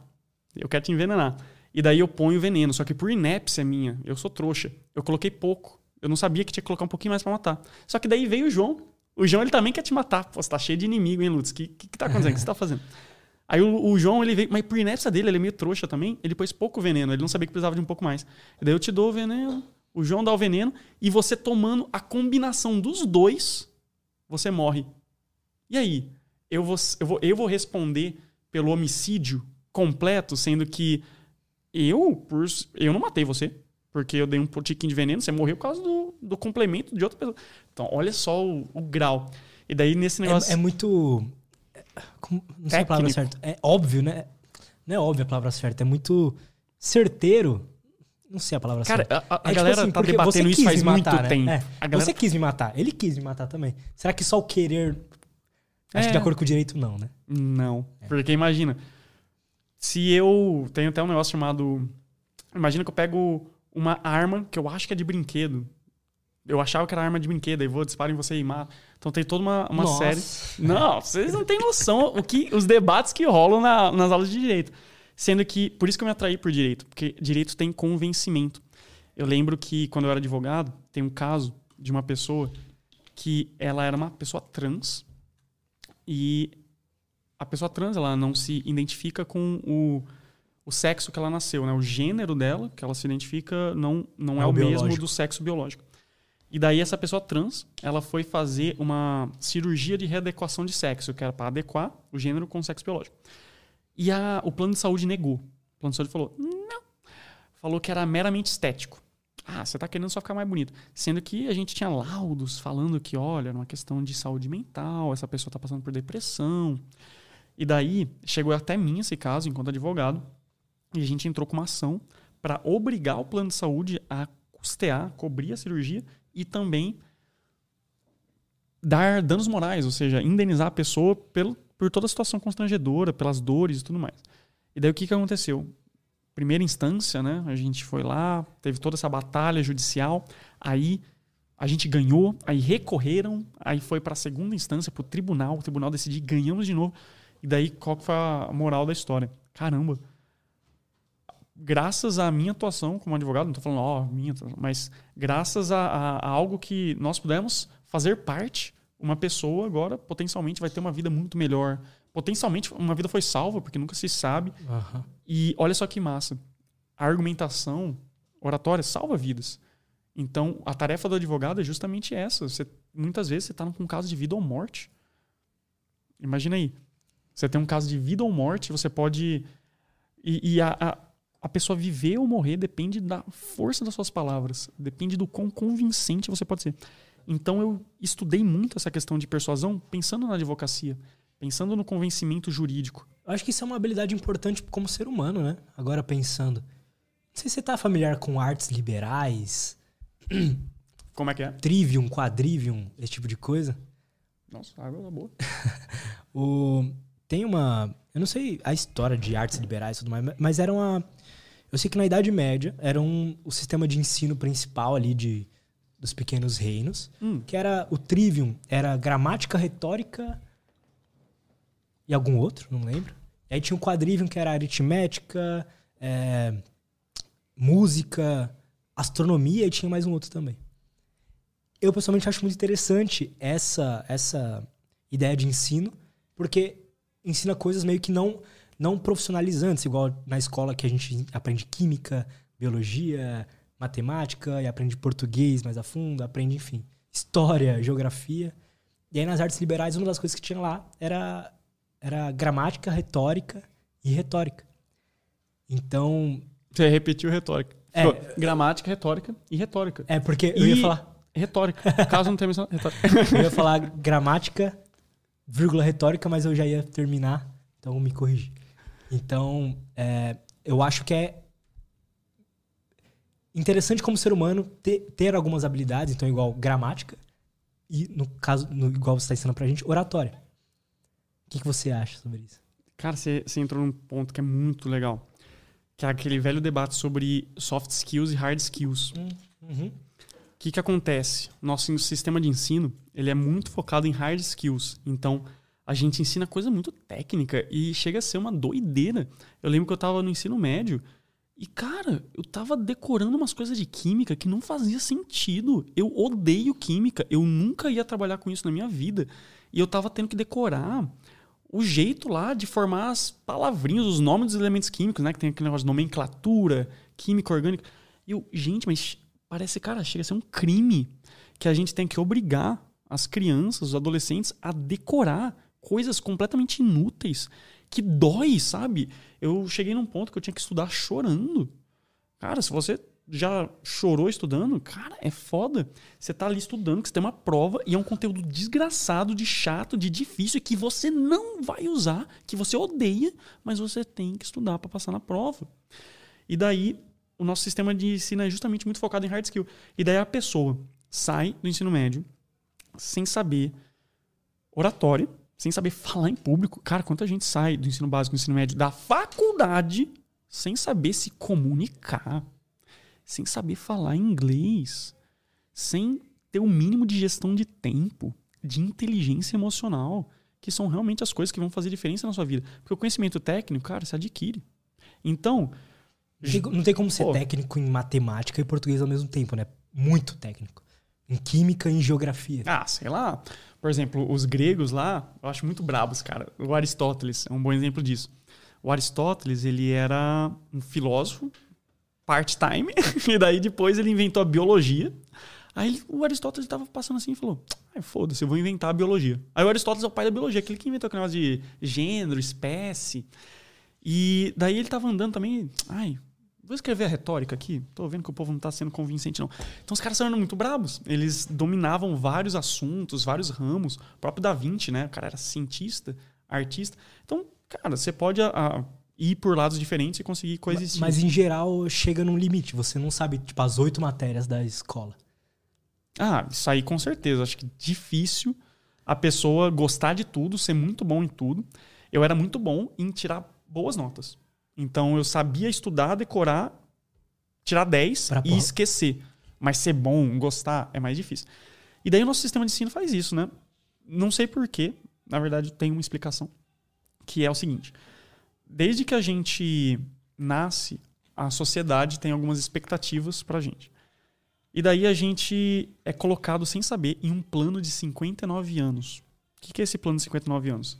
E daí eu ponho o veneno. Só que por inépcia minha, eu sou trouxa. Eu coloquei pouco. Eu não sabia que tinha que colocar um pouquinho mais pra matar. Só que daí veio o João. O João, ele também quer te matar. Pô, você tá cheio de inimigo, hein, Lutz? O que tá acontecendo? O que você tá fazendo? Aí o João, ele veio... Mas por inépcia dele, ele é meio trouxa também. Ele pôs pouco veneno. Ele não sabia que precisava de um pouco mais. E daí eu te dou o veneno. O João dá o veneno. E você tomando a combinação dos 2, você morre. E aí? Eu vou responder pelo homicídio completo, sendo que eu não matei você. Porque eu dei um tiquinho de veneno. Você morreu por causa do complemento de outra pessoa. Então, olha só o grau. E daí, nesse negócio... É muito... Não sei a palavra certa. É óbvio, né? Não é óbvio a palavra certa. É muito certeiro. Não sei a palavra Cara, certa. a galera tipo assim, tá porque debatendo você isso quis faz me muito matar, né? tempo. É, A galera... Você quis me matar. Ele quis me matar também. Será que só o querer... Acho que de acordo com o direito, não, né? Não. Porque imagina, se eu... Tem até um negócio chamado... Imagina que eu pego uma arma que eu acho que é de brinquedo. Eu achava que era arma de brinquedo, aí vou, disparo em você e mato. Então tem toda uma série... Não, vocês não têm noção os debates que rolam nas aulas de direito. Sendo que... Por isso que eu me atraí por direito. Porque direito tem convencimento. Eu lembro que quando eu era advogado, tem um caso de uma pessoa que ela era uma pessoa trans e a pessoa trans ela não se identifica com o sexo que ela nasceu, né? O gênero dela, que ela se identifica, não é o mesmo do sexo biológico. E daí essa pessoa trans, ela foi fazer uma cirurgia de readequação de sexo, que era para adequar o gênero com o sexo biológico. E o plano de saúde negou. O plano de saúde falou, não. Falou que era meramente estético. Você tá querendo só ficar mais bonito. Sendo que a gente tinha laudos falando que, olha, era uma questão de saúde mental, essa pessoa tá passando por depressão. E daí, chegou até mim esse caso, enquanto advogado, e a gente entrou com uma ação para obrigar o plano de saúde a custear, cobrir a cirurgia e também dar danos morais, ou seja, indenizar a pessoa por toda a situação constrangedora, pelas dores e tudo mais. E daí o que aconteceu? Primeira instância, né? A gente foi lá, teve toda essa batalha judicial, aí a gente ganhou, aí recorreram, aí foi para a segunda instância, para o tribunal decidiu, ganhamos de novo. E daí qual que foi a moral da história? Caramba, graças à minha atuação como advogado, não estou falando, minha, mas graças a algo que nós pudemos fazer parte, uma pessoa agora potencialmente vai ter uma vida muito melhor. Potencialmente uma vida foi salva, porque nunca se sabe. Uhum. E olha só que massa. A argumentação oratória salva vidas. Então, a tarefa do advogado é justamente essa. Muitas vezes você está com um caso de vida ou morte. Imagina aí. Você tem um caso de vida ou morte, você pode... E a pessoa viver ou morrer depende da força das suas palavras. Depende do quão convincente você pode ser. Então, eu estudei muito essa questão de persuasão pensando na advocacia. Pensando no convencimento jurídico. Eu acho que isso é uma habilidade importante como ser humano, né? Agora pensando. Não sei se você tá familiar com artes liberais. Como é que é? Trivium, quadrivium, esse tipo de coisa. Nossa, a água tá boa. Tem uma... Eu não sei a história de artes liberais e tudo mais, mas era uma... Eu sei que na Idade Média era o sistema de ensino principal ali dos pequenos reinos, que era o trivium, era gramática, retórica... E algum outro, não lembro. E aí tinha o quadrivium, que era aritmética, música, astronomia, e tinha mais um outro também. Eu, pessoalmente, acho muito interessante essa ideia de ensino, porque ensina coisas meio que não profissionalizantes, igual na escola que a gente aprende química, biologia, matemática, e aprende português mais a fundo, aprende, enfim, história, geografia. E aí, nas artes liberais, uma das coisas que tinha lá era gramática, retórica e retórica. Então... Você repetiu retórica. Gramática, retórica e retórica. Porque eu ia falar... Retórica. Caso não tenha mencionado retórica. Eu ia falar gramática, vírgula, retórica, mas eu já ia terminar, então me corrigi. Então, eu acho que é interessante como ser humano ter algumas habilidades, então igual gramática e, no caso, igual você está ensinando pra gente, oratória. O que você acha sobre isso? Cara, você entrou num ponto que é muito legal. Que é aquele velho debate sobre soft skills e hard skills. Uhum. O que acontece? Nosso sistema de ensino ele é muito focado em hard skills. Então, a gente ensina coisa muito técnica e chega a ser uma doideira. Eu lembro que eu estava no ensino médio e, cara, eu estava decorando umas coisas de química que não fazia sentido. Eu odeio química. Eu nunca ia trabalhar com isso na minha vida. E eu estava tendo que decorar o jeito lá de formar as palavrinhas, os nomes dos elementos químicos, né? Que tem aquele negócio de nomenclatura, química, orgânica. E eu, gente, mas parece, cara, chega a ser um crime que a gente tem que obrigar as crianças, os adolescentes a decorar coisas completamente inúteis, que dói, sabe? Eu cheguei num ponto que eu tinha que estudar chorando. Cara, se você já chorou estudando, cara, é foda. Você tá ali estudando, que você tem uma prova e é um conteúdo desgraçado, de chato, de difícil, que você não vai usar, que você odeia, mas você tem que estudar para passar na prova. E daí, o nosso sistema de ensino é justamente muito focado em hard skill. E daí a pessoa sai do ensino médio sem saber oratória, sem saber falar em público. Cara, quanta gente sai do ensino básico, do ensino médio, da faculdade, sem saber se comunicar, sem saber falar inglês, sem ter o mínimo de gestão de tempo, de inteligência emocional, que são realmente as coisas que vão fazer diferença na sua vida. Porque o conhecimento técnico, cara, se adquire. Então... Não tem como ser técnico em matemática e português ao mesmo tempo, né? Muito técnico. Em química e em geografia. Ah, sei lá. Por exemplo, os gregos lá, eu acho muito brabos, cara. O Aristóteles é um bom exemplo disso. O Aristóteles, ele era um filósofo part-time, e daí depois ele inventou a biologia. Aí o Aristóteles estava passando assim e falou, foda-se, eu vou inventar a biologia. Aí o Aristóteles é o pai da biologia, aquele que inventou aquele negócio de gênero, espécie. E daí ele estava andando também, vou escrever a retórica aqui. Tô vendo que o povo não tá sendo convincente, não. Então os caras estavam muito brabos. Eles dominavam vários assuntos, vários ramos. O próprio Da Vinci, né? O cara era cientista, artista. Então, cara, você pode ir por lados diferentes e conseguir coexistir. Mas em geral, chega num limite. Você não sabe, tipo, as 8 matérias da escola. Isso aí com certeza. Acho que difícil a pessoa gostar de tudo, ser muito bom em tudo. Eu era muito bom em tirar boas notas. Então, eu sabia estudar, decorar, tirar 10 e esquecer. Mas ser bom, gostar, é mais difícil. E daí o nosso sistema de ensino faz isso, né? Não sei porquê. Na verdade, tem uma explicação. Que é o seguinte. Desde que a gente nasce, a sociedade tem algumas expectativas pra gente. E daí a gente é colocado sem saber em um plano de 59 anos. O que é esse plano de 59 anos?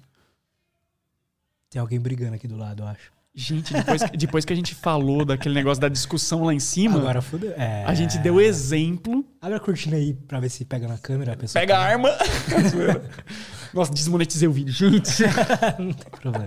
Tem alguém brigando aqui do lado, eu acho. Gente, depois que a gente falou daquele negócio da discussão lá em cima, agora fudeu. A gente deu exemplo. Abre a cortina aí pra ver se pega na câmera. A pessoa pega a arma. Nossa, desmonetizei o vídeo, gente. Não tem problema.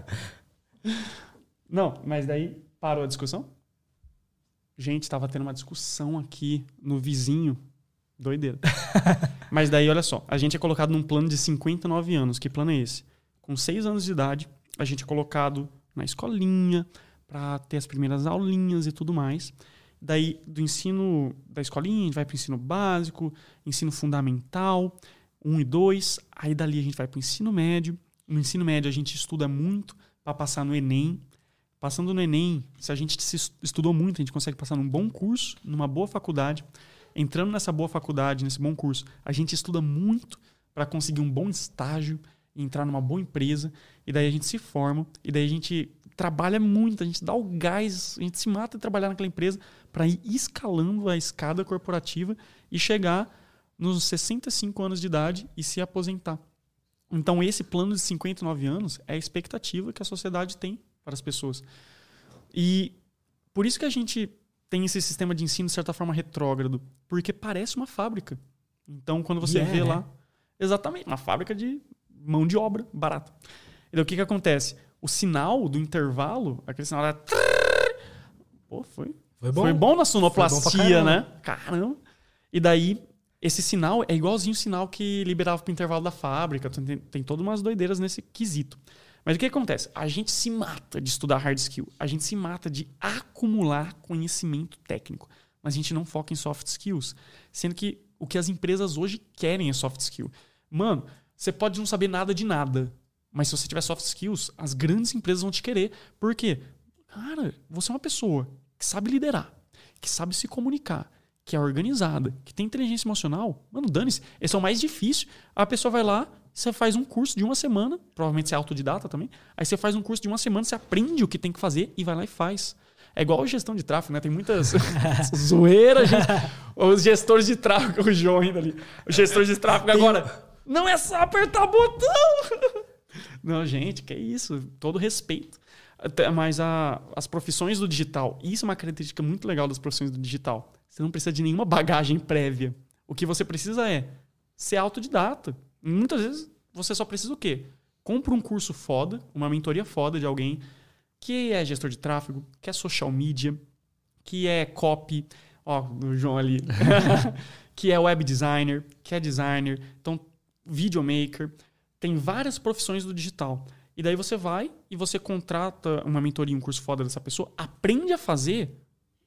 Não, mas daí parou a discussão. Gente, tava tendo uma discussão aqui no vizinho. Doideira. Mas daí, olha só. A gente é colocado num plano de 59 anos. Que plano é esse? Com 6 anos de idade, a gente é colocado na escolinha, para ter as primeiras aulinhas e tudo mais. Daí, do ensino da escolinha, a gente vai para o ensino básico, ensino fundamental, 1 e 2. Aí, dali, a gente vai para o ensino médio. No ensino médio, a gente estuda muito para passar no Enem. Passando no Enem, se a gente estudou muito, a gente consegue passar num bom curso, numa boa faculdade. Entrando nessa boa faculdade, nesse bom curso, a gente estuda muito para conseguir um bom estágio, entrar numa boa empresa, e daí a gente se forma, e daí a gente trabalha muito, a gente dá o gás, a gente se mata de trabalhar naquela empresa para ir escalando a escada corporativa e chegar nos 65 anos de idade e se aposentar. Então esse plano de 59 anos é a expectativa que a sociedade tem para as pessoas. E por isso que a gente tem esse sistema de ensino de certa forma retrógrado, porque parece uma fábrica. Então quando você vê lá, exatamente, uma fábrica de mão de obra barata. E daí o que acontece? O sinal do intervalo, aquele sinal era... Pô, foi bom na sonoplastia, né? Caramba. E daí, esse sinal é igualzinho o sinal que liberava pro intervalo da fábrica. Tem todas umas doideiras nesse quesito. Mas o que acontece? A gente se mata de estudar hard skill. A gente se mata de acumular conhecimento técnico. Mas a gente não foca em soft skills. Sendo que o que as empresas hoje querem é soft skill. Mano... Você pode não saber nada de nada, mas se você tiver soft skills, as grandes empresas vão te querer. Por quê? Cara, você é uma pessoa que sabe liderar, que sabe se comunicar, que é organizada, que tem inteligência emocional. Mano, dane-se. Esse é o mais difícil. A pessoa vai lá, você faz um curso de 1 semana, provavelmente você é autodidata também, aí você faz um curso de 1 semana, você aprende o que tem que fazer e vai lá e faz. É igual a gestão de tráfego, né? Tem muitas zoeiras, gente. Os gestores de tráfego, o João ainda ali. Os gestores de tráfego agora... Não é só apertar botão! Não, gente, que isso. Todo respeito. Mas as profissões do digital, isso é uma característica muito legal das profissões do digital. Você não precisa de nenhuma bagagem prévia. O que você precisa é ser autodidata. Muitas vezes você só precisa o quê? Compra um curso foda, uma mentoria foda de alguém que é gestor de tráfego, que é social media, que é copy, o João ali, que é web designer, que é designer. Então, videomaker, tem várias profissões do digital. E daí você vai e você contrata uma mentoria, um curso foda dessa pessoa, aprende a fazer,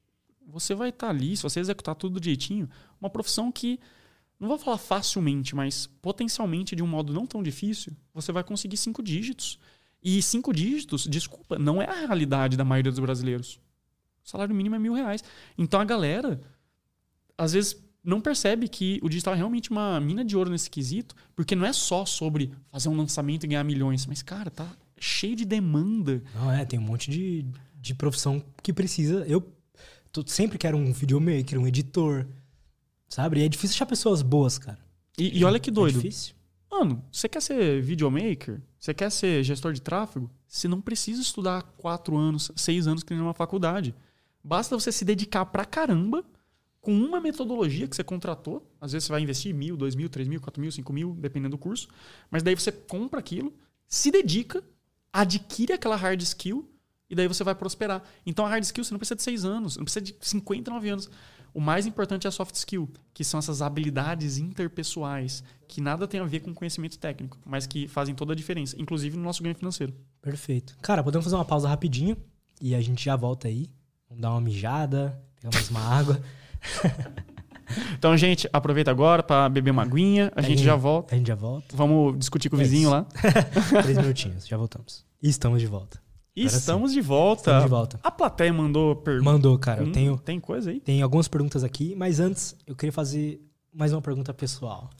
você vai estar ali, se você executar tudo direitinho, uma profissão que, não vou falar facilmente, mas potencialmente de um modo não tão difícil, você vai conseguir 5 dígitos. E 5 dígitos, desculpa, não é a realidade da maioria dos brasileiros. O salário mínimo é R$1.000. Então a galera, às vezes, não percebe que o digital é realmente uma mina de ouro nesse quesito, porque não é só sobre fazer um lançamento e ganhar milhões, mas, cara, tá cheio de demanda. Não, tem um monte de profissão que precisa. Eu sempre quero um videomaker, um editor, sabe? E é difícil achar pessoas boas, cara. E olha que doido. É difícil. Mano, você quer ser videomaker? Você quer ser gestor de tráfego? Você não precisa estudar 4 anos, 6 anos que nem numa faculdade. Basta você se dedicar pra caramba com uma metodologia que você contratou. Às vezes você vai investir 1.000, 2.000, 3.000, 4.000, 5.000, dependendo do curso. Mas daí você compra aquilo, se dedica, adquire aquela hard skill e daí você vai prosperar. Então a hard skill você não precisa de 6 anos, não precisa de 59 anos. O mais importante é a soft skill, que são essas habilidades interpessoais, que nada tem a ver com conhecimento técnico, mas que fazem toda a diferença, inclusive no nosso ganho financeiro. Perfeito. Cara, podemos fazer uma pausa rapidinho e a gente já volta aí. Vamos dar uma mijada, pegar mais uma água. Então, gente, aproveita agora para beber uma aguinha, a gente já volta. A gente já volta. Vamos discutir com o vizinho lá. 3 minutinhos, já voltamos. E estamos de volta. Estamos de volta. Estamos de volta. A plateia mandou pergunta. Mandou, cara. Tem coisa aí? Tem algumas perguntas aqui, mas antes eu queria fazer mais uma pergunta pessoal.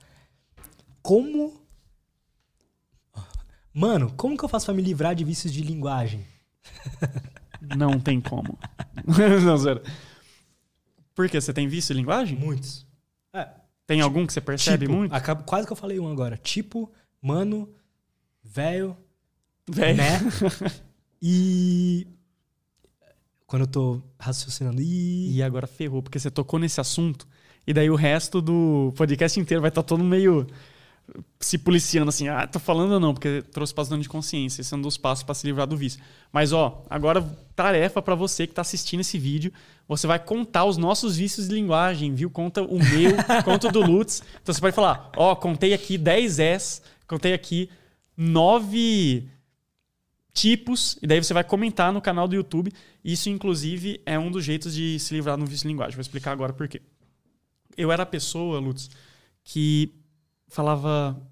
Mano, como que eu faço pra me livrar de vícios de linguagem? Não tem como. Não, zero. Por quê? Você tem vício de linguagem? Muitos. Tem algum que você percebe muito? Quase que eu falei um agora. Tipo, mano, velho, Véio. né? E quando eu tô raciocinando... E agora ferrou, porque você tocou nesse assunto e daí o resto do podcast inteiro vai estar todo meio se policiando assim. Ah, tô falando ou não, porque trouxe pra zona de consciência. Esse é um dos passos para se livrar do vício. Mas, ó, agora tarefa para você que tá assistindo esse vídeo. Você vai contar os nossos vícios de linguagem, viu? Conta o meu, conta o do Lutz. Então você pode falar, ó, contei aqui 10 S, contei aqui 9... tipos, e daí você vai comentar no canal do YouTube. Isso, inclusive, é um dos jeitos de se livrar do vício de linguagem. Vou explicar agora por quê. Eu era a pessoa, Lutz, que falava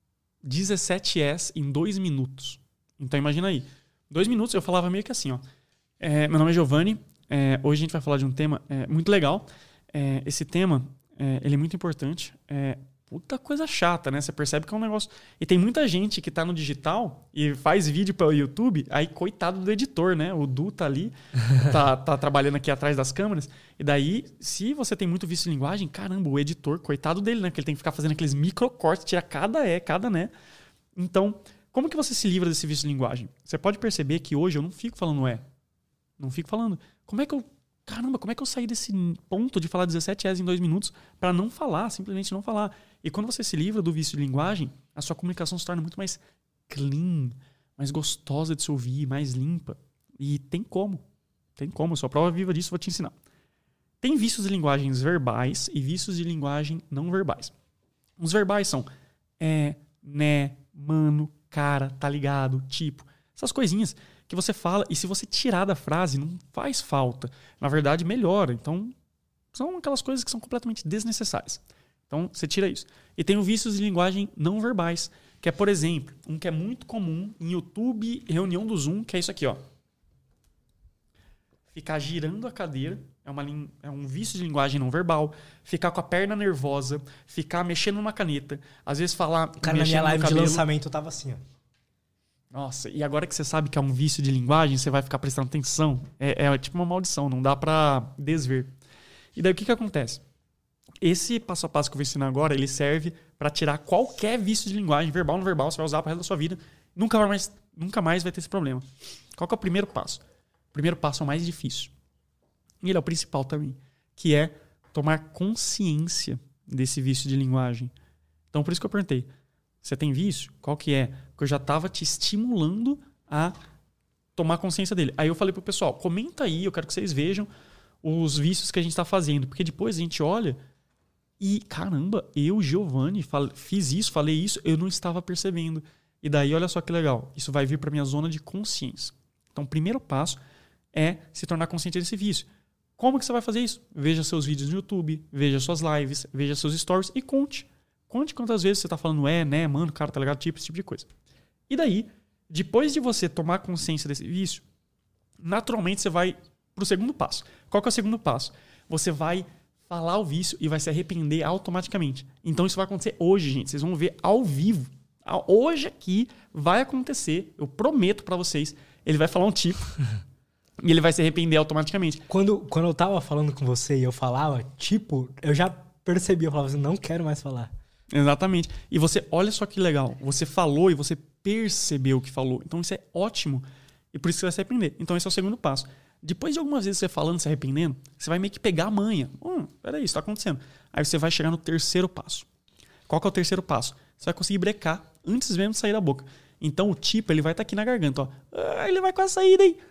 17 S em 2 minutos. Então, imagina aí. 2 minutos eu falava meio que assim, ó. Meu nome é Giovanni. Hoje a gente vai falar de um tema muito legal. Esse tema, ele é muito importante. Puta coisa chata, né? Você percebe que é um negócio... E tem muita gente que tá no digital e faz vídeo para o YouTube, aí coitado do editor, né? O Du tá ali, tá trabalhando aqui atrás das câmeras. E daí, se você tem muito vício de linguagem, caramba, o editor, coitado dele, né? Porque ele tem que ficar fazendo aqueles microcortes, tirar cada né? Então, como que você se livra desse vício de linguagem? Você pode perceber que hoje eu não fico falando Não fico falando. Como é que eu saí desse ponto de falar 17 S em 2 minutos para não falar, simplesmente não falar? E quando você se livra do vício de linguagem, a sua comunicação se torna muito mais clean, mais gostosa de se ouvir, mais limpa. E tem como. Eu sou a prova viva disso, vou te ensinar. Tem vícios de linguagens verbais e vícios de linguagem não verbais. Os verbais são né, mano, cara, tá ligado, tipo. Essas coisinhas que você fala e se você tirar da frase, não faz falta. Na verdade, melhora. Então, são aquelas coisas que são completamente desnecessárias. Então, você tira isso. E tem os vícios de linguagem não verbais, que é, por exemplo, um que é muito comum em YouTube, reunião do Zoom, que é isso aqui, ó. Ficar girando a cadeira é um vício de linguagem não verbal. Ficar com a perna nervosa, ficar mexendo numa caneta, às vezes falar... Cara, na minha live de lançamento eu tava assim, ó. Nossa, e agora que você sabe que é um vício de linguagem, você vai ficar prestando atenção. É tipo uma maldição, não dá pra desver. E daí o que acontece? Esse passo a passo que eu vou ensinar agora, ele serve para tirar qualquer vício de linguagem, verbal ou não verbal, você vai usar pro resto da sua vida. Nunca mais vai ter esse problema. Qual que é o primeiro passo? O primeiro passo é o mais difícil. E ele é o principal também, que é tomar consciência desse vício de linguagem. Então, por isso que eu perguntei. Você tem vício? Qual que é? Porque eu já estava te estimulando a tomar consciência dele. Aí eu falei pro pessoal, comenta aí, eu quero que vocês vejam os vícios que a gente está fazendo. Porque depois a gente olha e, caramba, eu, Giovanni, fiz isso, falei isso, eu não estava percebendo. E daí, olha só que legal, isso vai vir para minha zona de consciência. Então, o primeiro passo é se tornar consciente desse vício. Como que você vai fazer isso? Veja seus vídeos no YouTube, veja suas lives, veja seus stories e conte. Conte quantas vezes você tá falando né, mano, cara, tá ligado? Tipo, esse tipo de coisa. E daí, depois de você tomar consciência desse vício, naturalmente você vai pro segundo passo. Qual que é o segundo passo? Você vai falar o vício e vai se arrepender automaticamente. Então isso vai acontecer hoje, gente. Vocês vão ver ao vivo. Hoje aqui vai acontecer. Eu prometo pra vocês. Ele vai falar um tipo e ele vai se arrepender automaticamente. Quando eu tava falando com você e eu falava, tipo, eu já percebi. Eu falava assim, não quero mais falar. Exatamente. E você, olha só que legal. Você falou e você percebeu o que falou. Então isso é ótimo. E por isso você vai se arrepender. Então esse é o segundo passo. Depois de algumas vezes você falando, se arrependendo, você vai meio que pegar a manha. Peraí, isso tá acontecendo. Aí você vai chegar no terceiro passo. Qual que é o terceiro passo? Você vai conseguir brecar antes mesmo de sair da boca. Então o tipo, ele vai estar aqui na garganta. Ó. Ele vai quase sair daí.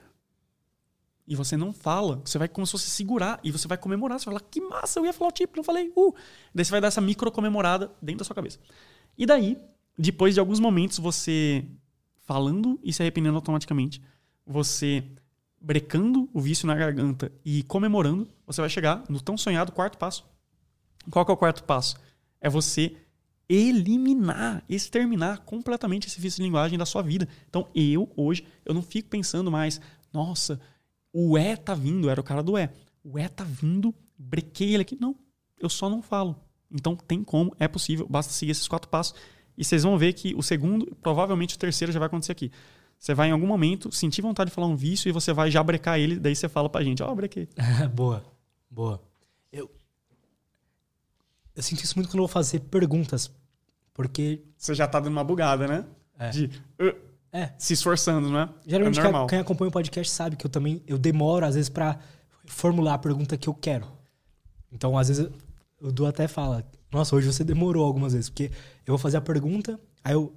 E você não fala. Você vai como se fosse segurar. E você vai comemorar. Você vai falar, que massa, eu ia falar o tipo, não falei. Daí você vai dar essa micro comemorada dentro da sua cabeça. E daí, depois de alguns momentos, você falando e se arrependendo automaticamente, você brecando o vício na garganta e comemorando, você vai chegar no tão sonhado quarto passo. Qual que é o quarto passo? É você eliminar, exterminar completamente esse vício de linguagem da sua vida. Então, hoje, eu não fico pensando mais, nossa, o tá vindo, era o cara do o tá vindo, brequei ele aqui. Não, eu só não falo. Então, tem como, é possível, basta seguir esses 4 passos e vocês vão ver que o segundo, provavelmente o terceiro já vai acontecer aqui. Você vai em algum momento sentir vontade de falar um vício e você vai já brecar ele, daí você fala pra gente, brequei. Boa. Eu sinto isso muito quando eu vou fazer perguntas, porque... Você já tá dando uma bugada, né? Se esforçando, não é? Geralmente é normal. Quem acompanha o podcast sabe que eu demoro às vezes pra formular a pergunta que eu quero. Então, às vezes, o Du até fala, nossa, hoje você demorou algumas vezes, porque eu vou fazer a pergunta, aí eu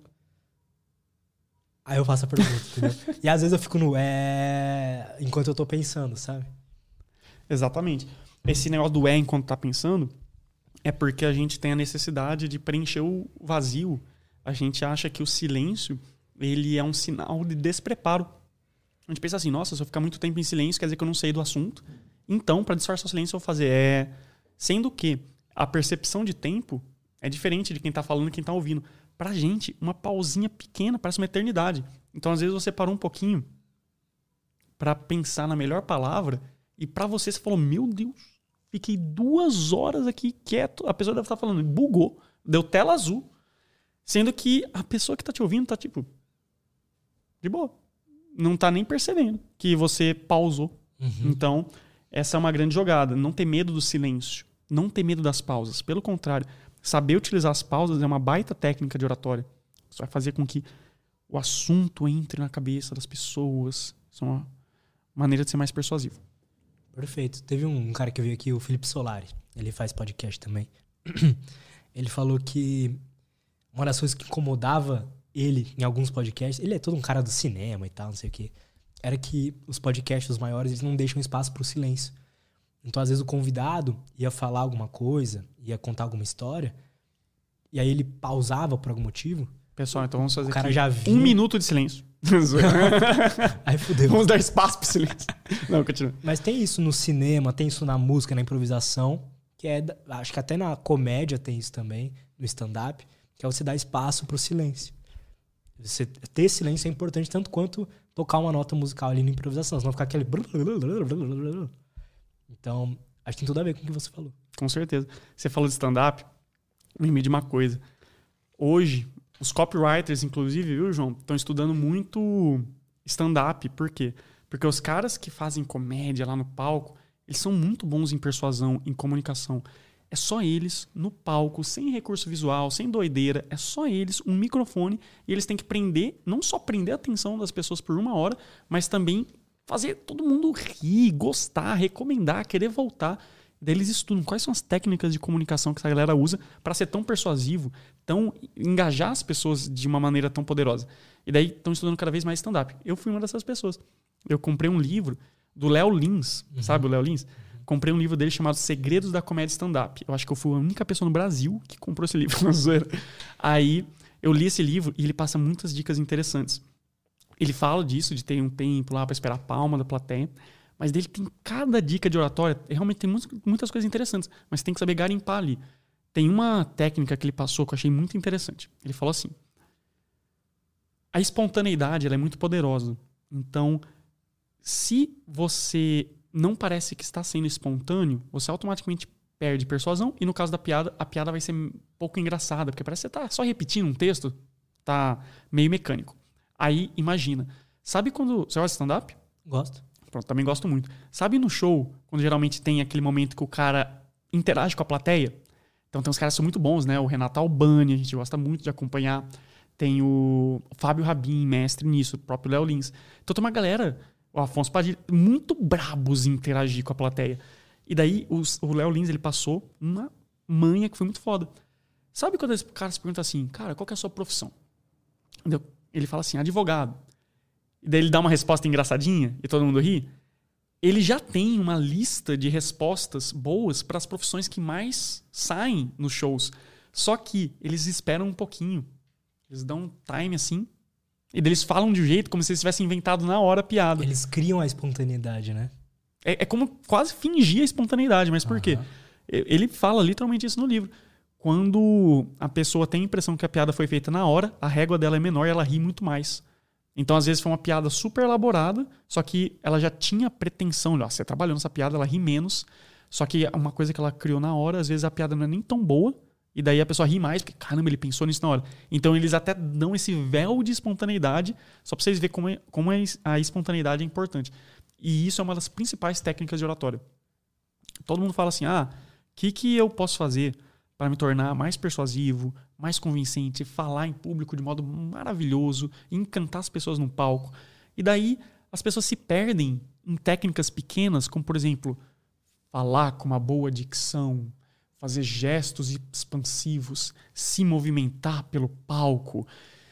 faço a pergunta, entendeu? E às vezes eu fico no enquanto eu tô pensando, sabe? Exatamente. Esse negócio do enquanto tá pensando é porque a gente tem a necessidade de preencher o vazio. A gente acha que o silêncio, ele é um sinal de despreparo. A gente pensa assim, nossa, se eu ficar muito tempo em silêncio, quer dizer que eu não sei do assunto. Então, para disfarçar o silêncio, eu vou fazer Sendo que a percepção de tempo é diferente de quem tá falando e quem tá ouvindo. Pra gente, uma pausinha pequena parece uma eternidade. Então, às vezes, você parou um pouquinho pra pensar na melhor palavra e pra você falou, meu Deus, fiquei 2 horas aqui quieto. A pessoa deve estar falando, bugou, deu tela azul. Sendo que a pessoa que tá te ouvindo tá tipo, de boa. Não tá nem percebendo que você pausou. Uhum. Então, essa é uma grande jogada. Não ter medo do silêncio. Não ter medo das pausas. Pelo contrário, saber utilizar as pausas é uma baita técnica de oratória. Isso vai fazer com que o assunto entre na cabeça das pessoas. Isso é uma maneira de ser mais persuasivo. Perfeito. Teve um cara que veio aqui, o Felipe Solari. Ele faz podcast também. Ele falou que uma das coisas que incomodava ele em alguns podcasts, ele é todo um cara do cinema e tal, não sei o quê, era que os podcasts, os maiores, eles não deixam espaço pro silêncio. Então, às vezes, o convidado ia falar alguma coisa, ia contar alguma história, e aí ele pausava por algum motivo. Pessoal, então vamos fazer o cara aqui já vinha... 1 minuto de silêncio. Aí fudeu. Vamos dar espaço pro silêncio. Não, continua. Mas tem isso no cinema, tem isso na música, na improvisação, que acho que até na comédia tem isso também, no stand-up, que é você dar espaço pro silêncio. Você ter silêncio é importante tanto quanto tocar uma nota musical ali na improvisação, senão ficar aquele... Então, acho que tem tudo a ver com o que você falou. Com certeza. Você falou de stand-up, me lembrei de uma coisa. Hoje, os copywriters, inclusive, viu, João, estão estudando muito stand-up. Por quê? Porque os caras que fazem comédia lá no palco, eles são muito bons em persuasão, em comunicação. É só eles, no palco, sem recurso visual, sem doideira. É só eles, um microfone. E eles têm que prender, não só prender a atenção das pessoas por 1 hora, mas também fazer todo mundo rir, gostar, recomendar, querer voltar. Daí eles estudam quais são as técnicas de comunicação que essa galera usa para ser tão persuasivo, tão engajar as pessoas de uma maneira tão poderosa. E daí estão estudando cada vez mais stand-up. Eu fui uma dessas pessoas. Eu comprei um livro do Léo Lins, sabe o Léo Lins? Comprei um livro dele chamado Segredos da Comédia Stand-up. Eu acho que eu fui a única pessoa no Brasil que comprou esse livro. Aí eu li esse livro e ele passa muitas dicas interessantes. Ele fala disso, de ter um tempo lá para esperar a palma da plateia, Mas dele tem cada dica de oratória. Realmente tem muitas coisas interessantes. Mas você tem que saber garimpar ali. Tem uma técnica que ele passou que eu achei muito interessante. Ele falou assim: a espontaneidade ela é muito poderosa. Então, se você não parece que está sendo espontâneo, você automaticamente perde persuasão. E no caso da piada, a piada vai ser um pouco engraçada. Porque parece que você está só repetindo um texto. Tá meio mecânico. Aí, imagina. Sabe quando... Você gosta de stand-up? Gosto. Pronto, também gosto muito. Sabe no show, quando geralmente tem aquele momento que o cara interage com a plateia? Então tem uns caras que são muito bons, né? O Renato Albani, a gente gosta muito de acompanhar. Tem o Fábio Rabin, mestre nisso, o próprio Léo Lins. Então tem uma galera, o Afonso Padilha, muito brabos em interagir com a plateia. E daí o Léo Lins, ele passou uma manha que foi muito foda. Sabe quando esse cara se pergunta assim, cara, qual que é a sua profissão? Ele fala assim, advogado. E daí ele dá uma resposta engraçadinha e todo mundo ri. Ele já tem uma lista de respostas boas para as profissões que mais saem nos shows. Só que eles esperam um pouquinho. Eles dão um time assim. E daí eles falam de um jeito como se eles tivessem inventado na hora a piada. Eles criam a espontaneidade, né? É como quase fingir a espontaneidade. Mas por quê? Ele fala literalmente isso no livro. Quando a pessoa tem a impressão que a piada foi feita na hora, a régua dela é menor e ela ri muito mais. Então, às vezes, foi uma piada super elaborada, só que ela já tinha pretensão. Você trabalhou nessa piada, ela ri menos. Só que uma coisa que ela criou na hora, às vezes a piada não é nem tão boa. E daí a pessoa ri mais, porque, caramba, ele pensou nisso na hora. Então, eles até dão esse véu de espontaneidade, só pra vocês verem como a espontaneidade é importante. E isso é uma das principais técnicas de oratória. Todo mundo fala assim, o que eu posso fazer para me tornar mais persuasivo, mais convincente, falar em público de modo maravilhoso, encantar as pessoas no palco. E daí as pessoas se perdem em técnicas pequenas, como, por exemplo, falar com uma boa dicção, fazer gestos expansivos, se movimentar pelo palco.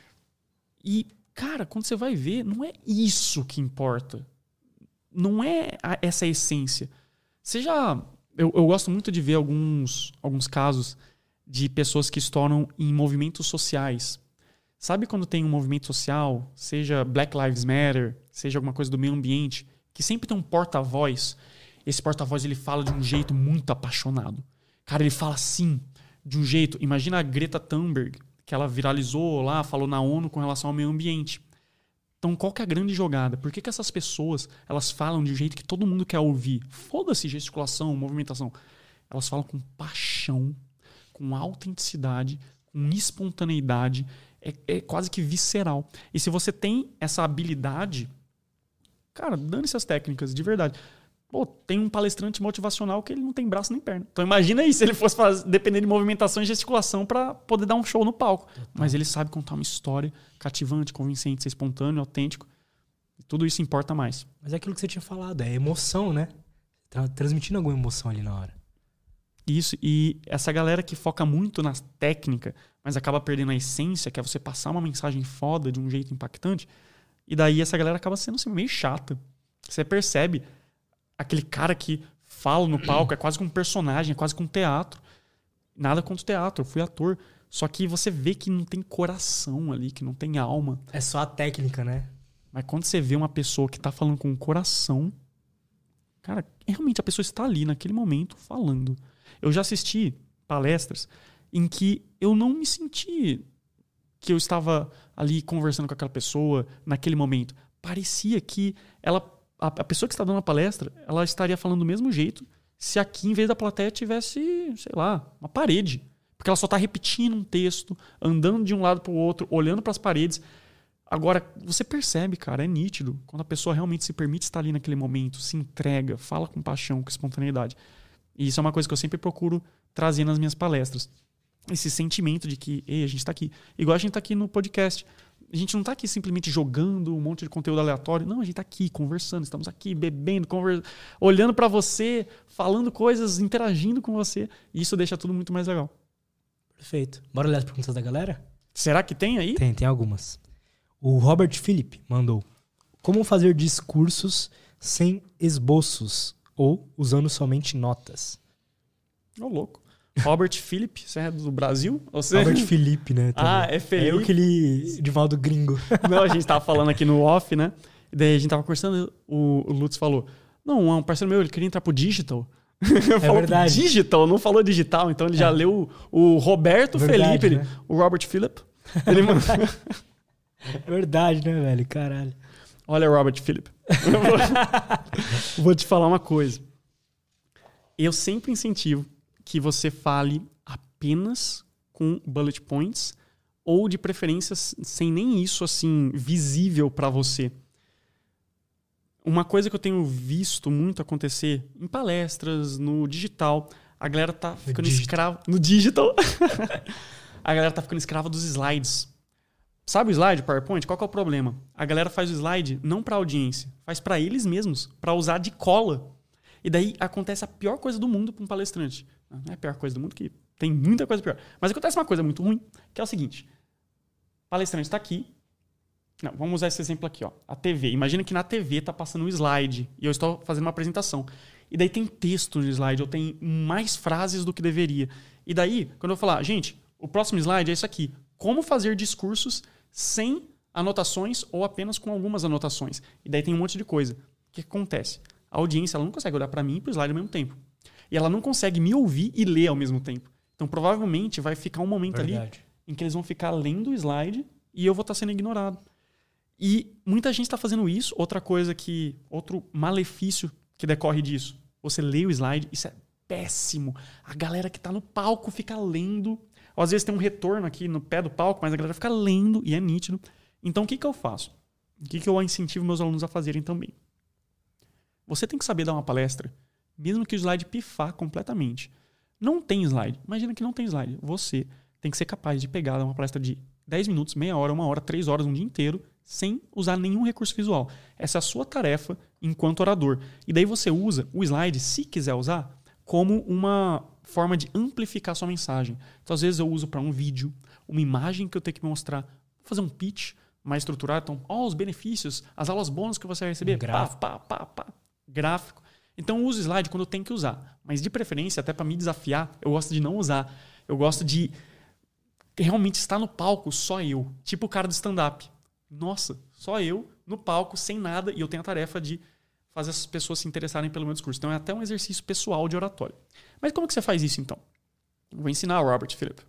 E, cara, quando você vai ver, não é isso que importa. Não é essa a essência. Eu gosto muito de ver alguns casos de pessoas que estouram em movimentos sociais. Sabe quando tem um movimento social, seja Black Lives Matter, seja alguma coisa do meio ambiente, que sempre tem um porta-voz. Esse porta-voz ele fala de um jeito muito apaixonado. Cara, ele fala assim, de um jeito... Imagina a Greta Thunberg, que ela viralizou lá, falou na ONU com relação ao meio ambiente. Então, qual que é a grande jogada? Por que essas pessoas elas falam de um jeito que todo mundo quer ouvir? Foda-se gesticulação, movimentação. Elas falam com paixão, com autenticidade, com espontaneidade. É quase que visceral. E se você tem essa habilidade, cara, dane-se as técnicas, de verdade. Pô, tem um palestrante motivacional que ele não tem braço nem perna. Então imagina aí se ele fosse depender de movimentação e gesticulação para poder dar um show no palco. Mas ele sabe contar uma história cativante, convincente, ser espontâneo, autêntico. E tudo isso importa mais. Mas é aquilo que você tinha falado, é emoção, né? Transmitindo alguma emoção ali na hora. Isso, e essa galera que foca muito na técnica, mas acaba perdendo a essência, que é você passar uma mensagem foda de um jeito impactante, e daí essa galera acaba sendo assim, meio chata. Você percebe aquele cara que fala no palco, é quase como um personagem, é quase como um teatro. Nada contra o teatro, eu fui ator. Só que você vê que não tem coração ali, que não tem alma. É só a técnica, né? Mas quando você vê uma pessoa que tá falando com o coração, cara, realmente a pessoa está ali naquele momento falando. Eu já assisti palestras em que eu não me senti que eu estava ali conversando com aquela pessoa naquele momento. Parecia que a pessoa que está dando a palestra, ela estaria falando do mesmo jeito se aqui, em vez da plateia, tivesse, sei lá, uma parede. Porque ela só está repetindo um texto, andando de um lado para o outro, olhando para as paredes. Agora, você percebe, cara, é nítido, quando a pessoa realmente se permite estar ali naquele momento, se entrega, fala com paixão, com espontaneidade. E isso é uma coisa que eu sempre procuro trazer nas minhas palestras. Esse sentimento de que, a gente está aqui. Igual a gente está aqui no podcast. A gente não está aqui simplesmente jogando um monte de conteúdo aleatório. Não, a gente está aqui conversando. Estamos aqui bebendo, olhando para você, falando coisas, interagindo com você. E isso deixa tudo muito mais legal. Perfeito. Bora ler as perguntas da galera? Será que tem aí? Tem algumas. O Robert Philip mandou: como fazer discursos sem esboços ou usando somente notas? Ô, louco. Robert Philip, você é do Brasil? Robert Felipe, né? Também. É Felipe. É eu que li de modo gringo. Não, a gente tava falando aqui no off, né? E daí a gente tava conversando, o Lutz falou: Não, um parceiro meu, ele queria entrar pro digital. É verdade. Digital, não falou digital. Então ele já leu o Roberto Verdade, Felipe, né? o Robert Phillip. Ele mandou... Verdade, né, velho? Caralho. Olha, Robert Phillip. Vou te falar uma coisa. Eu sempre incentivo que você fale apenas com bullet points ou, de preferência, sem nem isso assim visível para você. Uma coisa que eu tenho visto muito acontecer em palestras, no digital, a galera tá ficando escrava... No digital. A galera tá ficando escrava dos slides. Sabe o slide, PowerPoint? Qual que é o problema? A galera faz o slide não pra audiência, faz pra eles mesmos, pra usar de cola. E daí acontece a pior coisa do mundo pra um palestrante. Não é a pior coisa do mundo, que tem muita coisa pior. Mas acontece uma coisa muito ruim, que é o seguinte. O palestrante tá aqui. Não, vamos usar esse exemplo aqui, ó. A TV. Imagina que na TV tá passando um slide e eu estou fazendo uma apresentação. E daí tem texto no slide, ou tem mais frases do que deveria. E daí, quando eu falar, gente, o próximo slide é isso aqui. Como fazer discursos sem anotações ou apenas com algumas anotações. E daí tem um monte de coisa. O que acontece? A audiência ela não consegue olhar para mim e para o slide ao mesmo tempo. E ela não consegue me ouvir e ler ao mesmo tempo. Então, provavelmente, vai ficar um momento ali em que eles vão ficar lendo o slide e eu vou estar sendo ignorado. E muita gente está fazendo isso. Outro malefício que decorre disso. Você lê o slide, isso é péssimo. A galera que está no palco fica lendo. Ou às vezes tem um retorno aqui no pé do palco, mas a galera fica lendo e é nítido. Então, o que eu faço? O que eu incentivo meus alunos a fazerem também? Você tem que saber dar uma palestra, mesmo que o slide pifar completamente. Não tem slide. Imagina que não tem slide. Você tem que ser capaz de pegar uma palestra de 10 minutos, meia hora, 1 hora, 3 horas, um dia inteiro, sem usar nenhum recurso visual. Essa é a sua tarefa enquanto orador. E daí você usa o slide, se quiser usar, como uma forma de amplificar sua mensagem. Então, às vezes, eu uso para um vídeo, uma imagem que eu tenho que mostrar, fazer um pitch mais estruturado. Então, os benefícios, as aulas bônus que você vai receber. Gráfico. Então, eu uso slide quando eu tenho que usar. Mas, de preferência, até para me desafiar, eu gosto de não usar. Eu gosto de realmente estar no palco, só eu. Tipo o cara do stand-up. Nossa, só eu no palco, sem nada, e eu tenho a tarefa de fazer as pessoas se interessarem pelo meu discurso. Então é até um exercício pessoal de oratório. Mas como que você faz isso, então? Eu vou ensinar o Robert Phillip.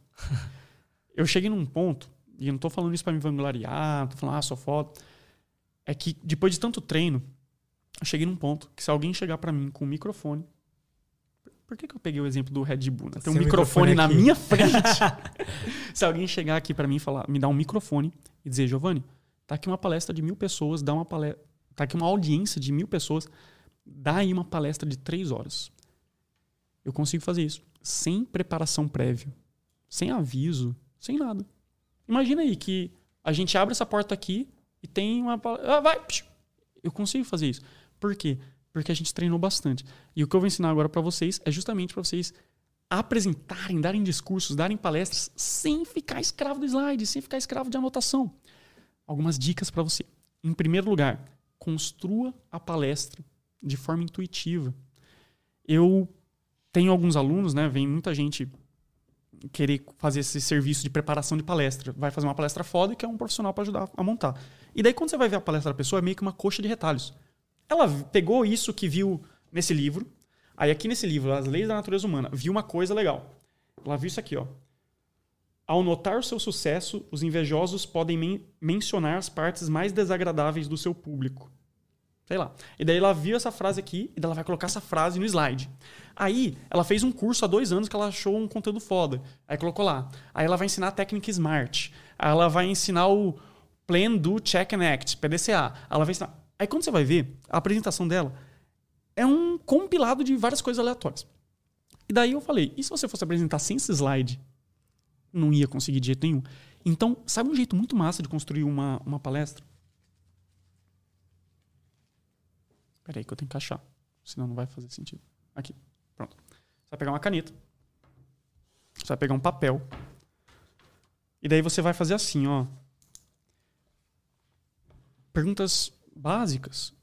Eu cheguei num ponto, e eu não estou falando isso para me vangloriar, não estou falando, sou foda. É que depois de tanto treino, eu cheguei num ponto que se alguém chegar para mim com um microfone... Por que eu peguei o exemplo do Red Bull? Né? Tem um microfone na minha frente. Se alguém chegar aqui para mim e falar, me dar um microfone e dizer, Giovanni, tá aqui uma palestra de 1.000 pessoas, tá aqui uma audiência de 1.000 pessoas, dá aí uma palestra de 3 horas. Eu consigo fazer isso sem preparação prévia, sem aviso, sem nada. Imagina aí que a gente abre essa porta aqui e tem uma palestra... Eu consigo fazer isso. Por quê? Porque a gente treinou bastante. E o que eu vou ensinar agora para vocês é justamente para vocês apresentarem, darem discursos, darem palestras sem ficar escravo do slide, sem ficar escravo de anotação. Algumas dicas para você. Em primeiro lugar, construa a palestra de forma intuitiva. Eu tenho alguns alunos, né? Vem muita gente querer fazer esse serviço de preparação de palestra. Vai fazer uma palestra foda e quer um profissional para ajudar a montar. E daí, quando você vai ver a palestra da pessoa, é meio que uma coxa de retalhos. Ela pegou isso que viu nesse livro. Aí aqui nesse livro, As Leis da Natureza Humana, viu uma coisa legal. Ela viu isso aqui, ó. Ao notar o seu sucesso, os invejosos podem mencionar as partes mais desagradáveis do seu público. Sei lá. E daí ela viu essa frase aqui e daí ela vai colocar essa frase no slide. Aí ela fez um curso há 2 anos que ela achou um conteúdo foda. Aí colocou lá. Aí ela vai ensinar a técnica SMART. Aí ela vai ensinar o Plan, Do, Check and Act, PDCA. Ela vai ensinar... Aí quando você vai ver, a apresentação dela é um compilado de várias coisas aleatórias. E daí eu falei, e se você fosse apresentar sem esse slide? Não ia conseguir de jeito nenhum. Então, sabe um jeito muito massa de construir uma palestra? Espera aí que eu tenho que achar, senão não vai fazer sentido. Aqui, pronto. Você vai pegar uma caneta, você vai pegar um papel, e daí você vai fazer assim, ó. Perguntas básicas.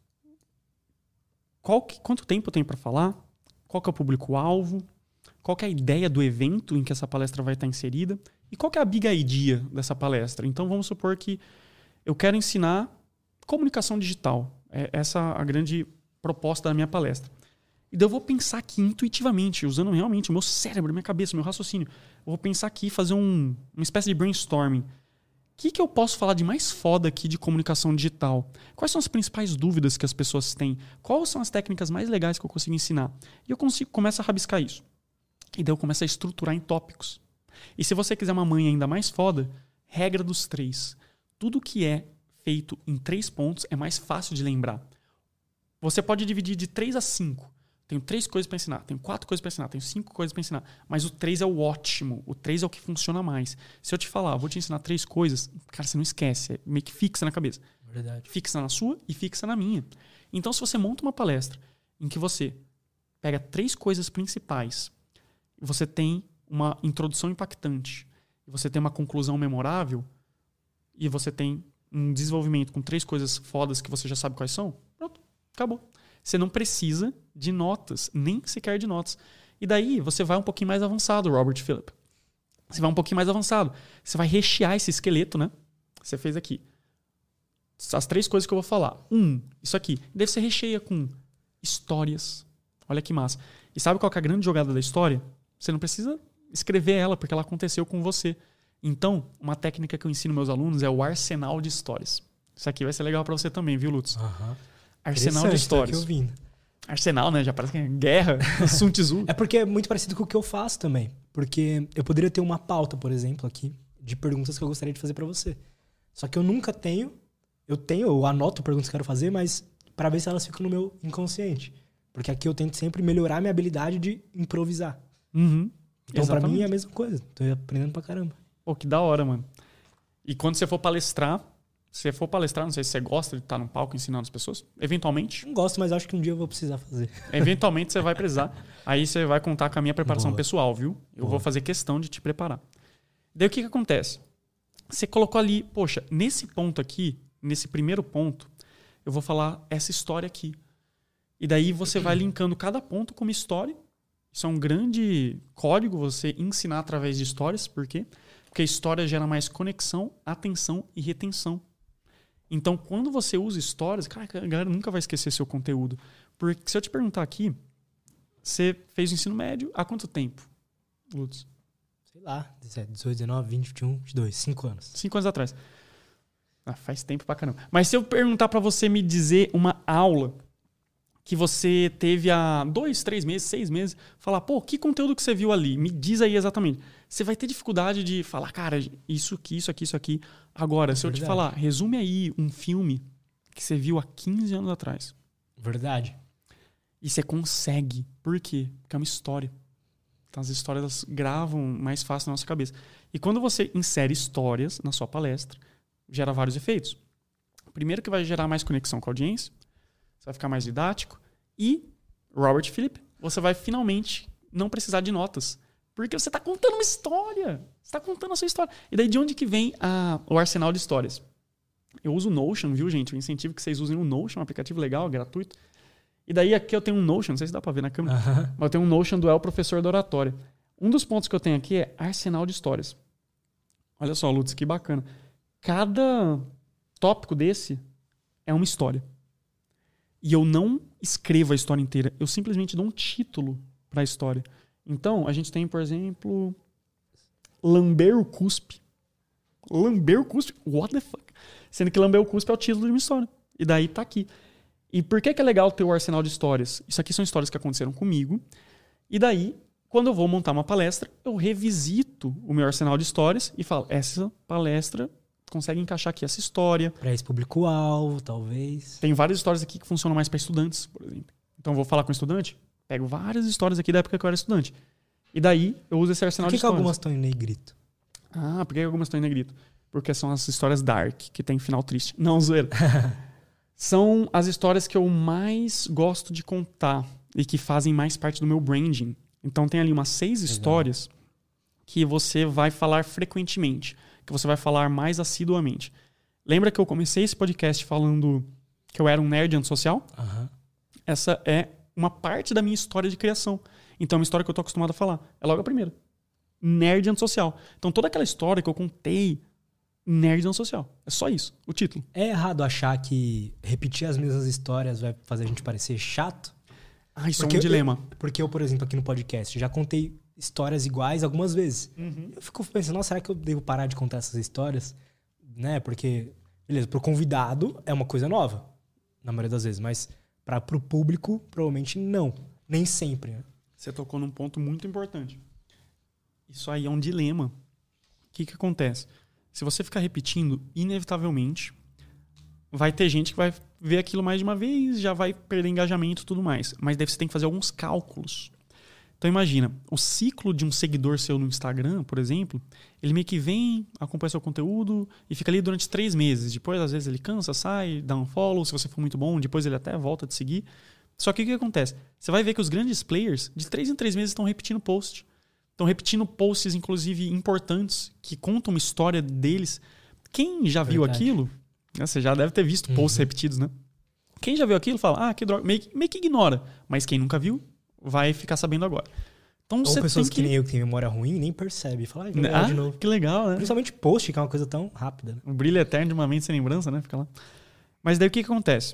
Quanto tempo eu tenho para falar? Qual que é o público-alvo? Qual que é a ideia do evento em que essa palestra vai estar inserida? E qual que é a big idea dessa palestra? Então, vamos supor que eu quero ensinar comunicação digital. Essa é a grande proposta da minha palestra. E daí eu vou pensar aqui intuitivamente, usando realmente o meu cérebro, a minha cabeça, o meu raciocínio. Eu vou pensar aqui e fazer uma espécie de brainstorming. O que eu posso falar de mais foda aqui de comunicação digital? Quais são as principais dúvidas que as pessoas têm? Quais são as técnicas mais legais que eu consigo ensinar? E eu começo a rabiscar isso. E daí eu começo a estruturar em tópicos. E se você quiser uma manha ainda mais foda, regra dos 3. Tudo que é feito em 3 pontos é mais fácil de lembrar. Você pode dividir de 3 a 5. Tenho 3 coisas para ensinar, tenho 4 coisas para ensinar, tenho 5 coisas para ensinar. Mas o 3 é o ótimo, o 3 é o que funciona mais. Se eu te falar, vou te ensinar 3 coisas, cara, você não esquece, é meio que fixa na cabeça. Verdade. Fixa na sua e fixa na minha. Então, se você monta uma palestra em que você pega 3 coisas principais, você tem uma introdução impactante, você tem uma conclusão memorável, e você tem um desenvolvimento com 3 coisas fodas que você já sabe quais são, pronto, acabou. Você não precisa de notas, nem sequer de notas. E daí você vai um pouquinho mais avançado, Robert Phillip. Você vai um pouquinho mais avançado. Você vai rechear esse esqueleto, né? Você fez aqui. As 3 coisas que eu vou falar. Isso aqui. E daí você recheia com histórias. Olha que massa. E sabe qual que é a grande jogada da história? Você não precisa escrever ela, porque ela aconteceu com você. Então, uma técnica que eu ensino meus alunos é o arsenal de histórias. Isso aqui vai ser legal para você também, viu, Lutz? Arsenal de histórias. Arsenal, né? Já parece que é guerra, Sun Tzu. É porque é muito parecido com o que eu faço também. Porque eu poderia ter uma pauta, por exemplo, aqui, de perguntas que eu gostaria de fazer pra você. Só que eu nunca tenho. Eu anoto perguntas que eu quero fazer, mas pra ver se elas ficam no meu inconsciente. Porque aqui eu tento sempre melhorar minha habilidade de improvisar. Uhum. Então, pra mim, é a mesma coisa. Tô aprendendo pra caramba. Pô, que da hora, mano. E quando você for palestrar, não sei se você gosta de estar no palco ensinando as pessoas. Eventualmente. Não gosto, mas acho que um dia eu vou precisar fazer. Eventualmente você vai precisar. Aí você vai contar com a minha preparação pessoal, viu? Eu vou fazer questão de te preparar. Daí o que acontece? Você colocou ali, poxa, nesse ponto aqui, nesse primeiro ponto, eu vou falar essa história aqui. E daí você vai linkando cada ponto com uma história. Isso é um grande código, você ensinar através de histórias. Por quê? Porque a história gera mais conexão, atenção e retenção. Então, quando você usa histórias, cara, a galera nunca vai esquecer seu conteúdo. Porque se eu te perguntar aqui, você fez o ensino médio há quanto tempo, Lutz? Sei lá, 17, 18, 19, 20, 21, 22, 5 anos. 5 anos atrás. Faz tempo pra caramba. Mas se eu perguntar pra você me dizer uma aula que você teve há 2, 3 meses, 6 meses, falar, pô, que conteúdo que você viu ali? Me diz aí exatamente. Você vai ter dificuldade de falar, cara, isso aqui, isso aqui, isso aqui. Agora, se eu te falar, resume aí um filme que você viu há 15 anos atrás. Verdade. E você consegue. Por quê? Porque é uma história. Então, as histórias elas gravam mais fácil na nossa cabeça. E quando você insere histórias na sua palestra, gera vários efeitos. Primeiro que vai gerar mais conexão com a audiência, você vai ficar mais didático. E, Robert Phillip, você vai finalmente não precisar de notas. Porque você está contando uma história. Você está contando a sua história. E daí de onde que vem o arsenal de histórias? Eu uso o Notion, viu, gente? Eu incentivo que vocês usem o Notion, um aplicativo legal, gratuito. E daí aqui eu tenho um Notion, não sei se dá para ver na câmera, mas eu tenho um Notion do El Professor da Oratória. Um dos pontos que eu tenho aqui é arsenal de histórias. Olha só, Lutz, que bacana. Cada tópico desse é uma história. E eu não escrevo a história inteira. Eu simplesmente dou um título para a história. Então, a gente tem, por exemplo, Lamber o Cuspe. Lamber o Cuspe? What the fuck? Sendo que Lamber o Cuspe é o título de uma história. E daí tá aqui. E por que é legal ter o arsenal de histórias? Isso aqui são histórias que aconteceram comigo. E daí, quando eu vou montar uma palestra, eu revisito o meu arsenal de histórias e falo, essa palestra consegue encaixar aqui essa história. Para esse público-alvo, talvez. Tem várias histórias aqui que funcionam mais para estudantes, por exemplo. Então eu vou falar com um estudante, pego várias histórias aqui da época que eu era estudante. E daí eu uso esse arsenal de histórias. Por que algumas estão em negrito? Por que algumas estão em negrito? Porque são as histórias dark, que tem final triste. Não, zoeira. São as histórias que eu mais gosto de contar e que fazem mais parte do meu branding. Então tem ali umas 6 histórias que você vai falar frequentemente, que você vai falar mais assiduamente. Lembra que eu comecei esse podcast falando que eu era um nerd antissocial? Essa é uma parte da minha história de criação. Então é uma história que eu tô acostumado a falar. É logo a primeira. Nerd antissocial. Então toda aquela história que eu contei Nerd não social. É só isso, o título. É errado achar que repetir as mesmas histórias vai fazer a gente parecer chato? Isso é um dilema. Porque eu, por exemplo, aqui no podcast, já contei histórias iguais algumas vezes. Eu fico pensando, nossa, será que eu devo parar de contar essas histórias? Né? Porque, beleza, pro convidado é uma coisa nova, na maioria das vezes, mas pro público, provavelmente não. Nem sempre. Né? Você tocou num ponto muito importante. Isso aí é um dilema. O que acontece? Se você ficar repetindo, inevitavelmente, vai ter gente que vai ver aquilo mais de uma vez, já vai perder engajamento e tudo mais. Mas daí você tem que fazer alguns cálculos. Então imagina, o ciclo de um seguidor seu no Instagram, por exemplo, ele meio que vem, acompanha seu conteúdo e fica ali durante 3 meses. Depois, às vezes, ele cansa, sai, dá um follow, se você for muito bom, depois ele até volta a te seguir. Só que o que acontece? Você vai ver que os grandes players, de 3 em 3 meses, estão repetindo post. Estão repetindo posts, inclusive, importantes, que contam uma história deles. Quem já viu aquilo, né, você já deve ter visto posts repetidos, né? Quem já viu aquilo fala, que droga, meio que ignora. Mas quem nunca viu, vai ficar sabendo agora. Então, ou pessoas que nem eu, que tem memória ruim, nem percebe. Fala, vou olhar de novo. Que legal, né? Principalmente post, que é uma coisa tão rápida. Né? O brilho eterno de uma mente sem lembrança, né? Fica lá. Mas daí o que acontece?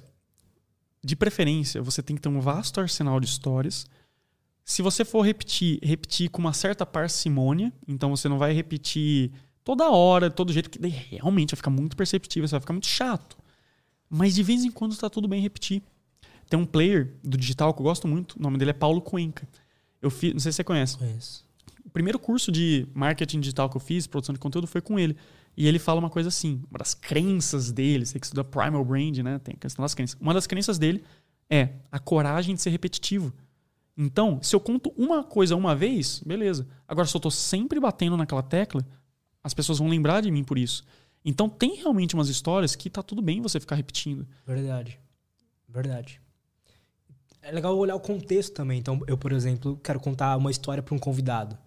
De preferência, você tem que ter um vasto arsenal de histórias. Se você for repetir com uma certa parcimônia, então você não vai repetir toda hora, todo jeito, que daí realmente vai ficar muito perceptível, você vai ficar muito chato. Mas de vez em quando tá tudo bem repetir. Tem um player do digital que eu gosto muito, o nome dele é Paulo Cuenca. Eu fiz, não sei se você conhece. Conheço. O primeiro curso de marketing digital que eu fiz, produção de conteúdo, foi com ele. E ele fala uma coisa assim, uma das crenças dele, você que estuda Primal Brand, né? Tem a questão das crenças. Uma das crenças dele é a coragem de ser repetitivo. Então, se eu conto uma coisa uma vez, beleza. Agora, se eu tô sempre batendo naquela tecla, as pessoas vão lembrar de mim por isso. Então, tem realmente umas histórias que tá tudo bem você ficar repetindo. Verdade. É legal olhar o contexto também. Então, eu, por exemplo, quero contar uma história para um convidado.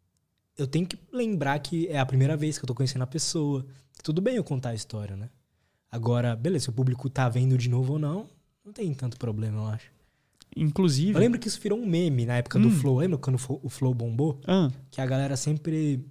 Eu tenho que lembrar que é a primeira vez que eu tô conhecendo a pessoa. Tudo bem eu contar a história, né? Agora, beleza, se o público tá vendo de novo ou não tem tanto problema, eu acho. Inclusive... Eu lembro que isso virou um meme na época do Flow. Lembra quando o Flow bombou? Que a galera sempre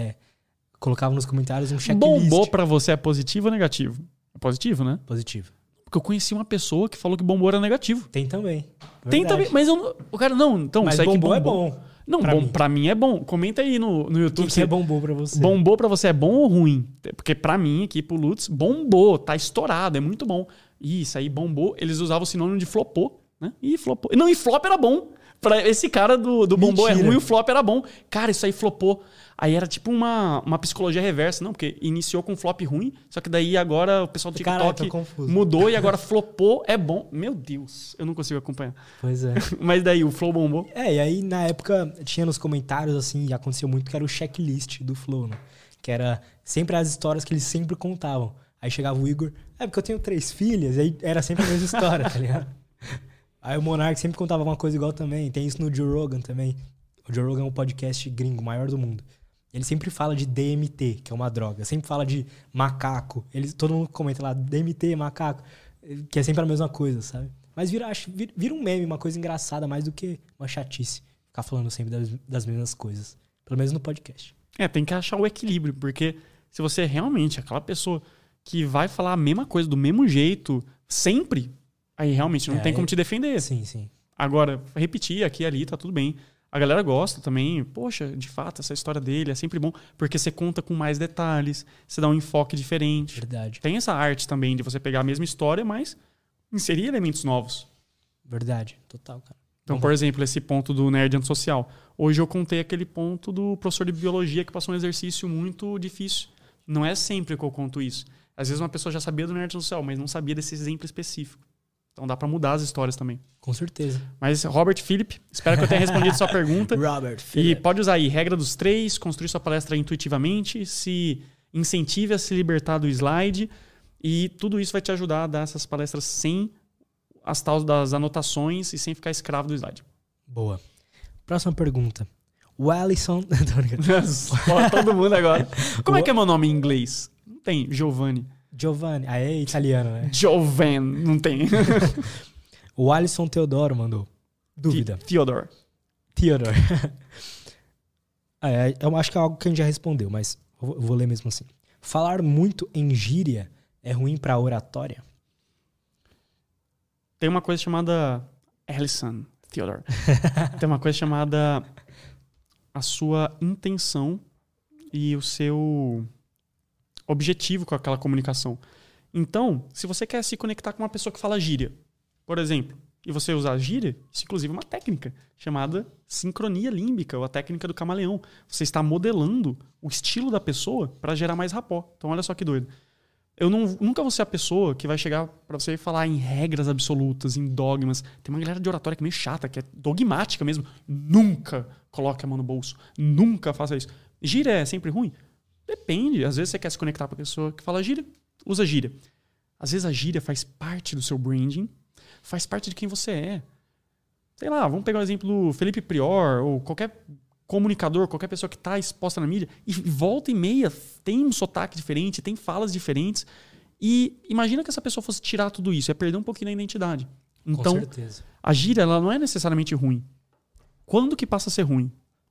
colocava nos comentários um checklist. Bombou pra você é positivo ou negativo? É positivo, né? Positivo. Porque eu conheci uma pessoa que falou que bombou era negativo. Tem também. Verdade. Tem também, mas o cara não. Então, mas isso aí bombou que é bom. Não, pra mim é bom. Comenta aí no YouTube. O que é bombou pra você? Bombou pra você é bom ou ruim? Porque pra mim, aqui pro Lutz, bombou. Tá estourado, é muito bom. Isso aí bombou. Eles usavam o sinônimo de flopou, né? E flopou. Não, e flop era bom. Pra esse cara do bombou é ruim, o flop era bom. Cara, isso aí flopou. Aí era tipo uma psicologia reversa. Não, porque iniciou com flop ruim, só que daí agora o pessoal do TikTok mudou e agora flopou é bom. Meu Deus, eu não consigo acompanhar. Pois é. Mas daí o Flow bombou. E aí na época tinha nos comentários, assim, e aconteceu muito, que era o checklist do Flow, né? Que era sempre as histórias que eles sempre contavam. Aí chegava o Igor, porque eu tenho 3 filhas, e aí era sempre a mesma história, tá ligado? Aí o Monark sempre contava uma coisa igual também. Tem isso no Joe Rogan também. O Joe Rogan é um podcast gringo, maior do mundo. Ele sempre fala de DMT, que é uma droga. Sempre fala de macaco. Todo mundo comenta lá, DMT, macaco. Que é sempre a mesma coisa, sabe? Mas vira um meme, uma coisa engraçada, mais do que uma chatice. Ficar falando sempre das mesmas coisas. Pelo menos no podcast. Tem que achar o equilíbrio. Porque se você é realmente aquela pessoa que vai falar a mesma coisa do mesmo jeito, sempre... Aí realmente não tem como te defender. Sim. Agora, repetir aqui e ali, tá tudo bem. A galera gosta também. Poxa, de fato, essa história dele é sempre bom. Porque você conta com mais detalhes. Você dá um enfoque diferente. Verdade. Tem essa arte também de você pegar a mesma história, mas inserir elementos novos. Verdade. Total, cara. Então, por exemplo, esse ponto do nerd antissocial. Hoje eu contei aquele ponto do professor de biologia que passou um exercício muito difícil. Não é sempre que eu conto isso. Às vezes uma pessoa já sabia do nerd antissocial, mas não sabia desse exemplo específico. Então dá pra mudar as histórias também. Com certeza. Mas, Robert Philip, espero que eu tenha respondido sua pergunta. Robert Philip. E pode usar aí, regra dos 3, construir sua palestra intuitivamente, se incentive a se libertar do slide. E tudo isso vai te ajudar a dar essas palestras sem as tais das anotações e sem ficar escravo do slide. Boa. Próxima pergunta. O Alisson... Todo mundo agora. Como é que é meu nome em inglês? Não tem, Giovanni. Giovanni. Aí é italiano, né? Giovan, não tem. O Alisson Teodoro mandou. Dúvida. Theodore. Eu acho que é algo que a gente já respondeu, mas eu vou ler mesmo assim. Falar muito em gíria é ruim pra oratória? Tem uma coisa chamada... Alison Theodore. Tem uma coisa chamada a sua intenção e o seu objetivo com aquela comunicação. Então, se você quer se conectar com uma pessoa que fala gíria, por exemplo, e você usar gíria, isso inclusive é uma técnica chamada sincronia límbica, ou a técnica do camaleão. Você está modelando o estilo da pessoa para gerar mais rapó. Então, olha só que doido. Eu nunca vou ser a pessoa que vai chegar para você falar em regras absolutas, em dogmas. Tem uma galera de oratória que é meio chata, que é dogmática mesmo. Nunca coloque a mão no bolso. Nunca faça isso. Gíria é sempre ruim? Depende. Às vezes você quer se conectar com a pessoa que fala gíria, usa gíria. Às vezes a gíria faz parte do seu branding, faz parte de quem você é. Sei lá, vamos pegar o exemplo do Felipe Prior, ou qualquer comunicador, qualquer pessoa que está exposta na mídia, e volta e meia tem um sotaque diferente, tem falas diferentes. E imagina que essa pessoa fosse tirar tudo isso, ia perder um pouquinho da identidade. Então, Com certeza. a gíria ela não é necessariamente ruim. Quando que passa a ser ruim?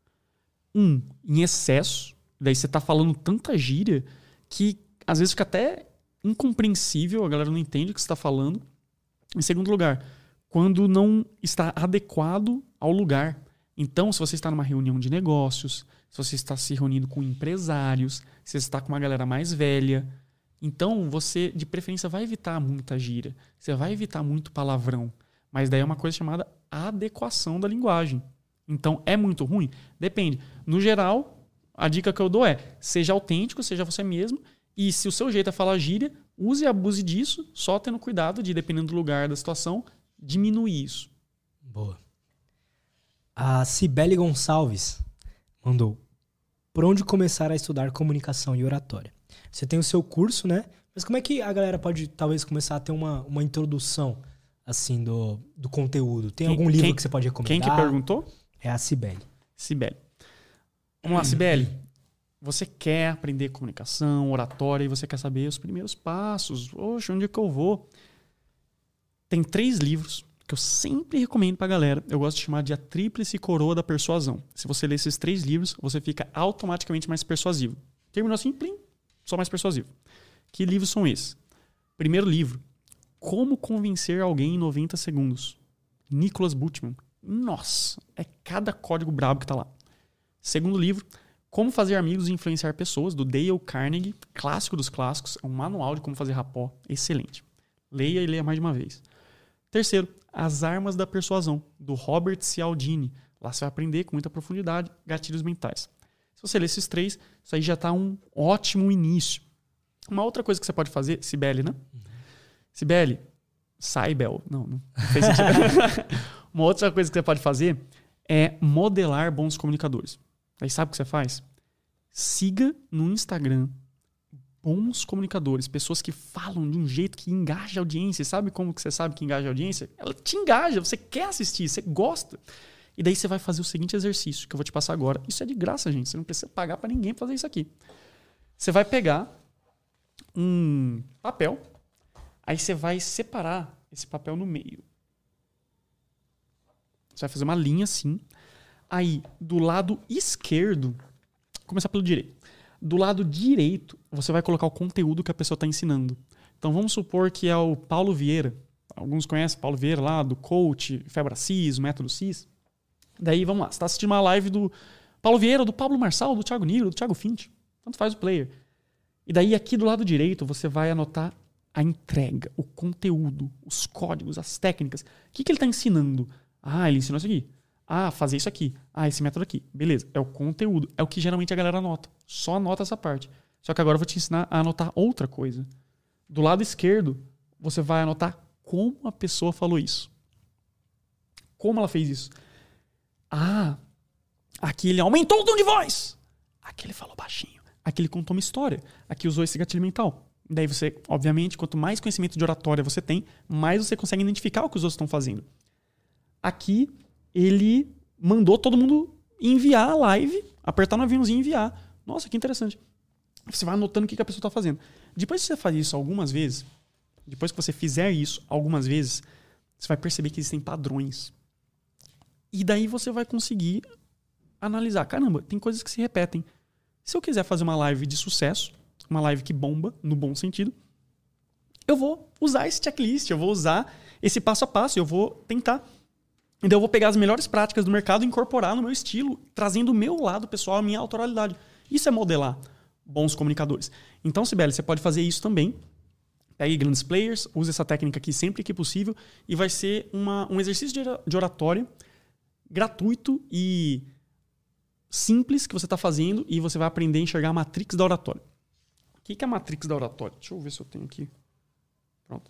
Em excesso. Daí você está falando tanta gíria que às vezes fica até incompreensível, a galera não entende o que você está falando. Em segundo lugar, quando não está adequado ao lugar. Então, se você está numa reunião de negócios, se você está se reunindo com empresários, se você está com uma galera mais velha, então você, de preferência, vai evitar muita gíria. Você vai evitar muito palavrão. Mas daí é uma coisa chamada adequação da linguagem. Então, é muito ruim? Depende. No geral, a dica que eu dou é seja autêntico, seja você mesmo. E se o seu jeito é falar gíria, use e abuse disso, só tendo cuidado de, dependendo do lugar, da situação, diminuir isso. Boa. A Cibele Gonçalves mandou: por onde começar a estudar comunicação e oratória? Você tem o seu curso, né? Mas como é que a galera pode, talvez, começar a ter uma introdução, assim, do conteúdo? Tem algum livro que você pode recomendar? Quem que perguntou? É a Cibele. Cibele. Vamos lá, Cibele. Você quer aprender comunicação, oratória, e você quer saber os primeiros passos. Oxe, onde é que eu vou? Tem 3 livros que eu sempre recomendo pra galera. Eu gosto de chamar de a tríplice coroa da persuasão. Se você ler esses 3 livros, você fica automaticamente mais persuasivo. Terminou assim, plim, só mais persuasivo. Que livros são esses? Primeiro livro, Como Convencer Alguém em 90 Segundos. Nicholas Butman. Nossa, é cada código brabo que tá lá. Segundo livro, Como Fazer Amigos e Influenciar Pessoas, do Dale Carnegie. Clássico dos clássicos. É um manual de como fazer rapó. Excelente. Leia e leia mais de uma vez. Terceiro, As Armas da Persuasão, do Robert Cialdini. Lá você vai aprender com muita profundidade gatilhos mentais. Se você ler esses 3, isso aí já está um ótimo início. Uma outra coisa que você pode fazer, Cibele, né? Cibele, Saibel. Não fez sentido. Uma outra coisa que você pode fazer é modelar bons comunicadores. Aí sabe o que você faz? Siga no Instagram bons comunicadores, pessoas que falam de um jeito que engaja a audiência. Sabe como que você sabe que engaja a audiência? Ela te engaja, você quer assistir, você gosta. E daí você vai fazer o seguinte exercício que eu vou te passar agora. Isso é de graça, gente. Você não precisa pagar para ninguém fazer isso aqui. Você vai pegar um papel, aí você vai separar esse papel no meio. Você vai fazer uma linha assim. Aí, do lado esquerdo, vou começar pelo direito. Do lado direito, você vai colocar o conteúdo que a pessoa está ensinando. Então, vamos supor que é o Paulo Vieira. Alguns conhecem o Paulo Vieira lá, do coach, Febra CIS, Método CIS. Daí, vamos lá. Você está assistindo uma live do Paulo Vieira, do Pablo Marçal, do Thiago Nigro, do Thiago Fint. Tanto faz o player. E daí, aqui do lado direito, você vai anotar a entrega, o conteúdo, os códigos, as técnicas. O que ele está ensinando? Ah, ele ensinou isso aqui. Ah, fazer isso aqui. Ah, esse método aqui. Beleza. É o conteúdo. É o que geralmente a galera anota. Só anota essa parte. Só que agora eu vou te ensinar a anotar outra coisa. Do lado esquerdo, você vai anotar como a pessoa falou isso. Como ela fez isso. Ah, aqui ele aumentou o tom de voz. Aqui ele falou baixinho. Aqui ele contou uma história. Aqui usou esse gatilho mental. Daí você, obviamente, quanto mais conhecimento de oratória você tem, mais você consegue identificar o que os outros estão fazendo. Aqui ele mandou todo mundo enviar a live, apertar no aviãozinho e enviar. Nossa, que interessante. Você vai anotando o que a pessoa está fazendo. Depois que você faz isso algumas vezes, depois que você fizer isso algumas vezes, você vai perceber que existem padrões. E daí você vai conseguir analisar. Caramba, tem coisas que se repetem. Se eu quiser fazer uma live de sucesso, uma live que bomba, no bom sentido, eu vou usar esse checklist, eu vou usar esse passo a passo, eu vou tentar. Então eu vou pegar as melhores práticas do mercado e incorporar no meu estilo, trazendo o meu lado pessoal, a minha autoralidade. Isso é modelar bons comunicadores. Então, Cibele, você pode fazer isso também. Pegue grandes players, use essa técnica aqui sempre que possível e vai ser um exercício de oratória gratuito e simples que você está fazendo e você vai aprender a enxergar a matrix da oratória. O que é a matrix da oratória? Deixa eu ver se eu tenho aqui. Pronto.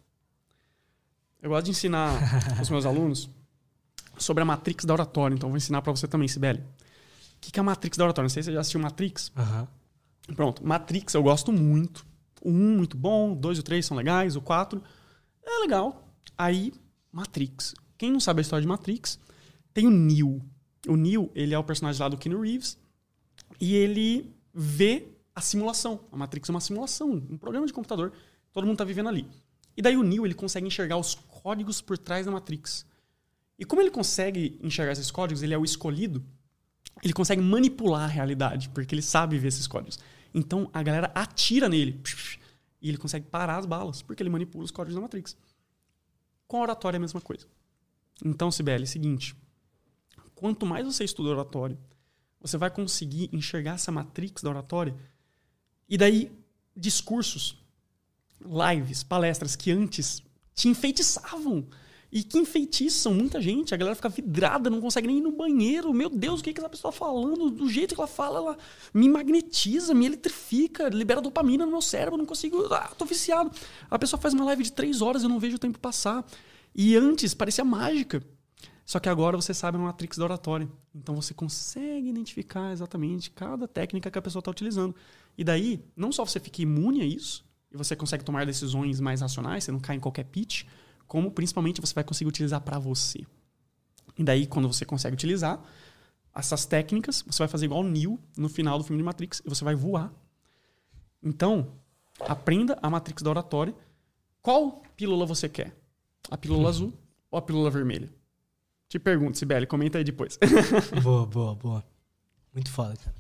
Eu gosto de ensinar os meus alunos sobre a matrix da oratória, então eu vou ensinar para você também, Cibele. O que é a matrix da oratória? Não sei se você já assistiu Matrix. Pronto, Matrix eu gosto muito. O 1, muito bom. O 2 e o 3 são legais. O 4 é legal. Aí, Matrix. Quem não sabe a história de Matrix, tem o Neo. O Neo, ele é o personagem lá do Keanu Reeves. E ele vê a simulação. A Matrix é uma simulação, um programa de computador. Todo mundo tá vivendo ali. E daí o Neo, ele consegue enxergar os códigos por trás da Matrix. E como ele consegue enxergar esses códigos, ele é o escolhido, ele consegue manipular a realidade, porque ele sabe ver esses códigos. Então, a galera atira nele. E ele consegue parar as balas, porque ele manipula os códigos da Matrix. Com a oratória é a mesma coisa. Então, Cibele, é o seguinte. Quanto mais você estuda oratória, você vai conseguir enxergar essa Matrix da oratória. E daí, discursos, lives, palestras que antes te enfeitiçavam. E que enfeitiçam muita gente. A galera fica vidrada, não consegue nem ir no banheiro. Meu Deus, o que essa pessoa tá falando? Do jeito que ela fala, ela me magnetiza, me eletrifica, libera dopamina no meu cérebro, não consigo... tô viciado. A pessoa faz uma live de 3 horas, eu não vejo o tempo passar. E antes parecia mágica. Só que agora você sabe a matrix da oratória. Então você consegue identificar exatamente cada técnica que a pessoa está utilizando. E daí, não só você fica imune a isso, e você consegue tomar decisões mais racionais, você não cai em qualquer pitch, como principalmente você vai conseguir utilizar para você. E daí, quando você consegue utilizar essas técnicas, você vai fazer igual o Neo no final do filme de Matrix e você vai voar. Então, aprenda a Matrix da oratória. Qual pílula você quer? A pílula azul ou a pílula vermelha? Te pergunto, Cibele, comenta aí depois. Boa. Muito foda, cara.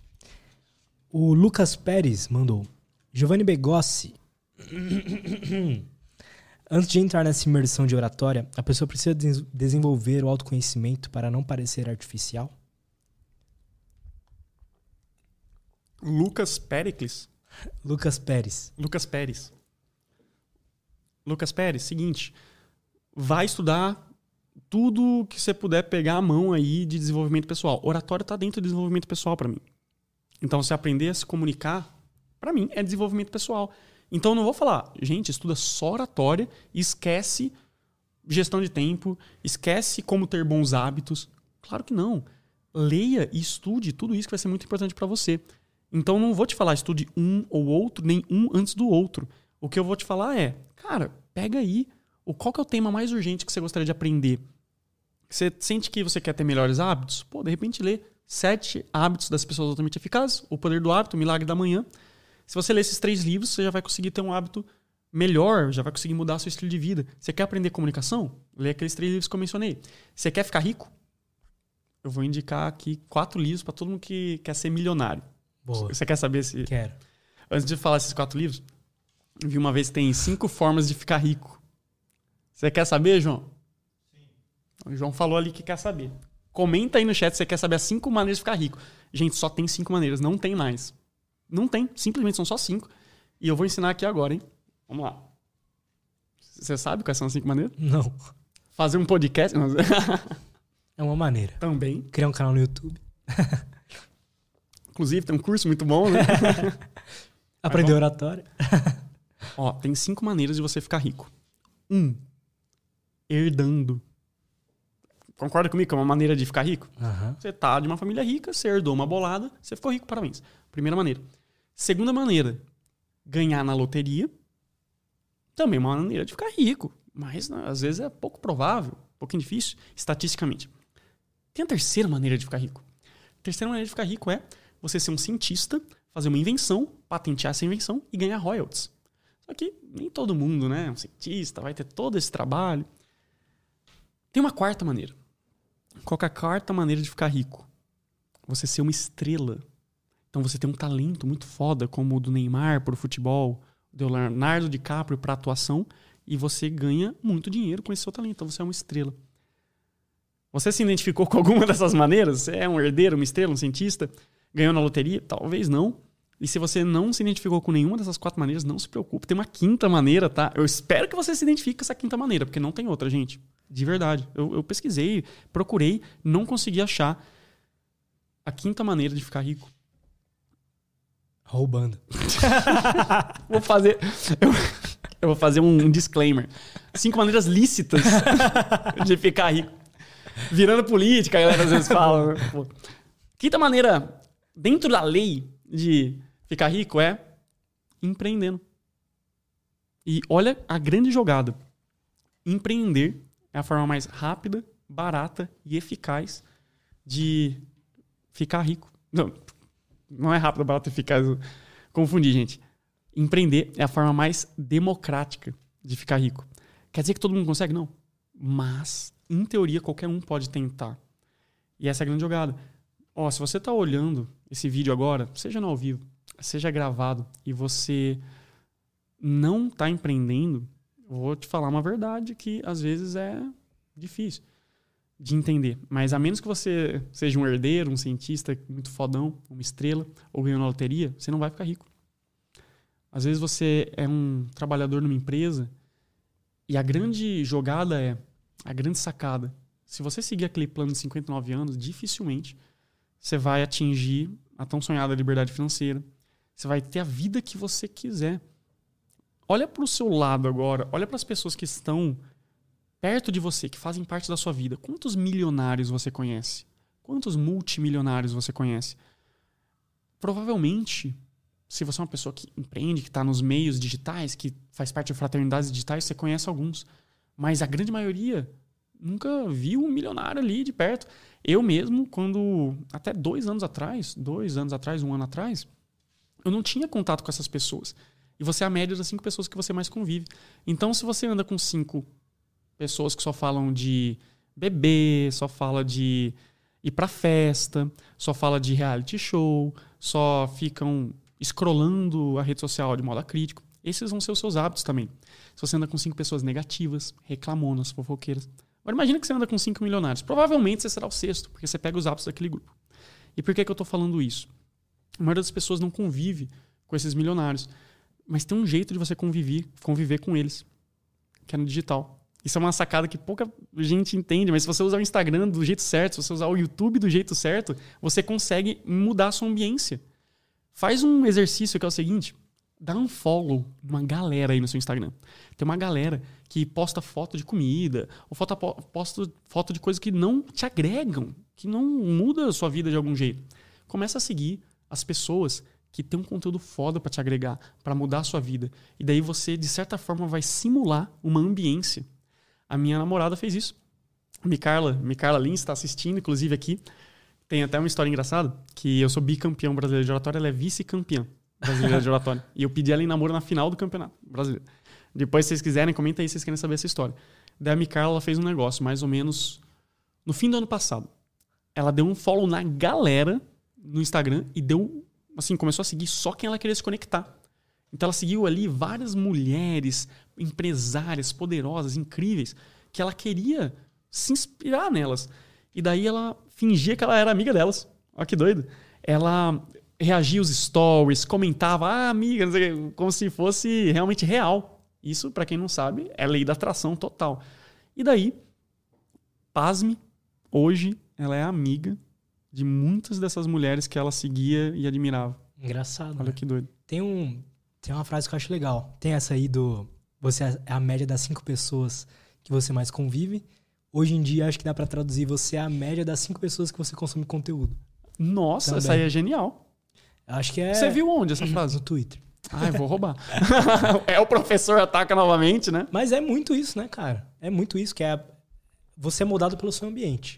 O Lucas Pérez mandou. Giovanni Begossi. Antes de entrar nessa imersão de oratória, a pessoa precisa desenvolver o autoconhecimento para não parecer artificial? Lucas Pérez. Lucas Pérez, seguinte. Vai estudar tudo que você puder pegar a mão aí de desenvolvimento pessoal. Oratória tá dentro do desenvolvimento pessoal para mim. Então, você aprender a se comunicar, para mim, é desenvolvimento pessoal. Então, eu não vou falar, gente, estuda só oratória e esquece gestão de tempo, esquece como ter bons hábitos. Claro que não. Leia e estude tudo isso que vai ser muito importante para você. Então, não vou te falar estude um ou outro, nem um antes do outro. O que eu vou te falar é, cara, pega aí qual que é o tema mais urgente que você gostaria de aprender. Você sente que você quer ter melhores hábitos? Pô, de repente lê 7 hábitos das pessoas altamente eficazes, O Poder do Hábito, O Milagre da Manhã. Se você ler esses 3 livros, você já vai conseguir ter um hábito melhor, já vai conseguir mudar seu estilo de vida. Você quer aprender comunicação? Lê aqueles 3 livros que eu mencionei. Você quer ficar rico? Eu vou indicar aqui 4 livros para todo mundo que quer ser milionário. Boa. Você quer saber se... Quero. Antes de falar esses 4 livros, eu vi uma vez que tem 5 formas de ficar rico. Você quer saber, João? Sim. O João falou ali que quer saber. Comenta aí no chat se você quer saber as 5 maneiras de ficar rico. Gente, só tem 5 maneiras, não tem mais. Não tem, simplesmente são só 5. E eu vou ensinar aqui agora, hein? Vamos lá. Você sabe quais são as 5 maneiras? Não. Fazer um podcast? É uma maneira. Também. Criar um canal no YouTube. Inclusive, tem um curso muito bom, né? Aprender oratória. Ó, tem 5 maneiras de você ficar rico. 1. Herdando. Concorda comigo que é uma maneira de ficar rico? Uhum. Você tá de uma família rica, você herdou uma bolada, você ficou rico, parabéns. Primeira maneira. Segunda maneira, ganhar na loteria. Também uma maneira de ficar rico. Mas, né, às vezes, é pouco provável, um pouquinho difícil, estatisticamente. Tem a terceira maneira de ficar rico. A terceira maneira de ficar rico é você ser um cientista, fazer uma invenção, patentear essa invenção e ganhar royalties. Só que nem todo mundo, né, um cientista, vai ter todo esse trabalho. Tem uma quarta maneira. Qual que é a quarta maneira de ficar rico? Você ser uma estrela. Então você tem um talento muito foda, como o do Neymar pro futebol, do Leonardo DiCaprio pra atuação, e você ganha muito dinheiro com esse seu talento. Então você é uma estrela. Você se identificou com alguma dessas maneiras? Você é um herdeiro, uma estrela, um cientista? Ganhou na loteria? Talvez não. E se você não se identificou com nenhuma dessas 4 maneiras, não se preocupe. Tem uma 5ª maneira, tá? Eu espero que você se identifique com essa 5ª maneira, porque não tem outra, gente. De verdade. Eu pesquisei, procurei, não consegui achar a 5ª maneira de ficar rico. Roubando. Eu vou fazer um disclaimer. 5 maneiras lícitas de ficar rico. Virando política, a galera às vezes fala. Né? Pô. 5ª maneira, dentro da lei de ficar rico, é empreendendo. E olha a grande jogada. Empreender é a forma mais rápida, barata e eficaz de ficar rico. Não é rápido, barato e eficaz. Confundi, gente. Empreender é a forma mais democrática de ficar rico. Quer dizer que todo mundo consegue? Não. Mas, em teoria, qualquer um pode tentar. E essa é a grande jogada. Se você está olhando esse vídeo agora, seja no ao vivo, seja gravado, e você não está empreendendo, eu vou te falar uma verdade que às vezes é difícil de entender. Mas a menos que você seja um herdeiro, um cientista muito fodão, uma estrela, ou ganhou na loteria, você não vai ficar rico. Às vezes você é um trabalhador numa empresa e a grande jogada a grande sacada. Se você seguir aquele plano de 59 anos, dificilmente você vai atingir a tão sonhada liberdade financeira. Você vai ter a vida que você quiser. Olha para o seu lado agora, olha para as pessoas que estão perto de você, que fazem parte da sua vida. Quantos milionários você conhece? Quantos multimilionários você conhece? Provavelmente, se você é uma pessoa que empreende, que está nos meios digitais, que faz parte de fraternidades digitais, você conhece alguns. Mas a grande maioria nunca viu um milionário ali de perto. Eu mesmo, quando até 2 anos atrás, 1 ano atrás, eu não tinha contato com essas pessoas. E você é a média das 5 pessoas que você mais convive. Então, se você anda com 5 pessoas que só falam de beber, só fala de ir pra festa, só fala de reality show, só ficam scrollando a rede social de modo acrítico, esses vão ser os seus hábitos também. Se você anda com 5 pessoas negativas, reclamonas, fofoqueiras. Agora imagina que você anda com 5 milionários. Provavelmente você será o 6º, porque você pega os hábitos daquele grupo. E por que eu tô falando isso? A maioria das pessoas não convive com esses milionários. Mas tem um jeito de você conviver com eles, que é no digital. Isso é uma sacada que pouca gente entende, mas se você usar o Instagram do jeito certo, se você usar o YouTube do jeito certo, você consegue mudar a sua ambiência. Faz um exercício que é o seguinte, dá um follow numa galera aí no seu Instagram. Tem uma galera que posta foto de comida, ou posta foto de coisas que não te agregam, que não muda a sua vida de algum jeito. Começa a seguir as pessoas que tem um conteúdo foda pra te agregar, pra mudar a sua vida. E daí você, de certa forma, vai simular uma ambiência. A minha namorada fez isso. Micarla Lins está assistindo, inclusive aqui. Tem até uma história engraçada, que eu sou bicampeão brasileiro de oratória, ela é vice-campeã brasileira de oratória. E eu pedi ela em namoro na final do campeonato brasileiro. Depois, se vocês quiserem, comenta aí se vocês querem saber essa história. Daí a Micarla fez um negócio, mais ou menos no fim do ano passado. Ela deu um follow na galera no Instagram e deu, assim, começou a seguir só quem ela queria se conectar. Então ela seguiu ali várias mulheres, empresárias poderosas, incríveis, que ela queria se inspirar nelas. E daí ela fingia que ela era amiga delas. Olha que doido. Ela reagia aos stories, comentava, amiga, não sei, como se fosse realmente real. Isso, pra quem não sabe, é lei da atração total. E daí, pasme, hoje ela é amiga de muitas dessas mulheres que ela seguia e admirava. Engraçado. Olha, né? Que doido. Tem uma frase que eu acho legal. Tem essa aí do... Você é a média das 5 pessoas que você mais convive. Hoje em dia, acho que dá pra traduzir. Você é a média das 5 pessoas que você consome conteúdo. Nossa, também. Essa aí é genial. Acho que é... Você viu onde essa frase? No Twitter. Eu vou roubar. É o professor ataca novamente, né? Mas é muito isso, né, cara? É muito isso, que é... Você é moldado pelo seu ambiente.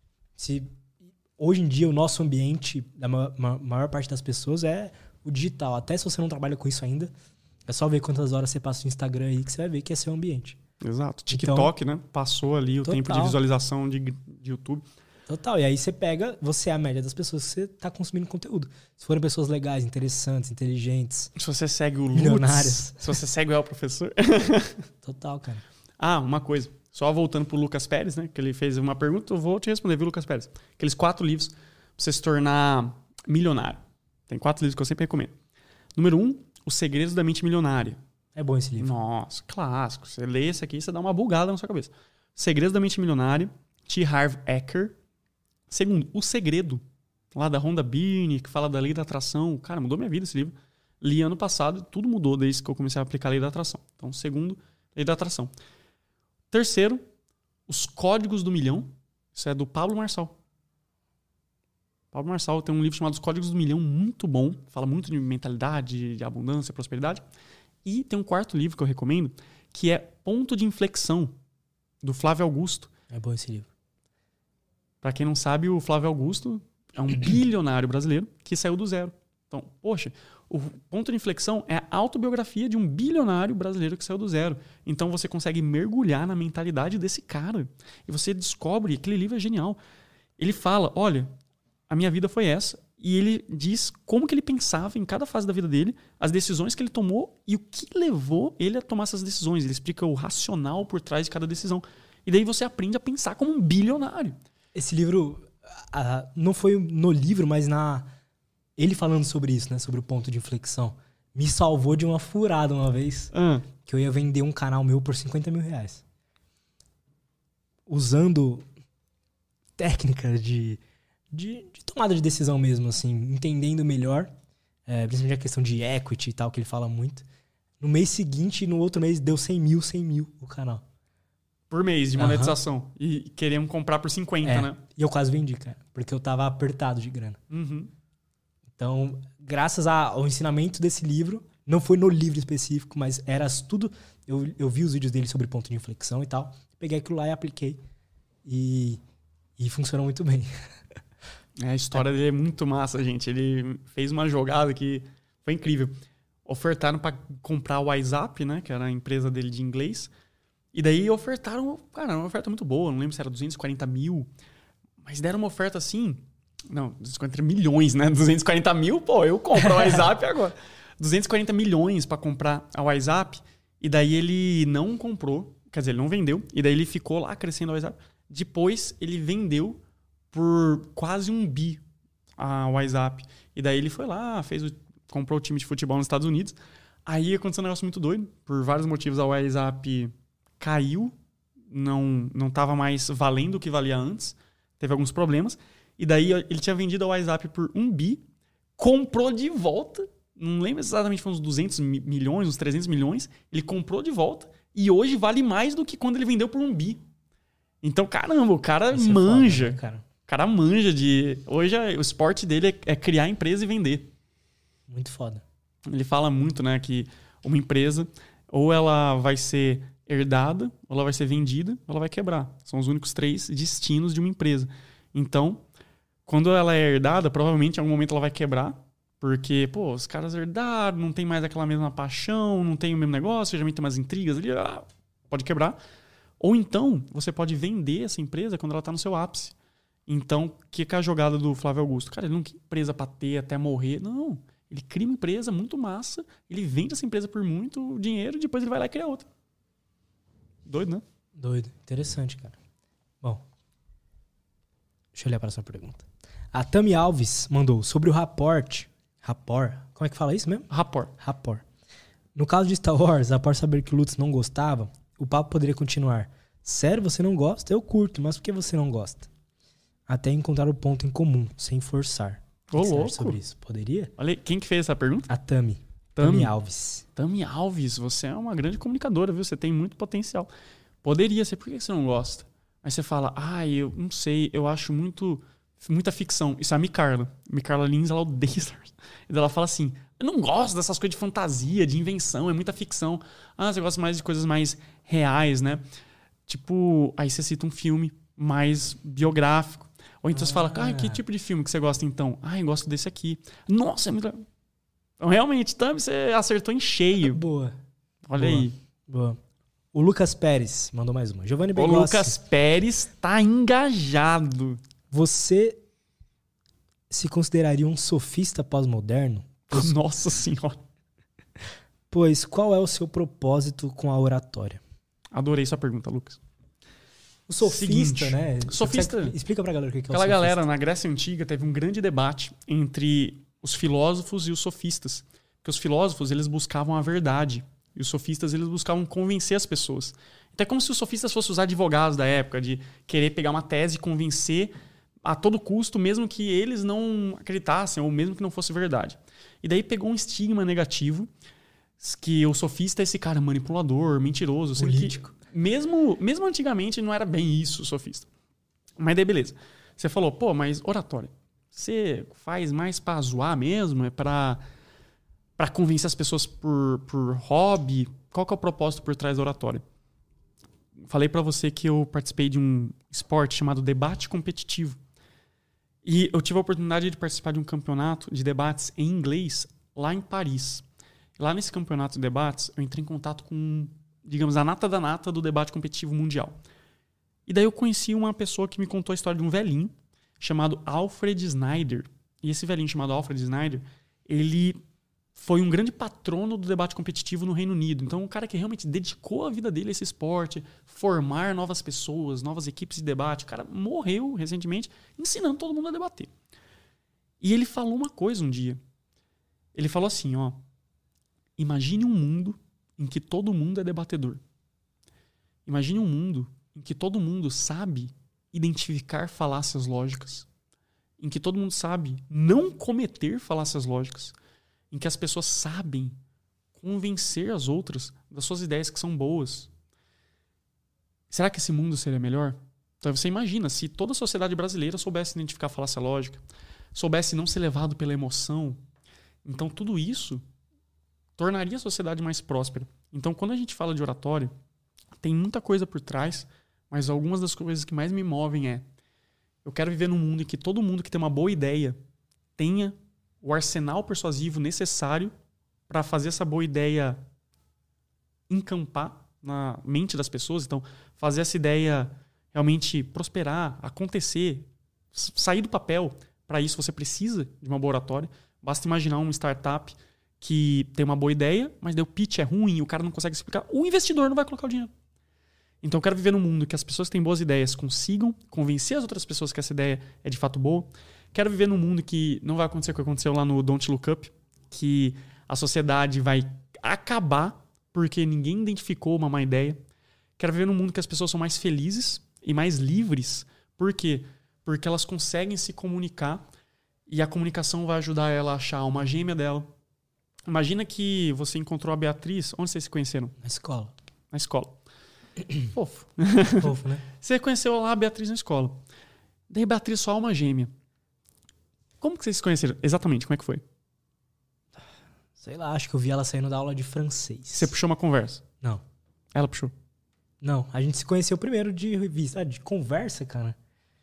Hoje em dia, o nosso ambiente, da maior parte das pessoas, é o digital. Até se você não trabalha com isso ainda, é só ver quantas horas você passa no Instagram aí que você vai ver que é seu ambiente. Exato. TikTok, então, né? Passou ali o tempo de visualização de YouTube. Total. E aí você é a média das pessoas que você tá consumindo conteúdo. Se forem pessoas legais, interessantes, inteligentes. Se você segue o milionárias. Lutz, se você segue o El Professor. Total, cara. Uma coisa. Só voltando pro Lucas Pérez, né? Que ele fez uma pergunta, eu vou te responder, viu, Lucas Pérez? Aqueles 4 livros pra você se tornar milionário. Tem 4 livros que eu sempre recomendo. Número 1, Os Segredos da Mente Milionária. É bom esse livro. Nossa, clássico. Você lê esse aqui, você dá uma bugada na sua cabeça. Segredos da Mente Milionária, T. Harv Eker. Segundo, O Segredo, lá da Rhonda Byrne, que fala da lei da atração. Cara, mudou minha vida esse livro. Li ano passado e tudo mudou desde que eu comecei a aplicar a lei da atração. Então, segundo, lei da atração. Terceiro, Os Códigos do Milhão. Isso é do Pablo Marçal. Pablo Marçal tem um livro chamado Os Códigos do Milhão, muito bom. Fala muito de mentalidade, de abundância, prosperidade. E tem um 4º livro que eu recomendo, que é Ponto de Inflexão, do Flávio Augusto. É bom esse livro. Para quem não sabe, o Flávio Augusto é um bilionário brasileiro que saiu do zero. Então, poxa, o Ponto de Inflexão é a autobiografia de um bilionário brasileiro que saiu do zero. Então você consegue mergulhar na mentalidade desse cara. E você descobre, aquele livro é genial. Ele fala, olha, a minha vida foi essa. E ele diz como que ele pensava em cada fase da vida dele, as decisões que ele tomou e o que levou ele a tomar essas decisões. Ele explica o racional por trás de cada decisão. E daí você aprende a pensar como um bilionário. Esse livro, não foi no livro, mas ele falando sobre isso, né? Sobre o ponto de inflexão. Me salvou de uma furada uma vez. Que eu ia vender um canal meu por 50 mil reais. Usando técnicas de tomada de decisão mesmo, assim. Entendendo melhor. Principalmente a questão de equity e tal, que ele fala muito. No mês seguinte, no outro mês, deu 100 mil o canal. Por mês de monetização. E queremos comprar por 50, né? E eu quase vendi, cara. Porque eu tava apertado de grana. Então, graças ao ensinamento desse livro, não foi no livro específico, mas era tudo... Eu vi os vídeos dele sobre ponto de inflexão e tal. Peguei aquilo lá e apliquei. E funcionou muito bem. A história dele é muito massa, gente. Ele fez uma jogada que foi incrível. Ofertaram para comprar o WhatsApp, né? Que era a empresa dele de inglês. E daí ofertaram, cara, uma oferta muito boa, não lembro se era 240 mil, mas deram uma oferta assim, não, 240 milhões, né? 240 mil, pô, eu compro o WhatsApp agora. 240 milhões para comprar a WhatsApp, e daí ele não comprou, quer dizer, ele não vendeu, e daí ele ficou lá crescendo o WhatsApp. Depois ele vendeu por quase 1 bi a WhatsApp. E daí ele foi lá, comprou o time de futebol nos Estados Unidos. Aí aconteceu um negócio muito doido, por vários motivos a WhatsApp caiu, não estava mais valendo o que valia antes, teve alguns problemas, e daí ele tinha vendido a WhatsApp por 1 bi, comprou de volta, não lembro exatamente, foi uns 200 milhões, uns 300 milhões, ele comprou de volta, e hoje vale mais do que quando ele vendeu por 1 bi. Então, caramba, o cara manja, foda, né, cara? O cara manja de... Hoje o esporte dele é criar empresa e vender. Muito foda. Ele fala muito, né, que uma empresa, ou ela vai ser herdada, ou ela vai ser vendida, ou ela vai quebrar. São os únicos 3 destinos de uma empresa. Então, quando ela é herdada, provavelmente em algum momento ela vai quebrar, porque, pô, os caras herdaram, não tem mais aquela mesma paixão, não tem o mesmo negócio, geralmente tem umas intrigas ali, pode quebrar. Ou então, você pode vender essa empresa quando ela está no seu ápice. Então, o que é a jogada do Flávio Augusto? Cara, ele não quer empresa para ter até morrer, não. Ele cria uma empresa muito massa, ele vende essa empresa por muito dinheiro e depois ele vai lá e cria outra. Doido, né? Doido. Interessante, cara. Bom, deixa eu olhar para essa pergunta. A Tami Alves mandou sobre o rapport. Como é que fala isso mesmo? Rapport. No caso de Star Wars, após saber que o Lutz não gostava, o papo poderia continuar. Sério, você não gosta? Eu curto, mas por que você não gosta? Até encontrar o ponto em comum, sem forçar. Ô, louco. Sobre isso? Poderia? Olha, quem que fez essa pergunta? A Tami. Tami Alves. Tami Alves, você é uma grande comunicadora, viu? Você tem muito potencial. Poderia ser, por que você não gosta? Aí você fala, eu não sei, eu acho muita ficção. Isso é a Micarla. Micarla Lins, ela odeia Star Wars. E ela fala assim, eu não gosto dessas coisas de fantasia, de invenção, é muita ficção. Você gosta mais de coisas mais reais, né? Tipo, aí você cita um filme mais biográfico. Ou então você fala, que tipo de filme que você gosta então? Eu gosto desse aqui. Nossa, é muito... Então, realmente, Tami, você acertou em cheio. Boa. Olha aí. Boa. O Lucas Pérez mandou mais uma. Giovanni Begossi. O Lucas Pérez tá engajado. Você se consideraria um sofista pós-moderno? Nossa senhora. Pois qual é o seu propósito com a oratória? Adorei sua pergunta, Lucas. O sofista, Seguinte, né? Sofista. Explica pra galera o que é o Aquela sofista. galera na Grécia Antiga teve um grande debate entre os filósofos e os sofistas. Porque os filósofos, eles buscavam a verdade. E os sofistas, eles buscavam convencer as pessoas. Então é como se os sofistas fossem os advogados da época, de querer pegar uma tese e convencer a todo custo, mesmo que eles não acreditassem, ou mesmo que não fosse verdade. E daí pegou um estigma negativo, que o sofista é esse cara manipulador, mentiroso. Político. Mesmo antigamente não era bem isso o sofista. Mas daí beleza. Você falou, pô, mas oratória, você faz mais pra zoar mesmo? É pra convencer as pessoas por hobby? Qual que é o propósito por trás da oratória? Falei pra você que eu participei de um esporte chamado debate competitivo. E eu tive a oportunidade de participar de um campeonato de debates em inglês lá em Paris. Lá nesse campeonato de debates, eu entrei em contato com, digamos, a nata da nata do debate competitivo mundial. E daí eu conheci uma pessoa que me contou a história de um velhinho chamado Alfred Snyder. E esse velhinho chamado Alfred Snyder, ele foi um grande patrono do debate competitivo no Reino Unido. Então, um cara que realmente dedicou a vida dele a esse esporte, formar novas pessoas, novas equipes de debate. O cara morreu recentemente ensinando todo mundo a debater. E ele falou uma coisa um dia. Ele falou assim, ó, imagine um mundo em que todo mundo é debatedor. Imagine um mundo em que todo mundo sabe identificar falácias lógicas. Em que todo mundo sabe não cometer falácias lógicas. Em que as pessoas sabem convencer as outras das suas ideias que são boas. Será que esse mundo seria melhor? Então você imagina, se toda a sociedade brasileira soubesse identificar a falácia lógica, soubesse não ser levado pela emoção, então tudo isso tornaria a sociedade mais próspera. Então quando a gente fala de oratória, tem muita coisa por trás, mas algumas das coisas que mais me movem é: eu quero viver num mundo em que todo mundo que tem uma boa ideia tenha o arsenal persuasivo necessário para fazer essa boa ideia encampar na mente das pessoas. Então, fazer essa ideia realmente prosperar, acontecer, sair do papel. Para isso, você precisa de uma boa oratória. Basta imaginar uma startup que tem uma boa ideia, mas daí o pitch é ruim, o cara não consegue explicar. O investidor não vai colocar o dinheiro. Então, eu quero viver num mundo que as pessoas que têm boas ideias consigam convencer as outras pessoas que essa ideia é de fato boa. Quero viver num mundo que não vai acontecer o que aconteceu lá no Don't Look Up, que a sociedade vai acabar porque ninguém identificou uma má ideia. Quero viver num mundo que as pessoas são mais felizes e mais livres. Por quê? Porque elas conseguem se comunicar e a comunicação vai ajudar ela a achar a alma gêmea dela. Imagina que você encontrou a Beatriz. Onde vocês se conheceram? Na escola. Na escola. Fofo. Fofo, né? Você conheceu lá a Beatriz na escola. Daí Beatriz, sua alma gêmea. Como que vocês se conheceram? Exatamente, como é que foi? Sei lá, acho que eu vi ela saindo da aula de francês. Você puxou uma conversa? Não. Ela puxou? Não, a gente se conheceu primeiro de revista. Ah, de conversa, cara.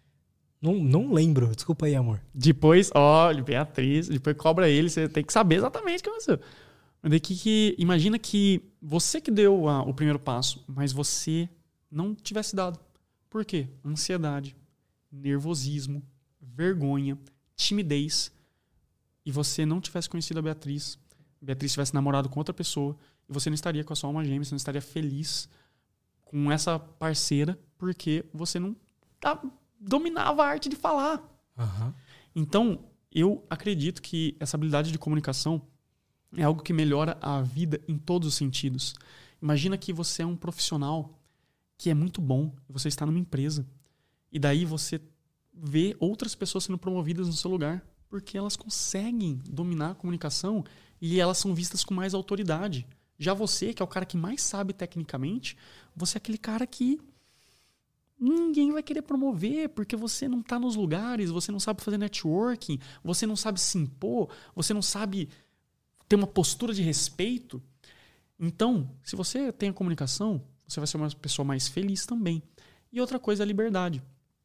Não lembro. Desculpa aí, amor. Depois, olha, Beatriz, depois cobra ele, você tem que saber exatamente o que aconteceu. Mas daí imagina que você que deu o primeiro passo, mas você não tivesse dado. Por quê? Ansiedade, nervosismo, vergonha, timidez, e você não tivesse conhecido a Beatriz tivesse namorado com outra pessoa, e você não estaria com a sua alma gêmea, você não estaria feliz com essa parceira, porque você não dominava a arte de falar. Uhum. Então, eu acredito que essa habilidade de comunicação é algo que melhora a vida em todos os sentidos. Imagina que você é um profissional que é muito bom, você está numa empresa, e daí você vê outras pessoas sendo promovidas no seu lugar, porque elas conseguem dominar a comunicação e elas são vistas com mais autoridade. Já você, que é o cara que mais sabe tecnicamente, você é aquele cara que ninguém vai querer promover, porque você não está nos lugares, você não sabe fazer networking, você não sabe se impor, você não sabe ter uma postura de respeito. Então, se você tem a comunicação, você vai ser uma pessoa mais feliz também. E outra coisa é a liberdade.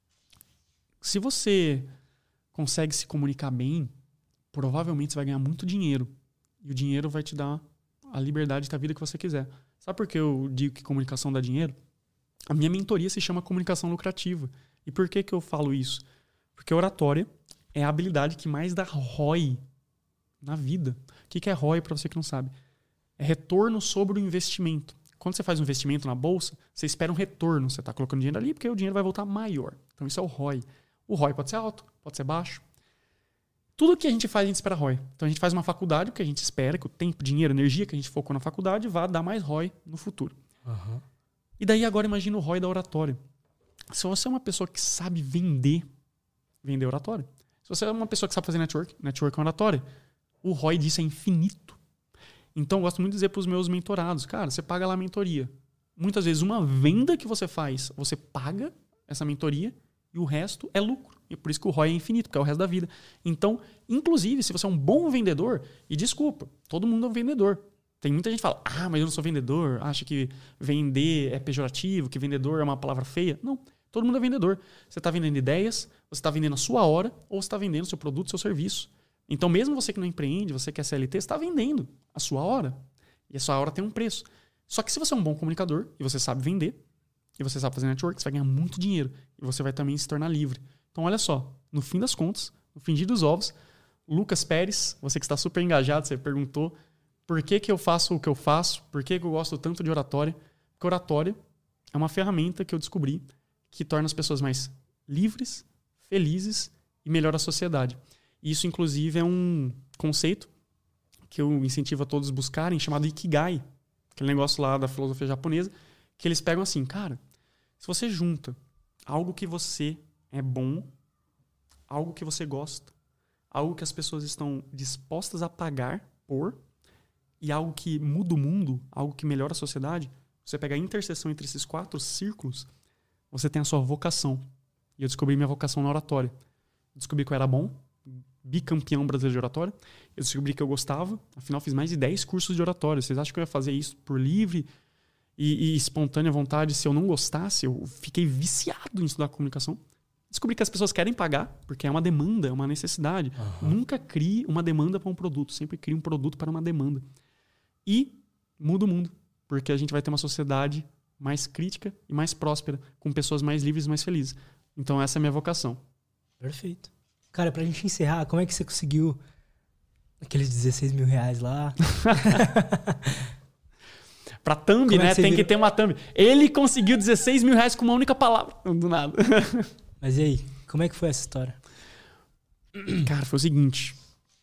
Se você consegue se comunicar bem, provavelmente você vai ganhar muito dinheiro. E o dinheiro vai te dar a liberdade de ter a vida que você quiser. Sabe por que eu digo que comunicação dá dinheiro? A minha mentoria se chama Comunicação Lucrativa. E por que eu falo isso? Porque oratória é a habilidade que mais dá ROI na vida. O que é ROI, para você que não sabe? É retorno sobre o investimento. Quando você faz um investimento na bolsa, você espera um retorno. Você está colocando dinheiro ali porque o dinheiro vai voltar maior. Então isso é o ROI. O ROI pode ser alto, pode ser baixo. Tudo que a gente faz, a gente espera ROI. Então a gente faz uma faculdade porque a gente espera que o tempo, dinheiro, energia que a gente focou na faculdade vá dar mais ROI no futuro. Uhum. E daí agora imagina o ROI da oratória. Se você é uma pessoa que sabe vender oratória. Se você é uma pessoa que sabe fazer network é oratória. O ROI disso é infinito. Então eu gosto muito de dizer para os meus mentorados, cara, você paga lá a mentoria. Muitas vezes uma venda que você faz, você paga essa mentoria e o resto é lucro. E por isso que o ROI é infinito, porque é o resto da vida. Então, inclusive, se você é um bom vendedor, e desculpa, todo mundo é um vendedor. Tem muita gente que fala, mas eu não sou vendedor, acha que vender é pejorativo, que vendedor é uma palavra feia. Não, todo mundo é vendedor. Você está vendendo ideias, você está vendendo a sua hora, ou você está vendendo seu produto, seu serviço. Então, mesmo você que não empreende, você que é CLT, você está vendendo a sua hora. E a sua hora tem um preço. Só que se você é um bom comunicador, e você sabe vender, e você sabe fazer network, você vai ganhar muito dinheiro. E você vai também se tornar livre. Então, olha só, no fim das contas, no fingir dos ovos, Lucas Pérez, você que está super engajado, você perguntou por que eu faço o que eu faço, por que eu gosto tanto de oratória. Porque oratória é uma ferramenta que eu descobri que torna as pessoas mais livres, felizes e melhora a sociedade. E isso, inclusive, é um conceito que eu incentivo a todos buscarem, chamado Ikigai, aquele negócio lá da filosofia japonesa, que eles pegam assim, cara, se você junta algo que você é bom, algo que você gosta, algo que as pessoas estão dispostas a pagar por, e algo que muda o mundo, algo que melhora a sociedade, você pega a interseção entre esses 4 círculos, você tem a sua vocação. E eu descobri minha vocação na oratória. Eu descobri que eu era bom, bicampeão brasileiro de oratória. Eu descobri que eu gostava, afinal fiz mais de 10 cursos de oratória. Vocês acham que eu ia fazer isso por livre e espontânea vontade se eu não gostasse? Eu fiquei viciado em estudar comunicação. Descobri que as pessoas querem pagar, porque é uma demanda, é uma necessidade. Uhum. Nunca crie uma demanda para um produto, sempre crie um produto para uma demanda. E muda o mundo, porque a gente vai ter uma sociedade mais crítica e mais próspera, com pessoas mais livres e mais felizes. Então essa é a minha vocação. Perfeito. Cara, pra gente encerrar, como é que você conseguiu aqueles 16 mil reais lá? Pra thumb, né? Tem que ter uma thumb. Ele conseguiu 16 mil reais com uma única palavra. Do nada. Mas e aí? Como é que foi essa história? Cara, foi o seguinte.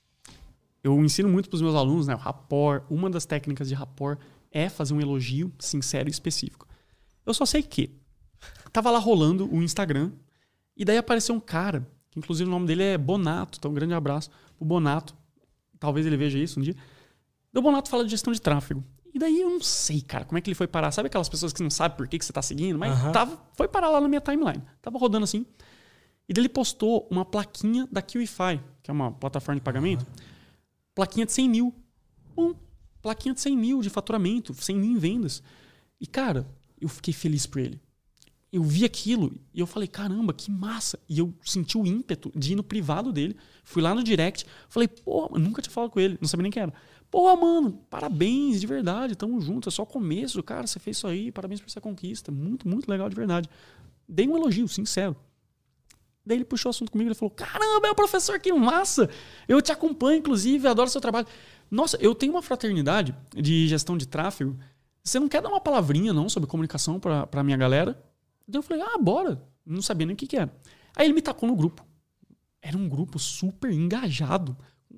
Eu ensino muito pros meus alunos, né? O rapport. Uma das técnicas de rapport é fazer um elogio sincero e específico. Eu só sei que tava lá rolando o Instagram e daí apareceu um cara, que inclusive o nome dele é Bonato, então um grande abraço pro Bonato. Talvez ele veja isso um dia. O Bonato fala de gestão de tráfego. E daí eu não sei, cara, como é que ele foi parar. Sabe aquelas pessoas que não sabem por que você tá seguindo? Mas foi parar lá na minha timeline. Tava rodando assim. E daí ele postou uma plaquinha da QIFI, que é uma plataforma de pagamento. Plaquinha de 100 mil. Plaquinha de 100 mil de faturamento, 100 mil em vendas. E, cara, eu fiquei feliz por ele. Eu vi aquilo e eu falei, caramba, que massa. E eu senti o ímpeto de ir no privado dele. Fui lá no direct. Falei, pô, nunca tinha falado com ele. Não sabia nem quem era. Pô, mano, parabéns, de verdade. Tamo junto. É só o começo, cara. Você fez isso aí. Parabéns por essa conquista. Muito, muito legal, de verdade. Dei um elogio, sincero. Daí ele puxou o assunto comigo. Ele falou, caramba, é o professor, que massa. Eu te acompanho, inclusive. Adoro o seu trabalho. Nossa, eu tenho uma fraternidade de gestão de tráfego. Você não quer dar uma palavrinha, não, sobre comunicação pra minha galera? Daí eu falei, bora. Não sabia nem o que era. Aí ele me tacou no grupo. Era um grupo super engajado.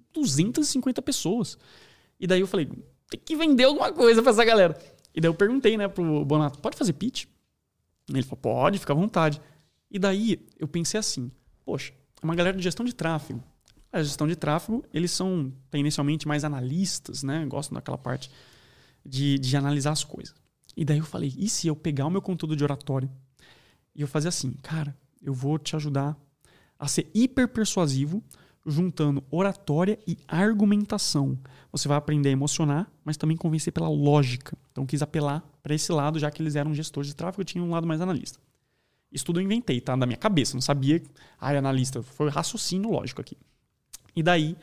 250 pessoas. E daí eu falei, tem que vender alguma coisa pra essa galera. E daí eu perguntei, né, pro Bonato, pode fazer pitch? Ele falou, pode, fica à vontade. E daí eu pensei assim, poxa, é uma galera de gestão de tráfego. A gestão de tráfego, eles são inicialmente mais analistas, né? Gostam daquela parte de analisar as coisas. E daí eu falei, e se eu pegar o meu conteúdo de oratório e eu fazer assim, cara, eu vou te ajudar a ser hiper persuasivo, juntando oratória e argumentação. Você vai aprender a emocionar, mas também convencer pela lógica. Então eu quis apelar para esse lado, já que eles eram gestores de tráfego, eu tinha um lado mais analista. Isso tudo eu inventei, tá? Da minha cabeça. Não sabia, analista. Foi raciocínio lógico aqui. E daí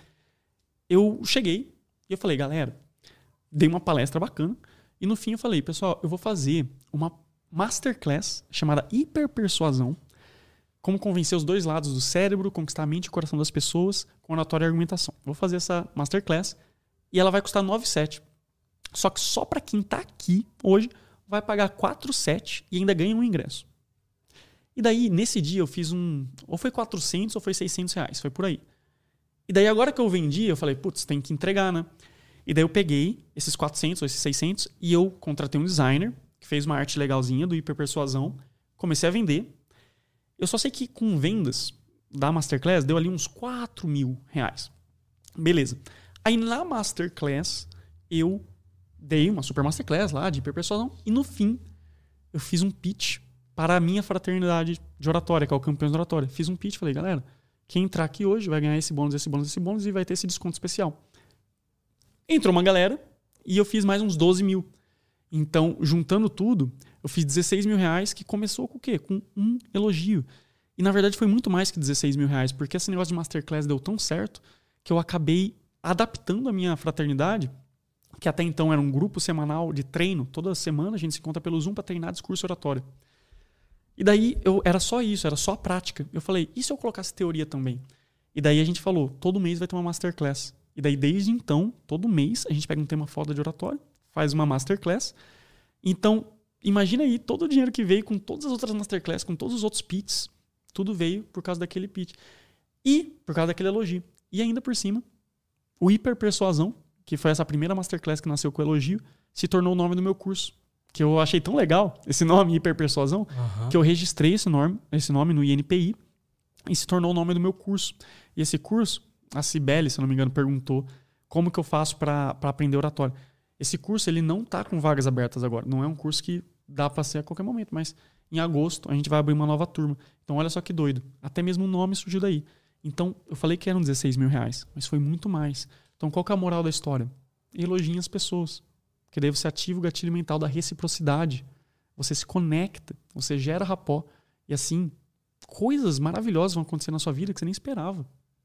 eu cheguei e eu falei, galera, dei uma palestra bacana. E no fim eu falei, pessoal, eu vou fazer uma masterclass chamada Hiperpersuasão como convencer os dois lados do cérebro, conquistar a mente e o coração das pessoas com oratória e argumentação. Vou fazer essa masterclass e ela vai custar 9,7. Só que só para quem tá aqui hoje vai pagar 4,7 e ainda ganha um ingresso. E daí, nesse dia, eu fiz ou foi 400 ou foi 600 reais, foi por aí. E daí, agora que eu vendi, eu falei, putz, tem que entregar, né? E daí eu peguei esses 400 ou esses 600 e eu contratei um designer que fez uma arte legalzinha do Hiperpersuasão, comecei a vender. Eu só sei que com vendas da Masterclass deu ali uns 4 mil reais. Beleza. Aí na Masterclass eu dei uma super Masterclass lá de Hiperpersuasão e no fim eu fiz um pitch para a minha fraternidade de oratória, que é o Campeões de Oratória. Fiz um pitch, falei, galera, quem entrar aqui hoje vai ganhar esse bônus, esse bônus, esse bônus e vai ter esse desconto especial. Entrou uma galera e eu fiz mais uns 12 mil. Então, juntando tudo, eu fiz 16 mil reais, que começou com o quê? Com um elogio. E, na verdade, foi muito mais que 16 mil reais, porque esse negócio de Masterclass deu tão certo que eu acabei adaptando a minha fraternidade, que até então era um grupo semanal de treino. Toda semana a gente se encontra pelo Zoom para treinar discurso oratório. E daí, era só isso, era só a prática. Eu falei, e se eu colocasse teoria também? E daí a gente falou, todo mês vai ter uma Masterclass. E daí, desde então, todo mês, a gente pega um tema foda de oratório, faz uma Masterclass. Então, imagina aí todo o dinheiro que veio com todas as outras Masterclass, com todos os outros pitches. Tudo veio por causa daquele pitch. E por causa daquele elogio. E ainda por cima, o Hiperpersuasão, que foi essa primeira Masterclass que nasceu com o elogio, se tornou o nome do meu curso. Que eu achei tão legal, esse nome, Hiperpersuasão, que eu registrei esse nome no INPI e se tornou o nome do meu curso. E esse curso, a Cibele, se eu não me engano, perguntou como que eu faço para aprender oratório. Esse curso ele não está com vagas abertas agora. Não é um curso que dá para ser a qualquer momento, mas em agosto a gente vai abrir uma nova turma. Então olha só que doido. Até mesmo o nome surgiu daí. Então eu falei que eram 16 mil reais, mas foi muito mais. Então qual que é a moral da história? Elogie as pessoas. Porque daí você ativa o gatilho mental da reciprocidade. Você se conecta, você gera rapó. E assim, coisas maravilhosas vão acontecer na sua vida que você nem esperava.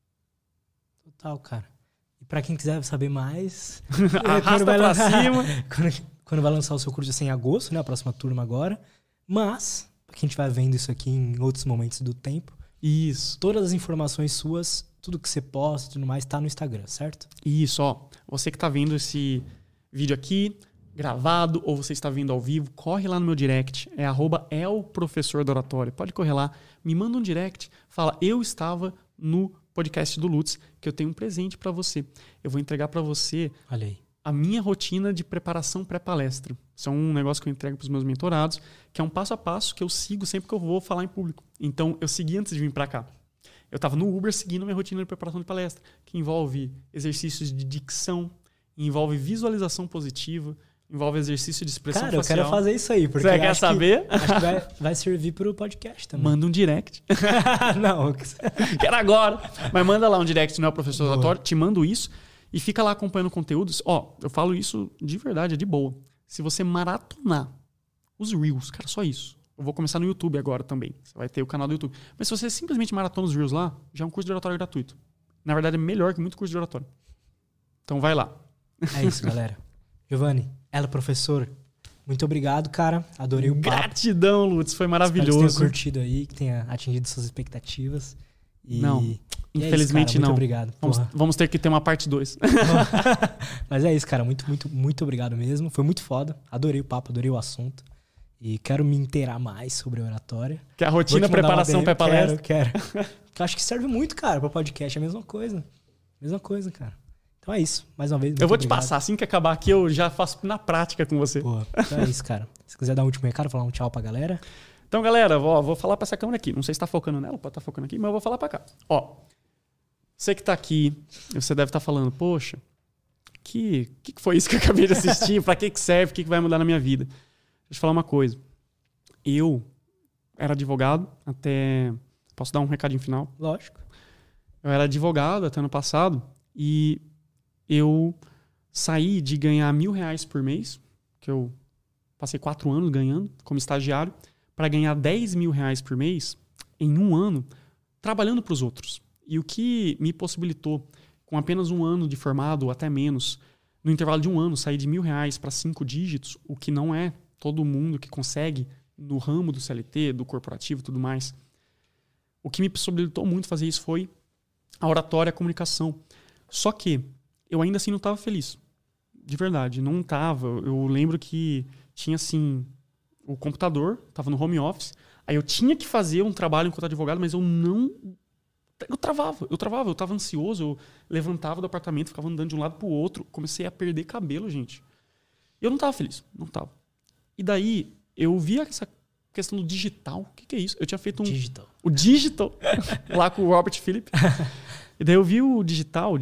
Total, cara. E pra quem quiser saber mais... Arrasta pra cima. Quando vai lançar o seu curso assim, em agosto, né? A próxima turma agora. Mas, pra quem estiver vendo isso aqui em outros momentos do tempo... Isso. Todas as informações suas, tudo que você posta e tudo mais, tá no Instagram, certo? Isso, ó. Você que tá vendo esse vídeo aqui, gravado, ou você está vendo ao vivo, corre lá no meu direct. É @elprofessor da oratória. Pode correr lá. Me manda um direct. Fala, eu estava no podcast do Lutz, que eu tenho um presente para você. Eu vou entregar para você Olha aí. a minha rotina de preparação pré-palestra. Isso é um negócio que eu entrego para os meus mentorados, que é um passo a passo que eu sigo sempre que eu vou falar em público. Então, eu segui antes de vir para cá. Eu estava no Uber seguindo minha rotina de preparação de palestra, que envolve exercícios de dicção, envolve visualização positiva, envolve exercício de expressão facial. Cara, eu quero fazer isso aí. Porque você quer saber? Acho que vai servir pro podcast também. Manda um direct. Não. Quero agora. Mas manda lá um direct, não é o professor oratório. Te mando isso e fica lá acompanhando conteúdos. Ó, eu falo isso de verdade, é de boa. Se você maratonar os Reels, cara, só isso. Eu vou começar no YouTube agora também. Você vai ter o canal do YouTube. Mas se você simplesmente maratona os Reels lá, já é um curso de oratório gratuito. Na verdade, é melhor que muito curso de oratório. Então vai lá. É isso, galera. Giovanni, ela, professor, muito obrigado, cara. Adorei o papo. Gratidão, Lutz. Foi maravilhoso. Espero que tenha curtido aí, que tenha atingido suas expectativas. E não, infelizmente isso, cara. não. Muito obrigado. Vamos ter que ter uma parte 2. Mas é isso, cara. Muito obrigado mesmo. Foi muito foda. Adorei o papo, adorei o assunto. E quero me inteirar mais sobre a oratória. Que a rotina, preparação para palestra. Quero. Eu acho que serve muito, cara, para podcast. É a mesma coisa. Mesma coisa, cara. Então é isso. Mais uma vez. Eu vou te passar. Assim que acabar aqui, eu já faço na prática com você. Pô, então é isso, cara. Se quiser dar um último recado, falar um tchau pra galera. Então, galera, vou falar pra essa câmera aqui. Não sei se tá focando nela, pode estar focando aqui, mas eu vou falar pra cá. Ó, você que tá aqui, você deve estar falando, poxa, que foi isso que eu acabei de assistir? Pra que serve? O que vai mudar na minha vida? Deixa eu te falar uma coisa. Eu era advogado até... Posso dar um recadinho final? Lógico. Eu era advogado até ano passado e eu saí de ganhar R$1.000 por mês, que eu passei 4 anos ganhando como estagiário, para ganhar R$10.000 por mês em um ano, trabalhando para os outros. E o que me possibilitou, com apenas um ano de formado, ou até menos, no intervalo de um ano, sair de R$1.000 para 5 dígitos, o que não é todo mundo que consegue no ramo do CLT, do corporativo e tudo mais, o que me possibilitou muito fazer isso foi a oratória, a comunicação. Só que eu ainda assim não estava feliz. De verdade, não estava. Eu lembro que tinha, assim, o computador, estava no home office, aí eu tinha que fazer um trabalho enquanto advogado, mas eu não... Eu travava, eu estava ansioso, eu levantava do apartamento, ficava andando de um lado pro outro, comecei a perder cabelo, gente. Eu não estava feliz, não estava. E daí, eu vi essa questão do digital. O que é isso? Eu tinha feito o digital, lá com o Robert Phillip. E daí eu vi o digital.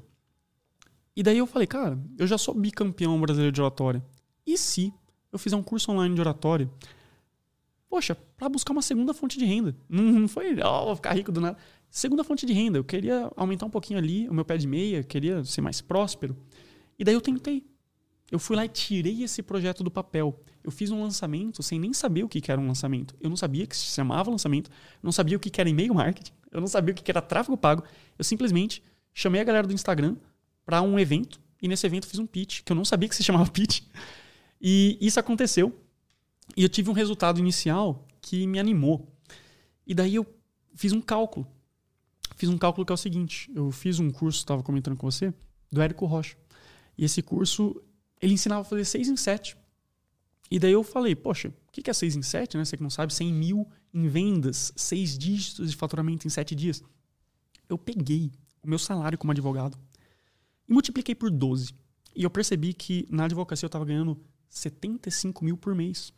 E daí eu falei, cara, eu já sou bicampeão brasileiro de oratória. E se eu fizer um curso online de oratória? Poxa, para buscar uma segunda fonte de renda. Não foi, vou ficar rico do nada. Segunda fonte de renda. Eu queria aumentar um pouquinho ali o meu pé de meia, queria ser mais próspero. E daí eu tentei. Eu fui lá e tirei esse projeto do papel. Eu fiz um lançamento sem nem saber o que era um lançamento. Eu não sabia que se chamava lançamento. Não sabia o que era e-mail marketing. Eu não sabia o que era tráfego pago. Eu simplesmente chamei a galera do Instagram para um evento. E nesse evento fiz um pitch, que eu não sabia que se chamava pitch. E isso aconteceu. E eu tive um resultado inicial que me animou. E daí eu fiz um cálculo. Fiz um cálculo que é o seguinte. Eu fiz um curso, estava comentando com você, do Érico Rocha. E esse curso... ele ensinava a fazer 6 em 7. E daí eu falei, poxa, o que é 6 em 7? Né? Você que não sabe, 100 mil em vendas, 6 dígitos de faturamento em 7 dias. Eu peguei o meu salário como advogado e multipliquei por 12. E eu percebi que na advocacia eu estava ganhando 75 mil por mês.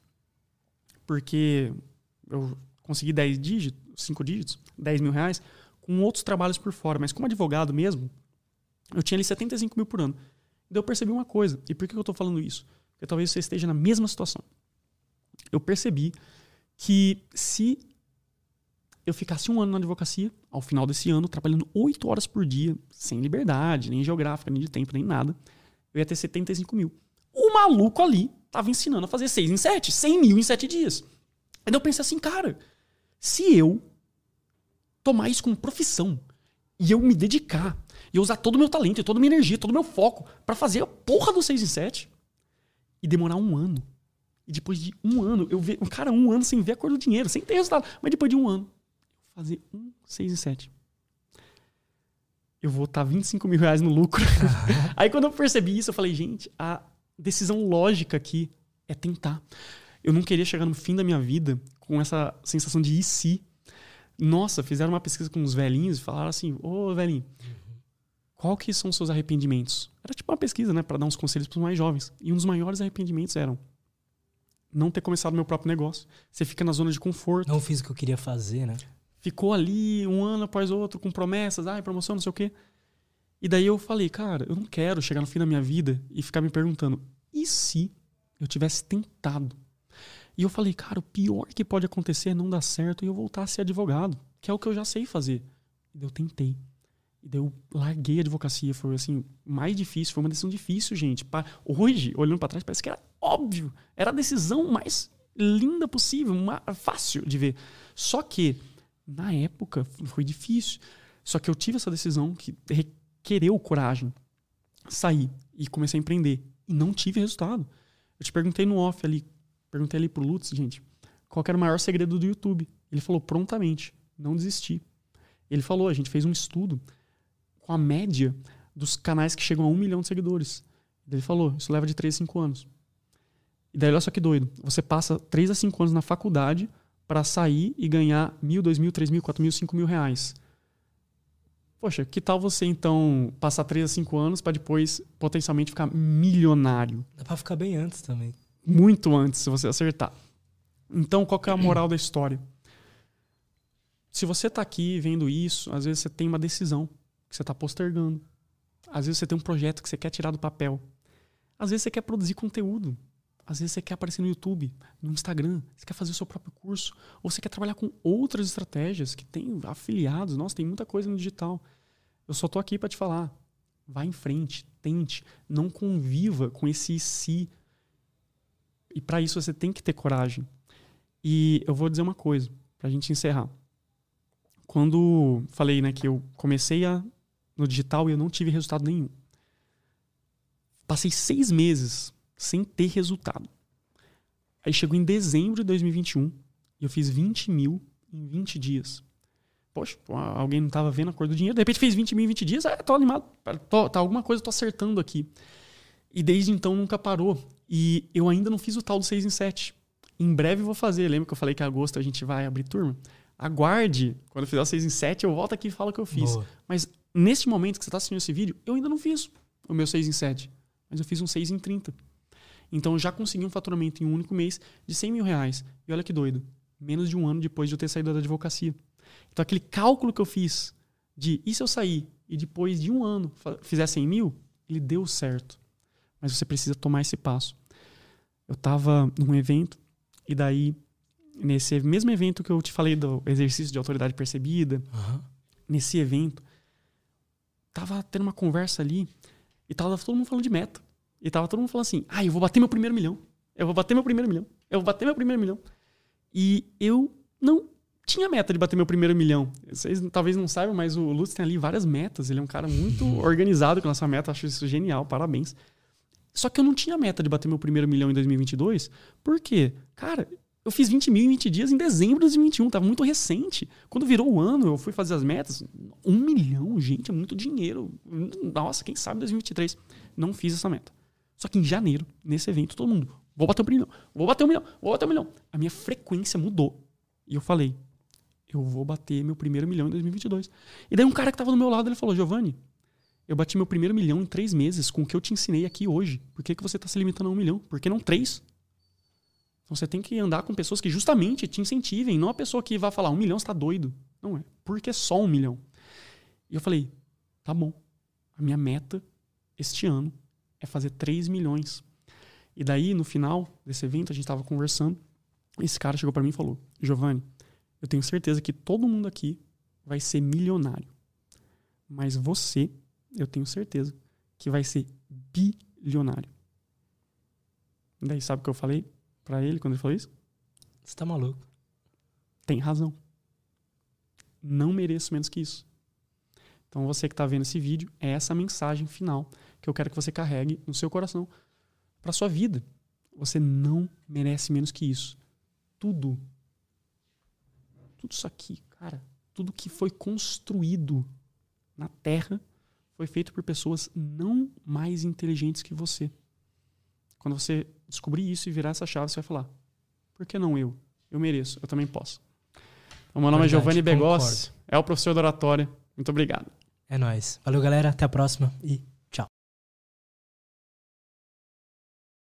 Porque eu consegui 5 dígitos, 10 mil reais, com outros trabalhos por fora. Mas como advogado mesmo, eu tinha ali 75 mil por ano. Daí eu percebi uma coisa. E por que eu estou falando isso? Porque talvez você esteja na mesma situação. Eu percebi que se eu ficasse um ano na advocacia, ao final desse ano, trabalhando 8 horas por dia, sem liberdade, nem geográfica, nem de tempo, nem nada, eu ia ter 75 mil. O maluco ali estava ensinando a fazer 6 em 7, 100 mil em 7 dias. Aí eu pensei assim, cara, se eu tomar isso como profissão e eu me dedicar e eu usar todo o meu talento, toda a minha energia, todo o meu foco pra fazer a porra do 6 em 7 e demorar um ano. E depois de um ano, eu ver, cara, um ano sem ver a cor do dinheiro, sem ter resultado. Mas depois de um ano, fazer 6 em 7. Eu vou estar 25 mil reais no lucro. Aí quando eu percebi isso, eu falei, gente, a decisão lógica aqui é tentar. Eu não queria chegar no fim da minha vida com essa sensação de e se. Nossa, fizeram uma pesquisa com os velhinhos e falaram assim, ô velhinho, qual que são os seus arrependimentos? Era tipo uma pesquisa, né, para dar uns conselhos para os mais jovens. E um dos maiores arrependimentos eram não ter começado meu próprio negócio. Você fica na zona de conforto. Não fiz o que eu queria fazer, né? Ficou ali um ano após outro com promessas, promoção, não sei o quê. E daí eu falei, cara, eu não quero chegar no fim da minha vida e ficar me perguntando, e se eu tivesse tentado? E eu falei, cara, o pior que pode acontecer é não dar certo e eu voltar a ser advogado, que é o que eu já sei fazer. E daí eu tentei. E daí eu larguei a advocacia. Foi assim, mais difícil. Foi uma decisão difícil, gente. Hoje, olhando pra trás, parece que era óbvio. Era a decisão mais linda possível, fácil de ver. Só que, na época, foi difícil. Só que eu tive essa decisão que requereu coragem. Saí e comecei a empreender. E não tive resultado. Eu te perguntei no off ali, perguntei ali pro Lutz, gente, qual que era o maior segredo do YouTube? Ele falou prontamente, não desistir. Ele falou, a gente fez um estudo com a média dos canais que chegam a 1 milhão de seguidores. Ele falou, isso leva de 3 a 5 anos. E daí, olha só que doido. Você passa 3 a 5 anos na faculdade para sair e ganhar 1.000, 2.000, 3.000, 4.000, 5.000 reais. Poxa, que tal você, então, passar 3 a 5 anos para depois, potencialmente, ficar milionário? Dá pra ficar bem antes também. Muito antes, se você acertar. Então, qual que é a moral da história? Se você tá aqui vendo isso, às vezes você tem uma decisão que você tá postergando. Às vezes você tem um projeto que você quer tirar do papel. Às vezes você quer produzir conteúdo. Às vezes você quer aparecer no YouTube, no Instagram. Você quer fazer o seu próprio curso. Ou você quer trabalhar com outras estratégias que tem afiliados. Nossa, tem muita coisa no digital. Eu só tô aqui para te falar. Vá em frente, tente. Não conviva com esse si. E para isso você tem que ter coragem. E eu vou dizer uma coisa, pra gente encerrar. Quando falei, né, que eu comecei no digital e eu não tive resultado nenhum. Passei 6 meses sem ter resultado. Aí chegou em dezembro de 2021 e eu fiz 20 mil em 20 dias. Poxa, alguém não tava vendo a cor do dinheiro. De repente fez 20 mil em 20 dias. Tô animado. Tá alguma coisa eu tô acertando aqui. E desde então nunca parou. E eu ainda não fiz o tal do 6 em 7. Em breve eu vou fazer. Lembra que eu falei que em agosto a gente vai abrir turma? Aguarde. Quando eu fizer o 6 em 7, eu volto aqui e falo o que eu fiz. Boa. Mas neste momento que você tá assistindo esse vídeo, eu ainda não fiz o meu 6 em 7. Mas eu fiz um 6 em 30. Então eu já consegui um faturamento em um único mês de 100 mil reais. E olha que doido. Menos de um ano depois de eu ter saído da advocacia. Então aquele cálculo que eu fiz de e se eu sair e depois de um ano fizer 100 mil, ele deu certo. Mas você precisa tomar esse passo. Eu estava num evento e daí, nesse mesmo evento que eu te falei do exercício de autoridade percebida, nesse evento, tava tendo uma conversa ali e tava todo mundo falando de meta. E tava todo mundo falando assim, eu vou bater meu primeiro milhão. Eu vou bater meu primeiro milhão. Eu vou bater meu primeiro milhão. E eu não tinha meta de bater meu primeiro milhão. Vocês talvez não saibam, mas o Lutz tem ali várias metas. Ele é um cara muito organizado com a nossa meta. Acho isso genial. Parabéns. Só que eu não tinha meta de bater meu primeiro milhão em 2022. Por quê? Cara, eu fiz 20 mil em 20 dias em dezembro de 2021. Tava muito recente. Quando virou o ano, eu fui fazer as metas. 1 milhão, gente, é muito dinheiro. Nossa, quem sabe 2023. Não fiz essa meta. Só que em janeiro, nesse evento, todo mundo... Vou bater 1 milhão, vou bater 1 milhão, vou bater 1 milhão. A minha frequência mudou. E eu falei, eu vou bater meu primeiro milhão em 2022. E daí um cara que tava do meu lado, ele falou, Giovanni, eu bati meu primeiro milhão em 3 meses com o que eu te ensinei aqui hoje. Por que você tá se limitando a 1 milhão? Por que não 3? Então você tem que andar com pessoas que justamente te incentivem. Não a pessoa que vai falar, 1 milhão você tá doido. Não é. Por que só 1 milhão? E eu falei, tá bom. A minha meta este ano é fazer 3 milhões. E daí, no final desse evento, a gente estava conversando. Esse cara chegou para mim e falou, Giovanni, eu tenho certeza que todo mundo aqui vai ser milionário. Mas você, eu tenho certeza que vai ser bilionário. E daí, sabe o que eu falei para ele quando ele falou isso? Você tá maluco. Tem razão. Não mereço menos que isso. Então, você que está vendo esse vídeo, é essa mensagem final que eu quero que você carregue no seu coração para sua vida. Você não merece menos que isso. Tudo isso aqui, cara, tudo que foi construído na Terra foi feito por pessoas não mais inteligentes que você. Quando você descobrir isso e virar essa chave, você vai falar, por que não eu? Eu mereço, eu também posso. Então, meu nome é Giovanni Begos, é o professor da oratória. Muito obrigado. É nóis. Valeu, galera. Até a próxima e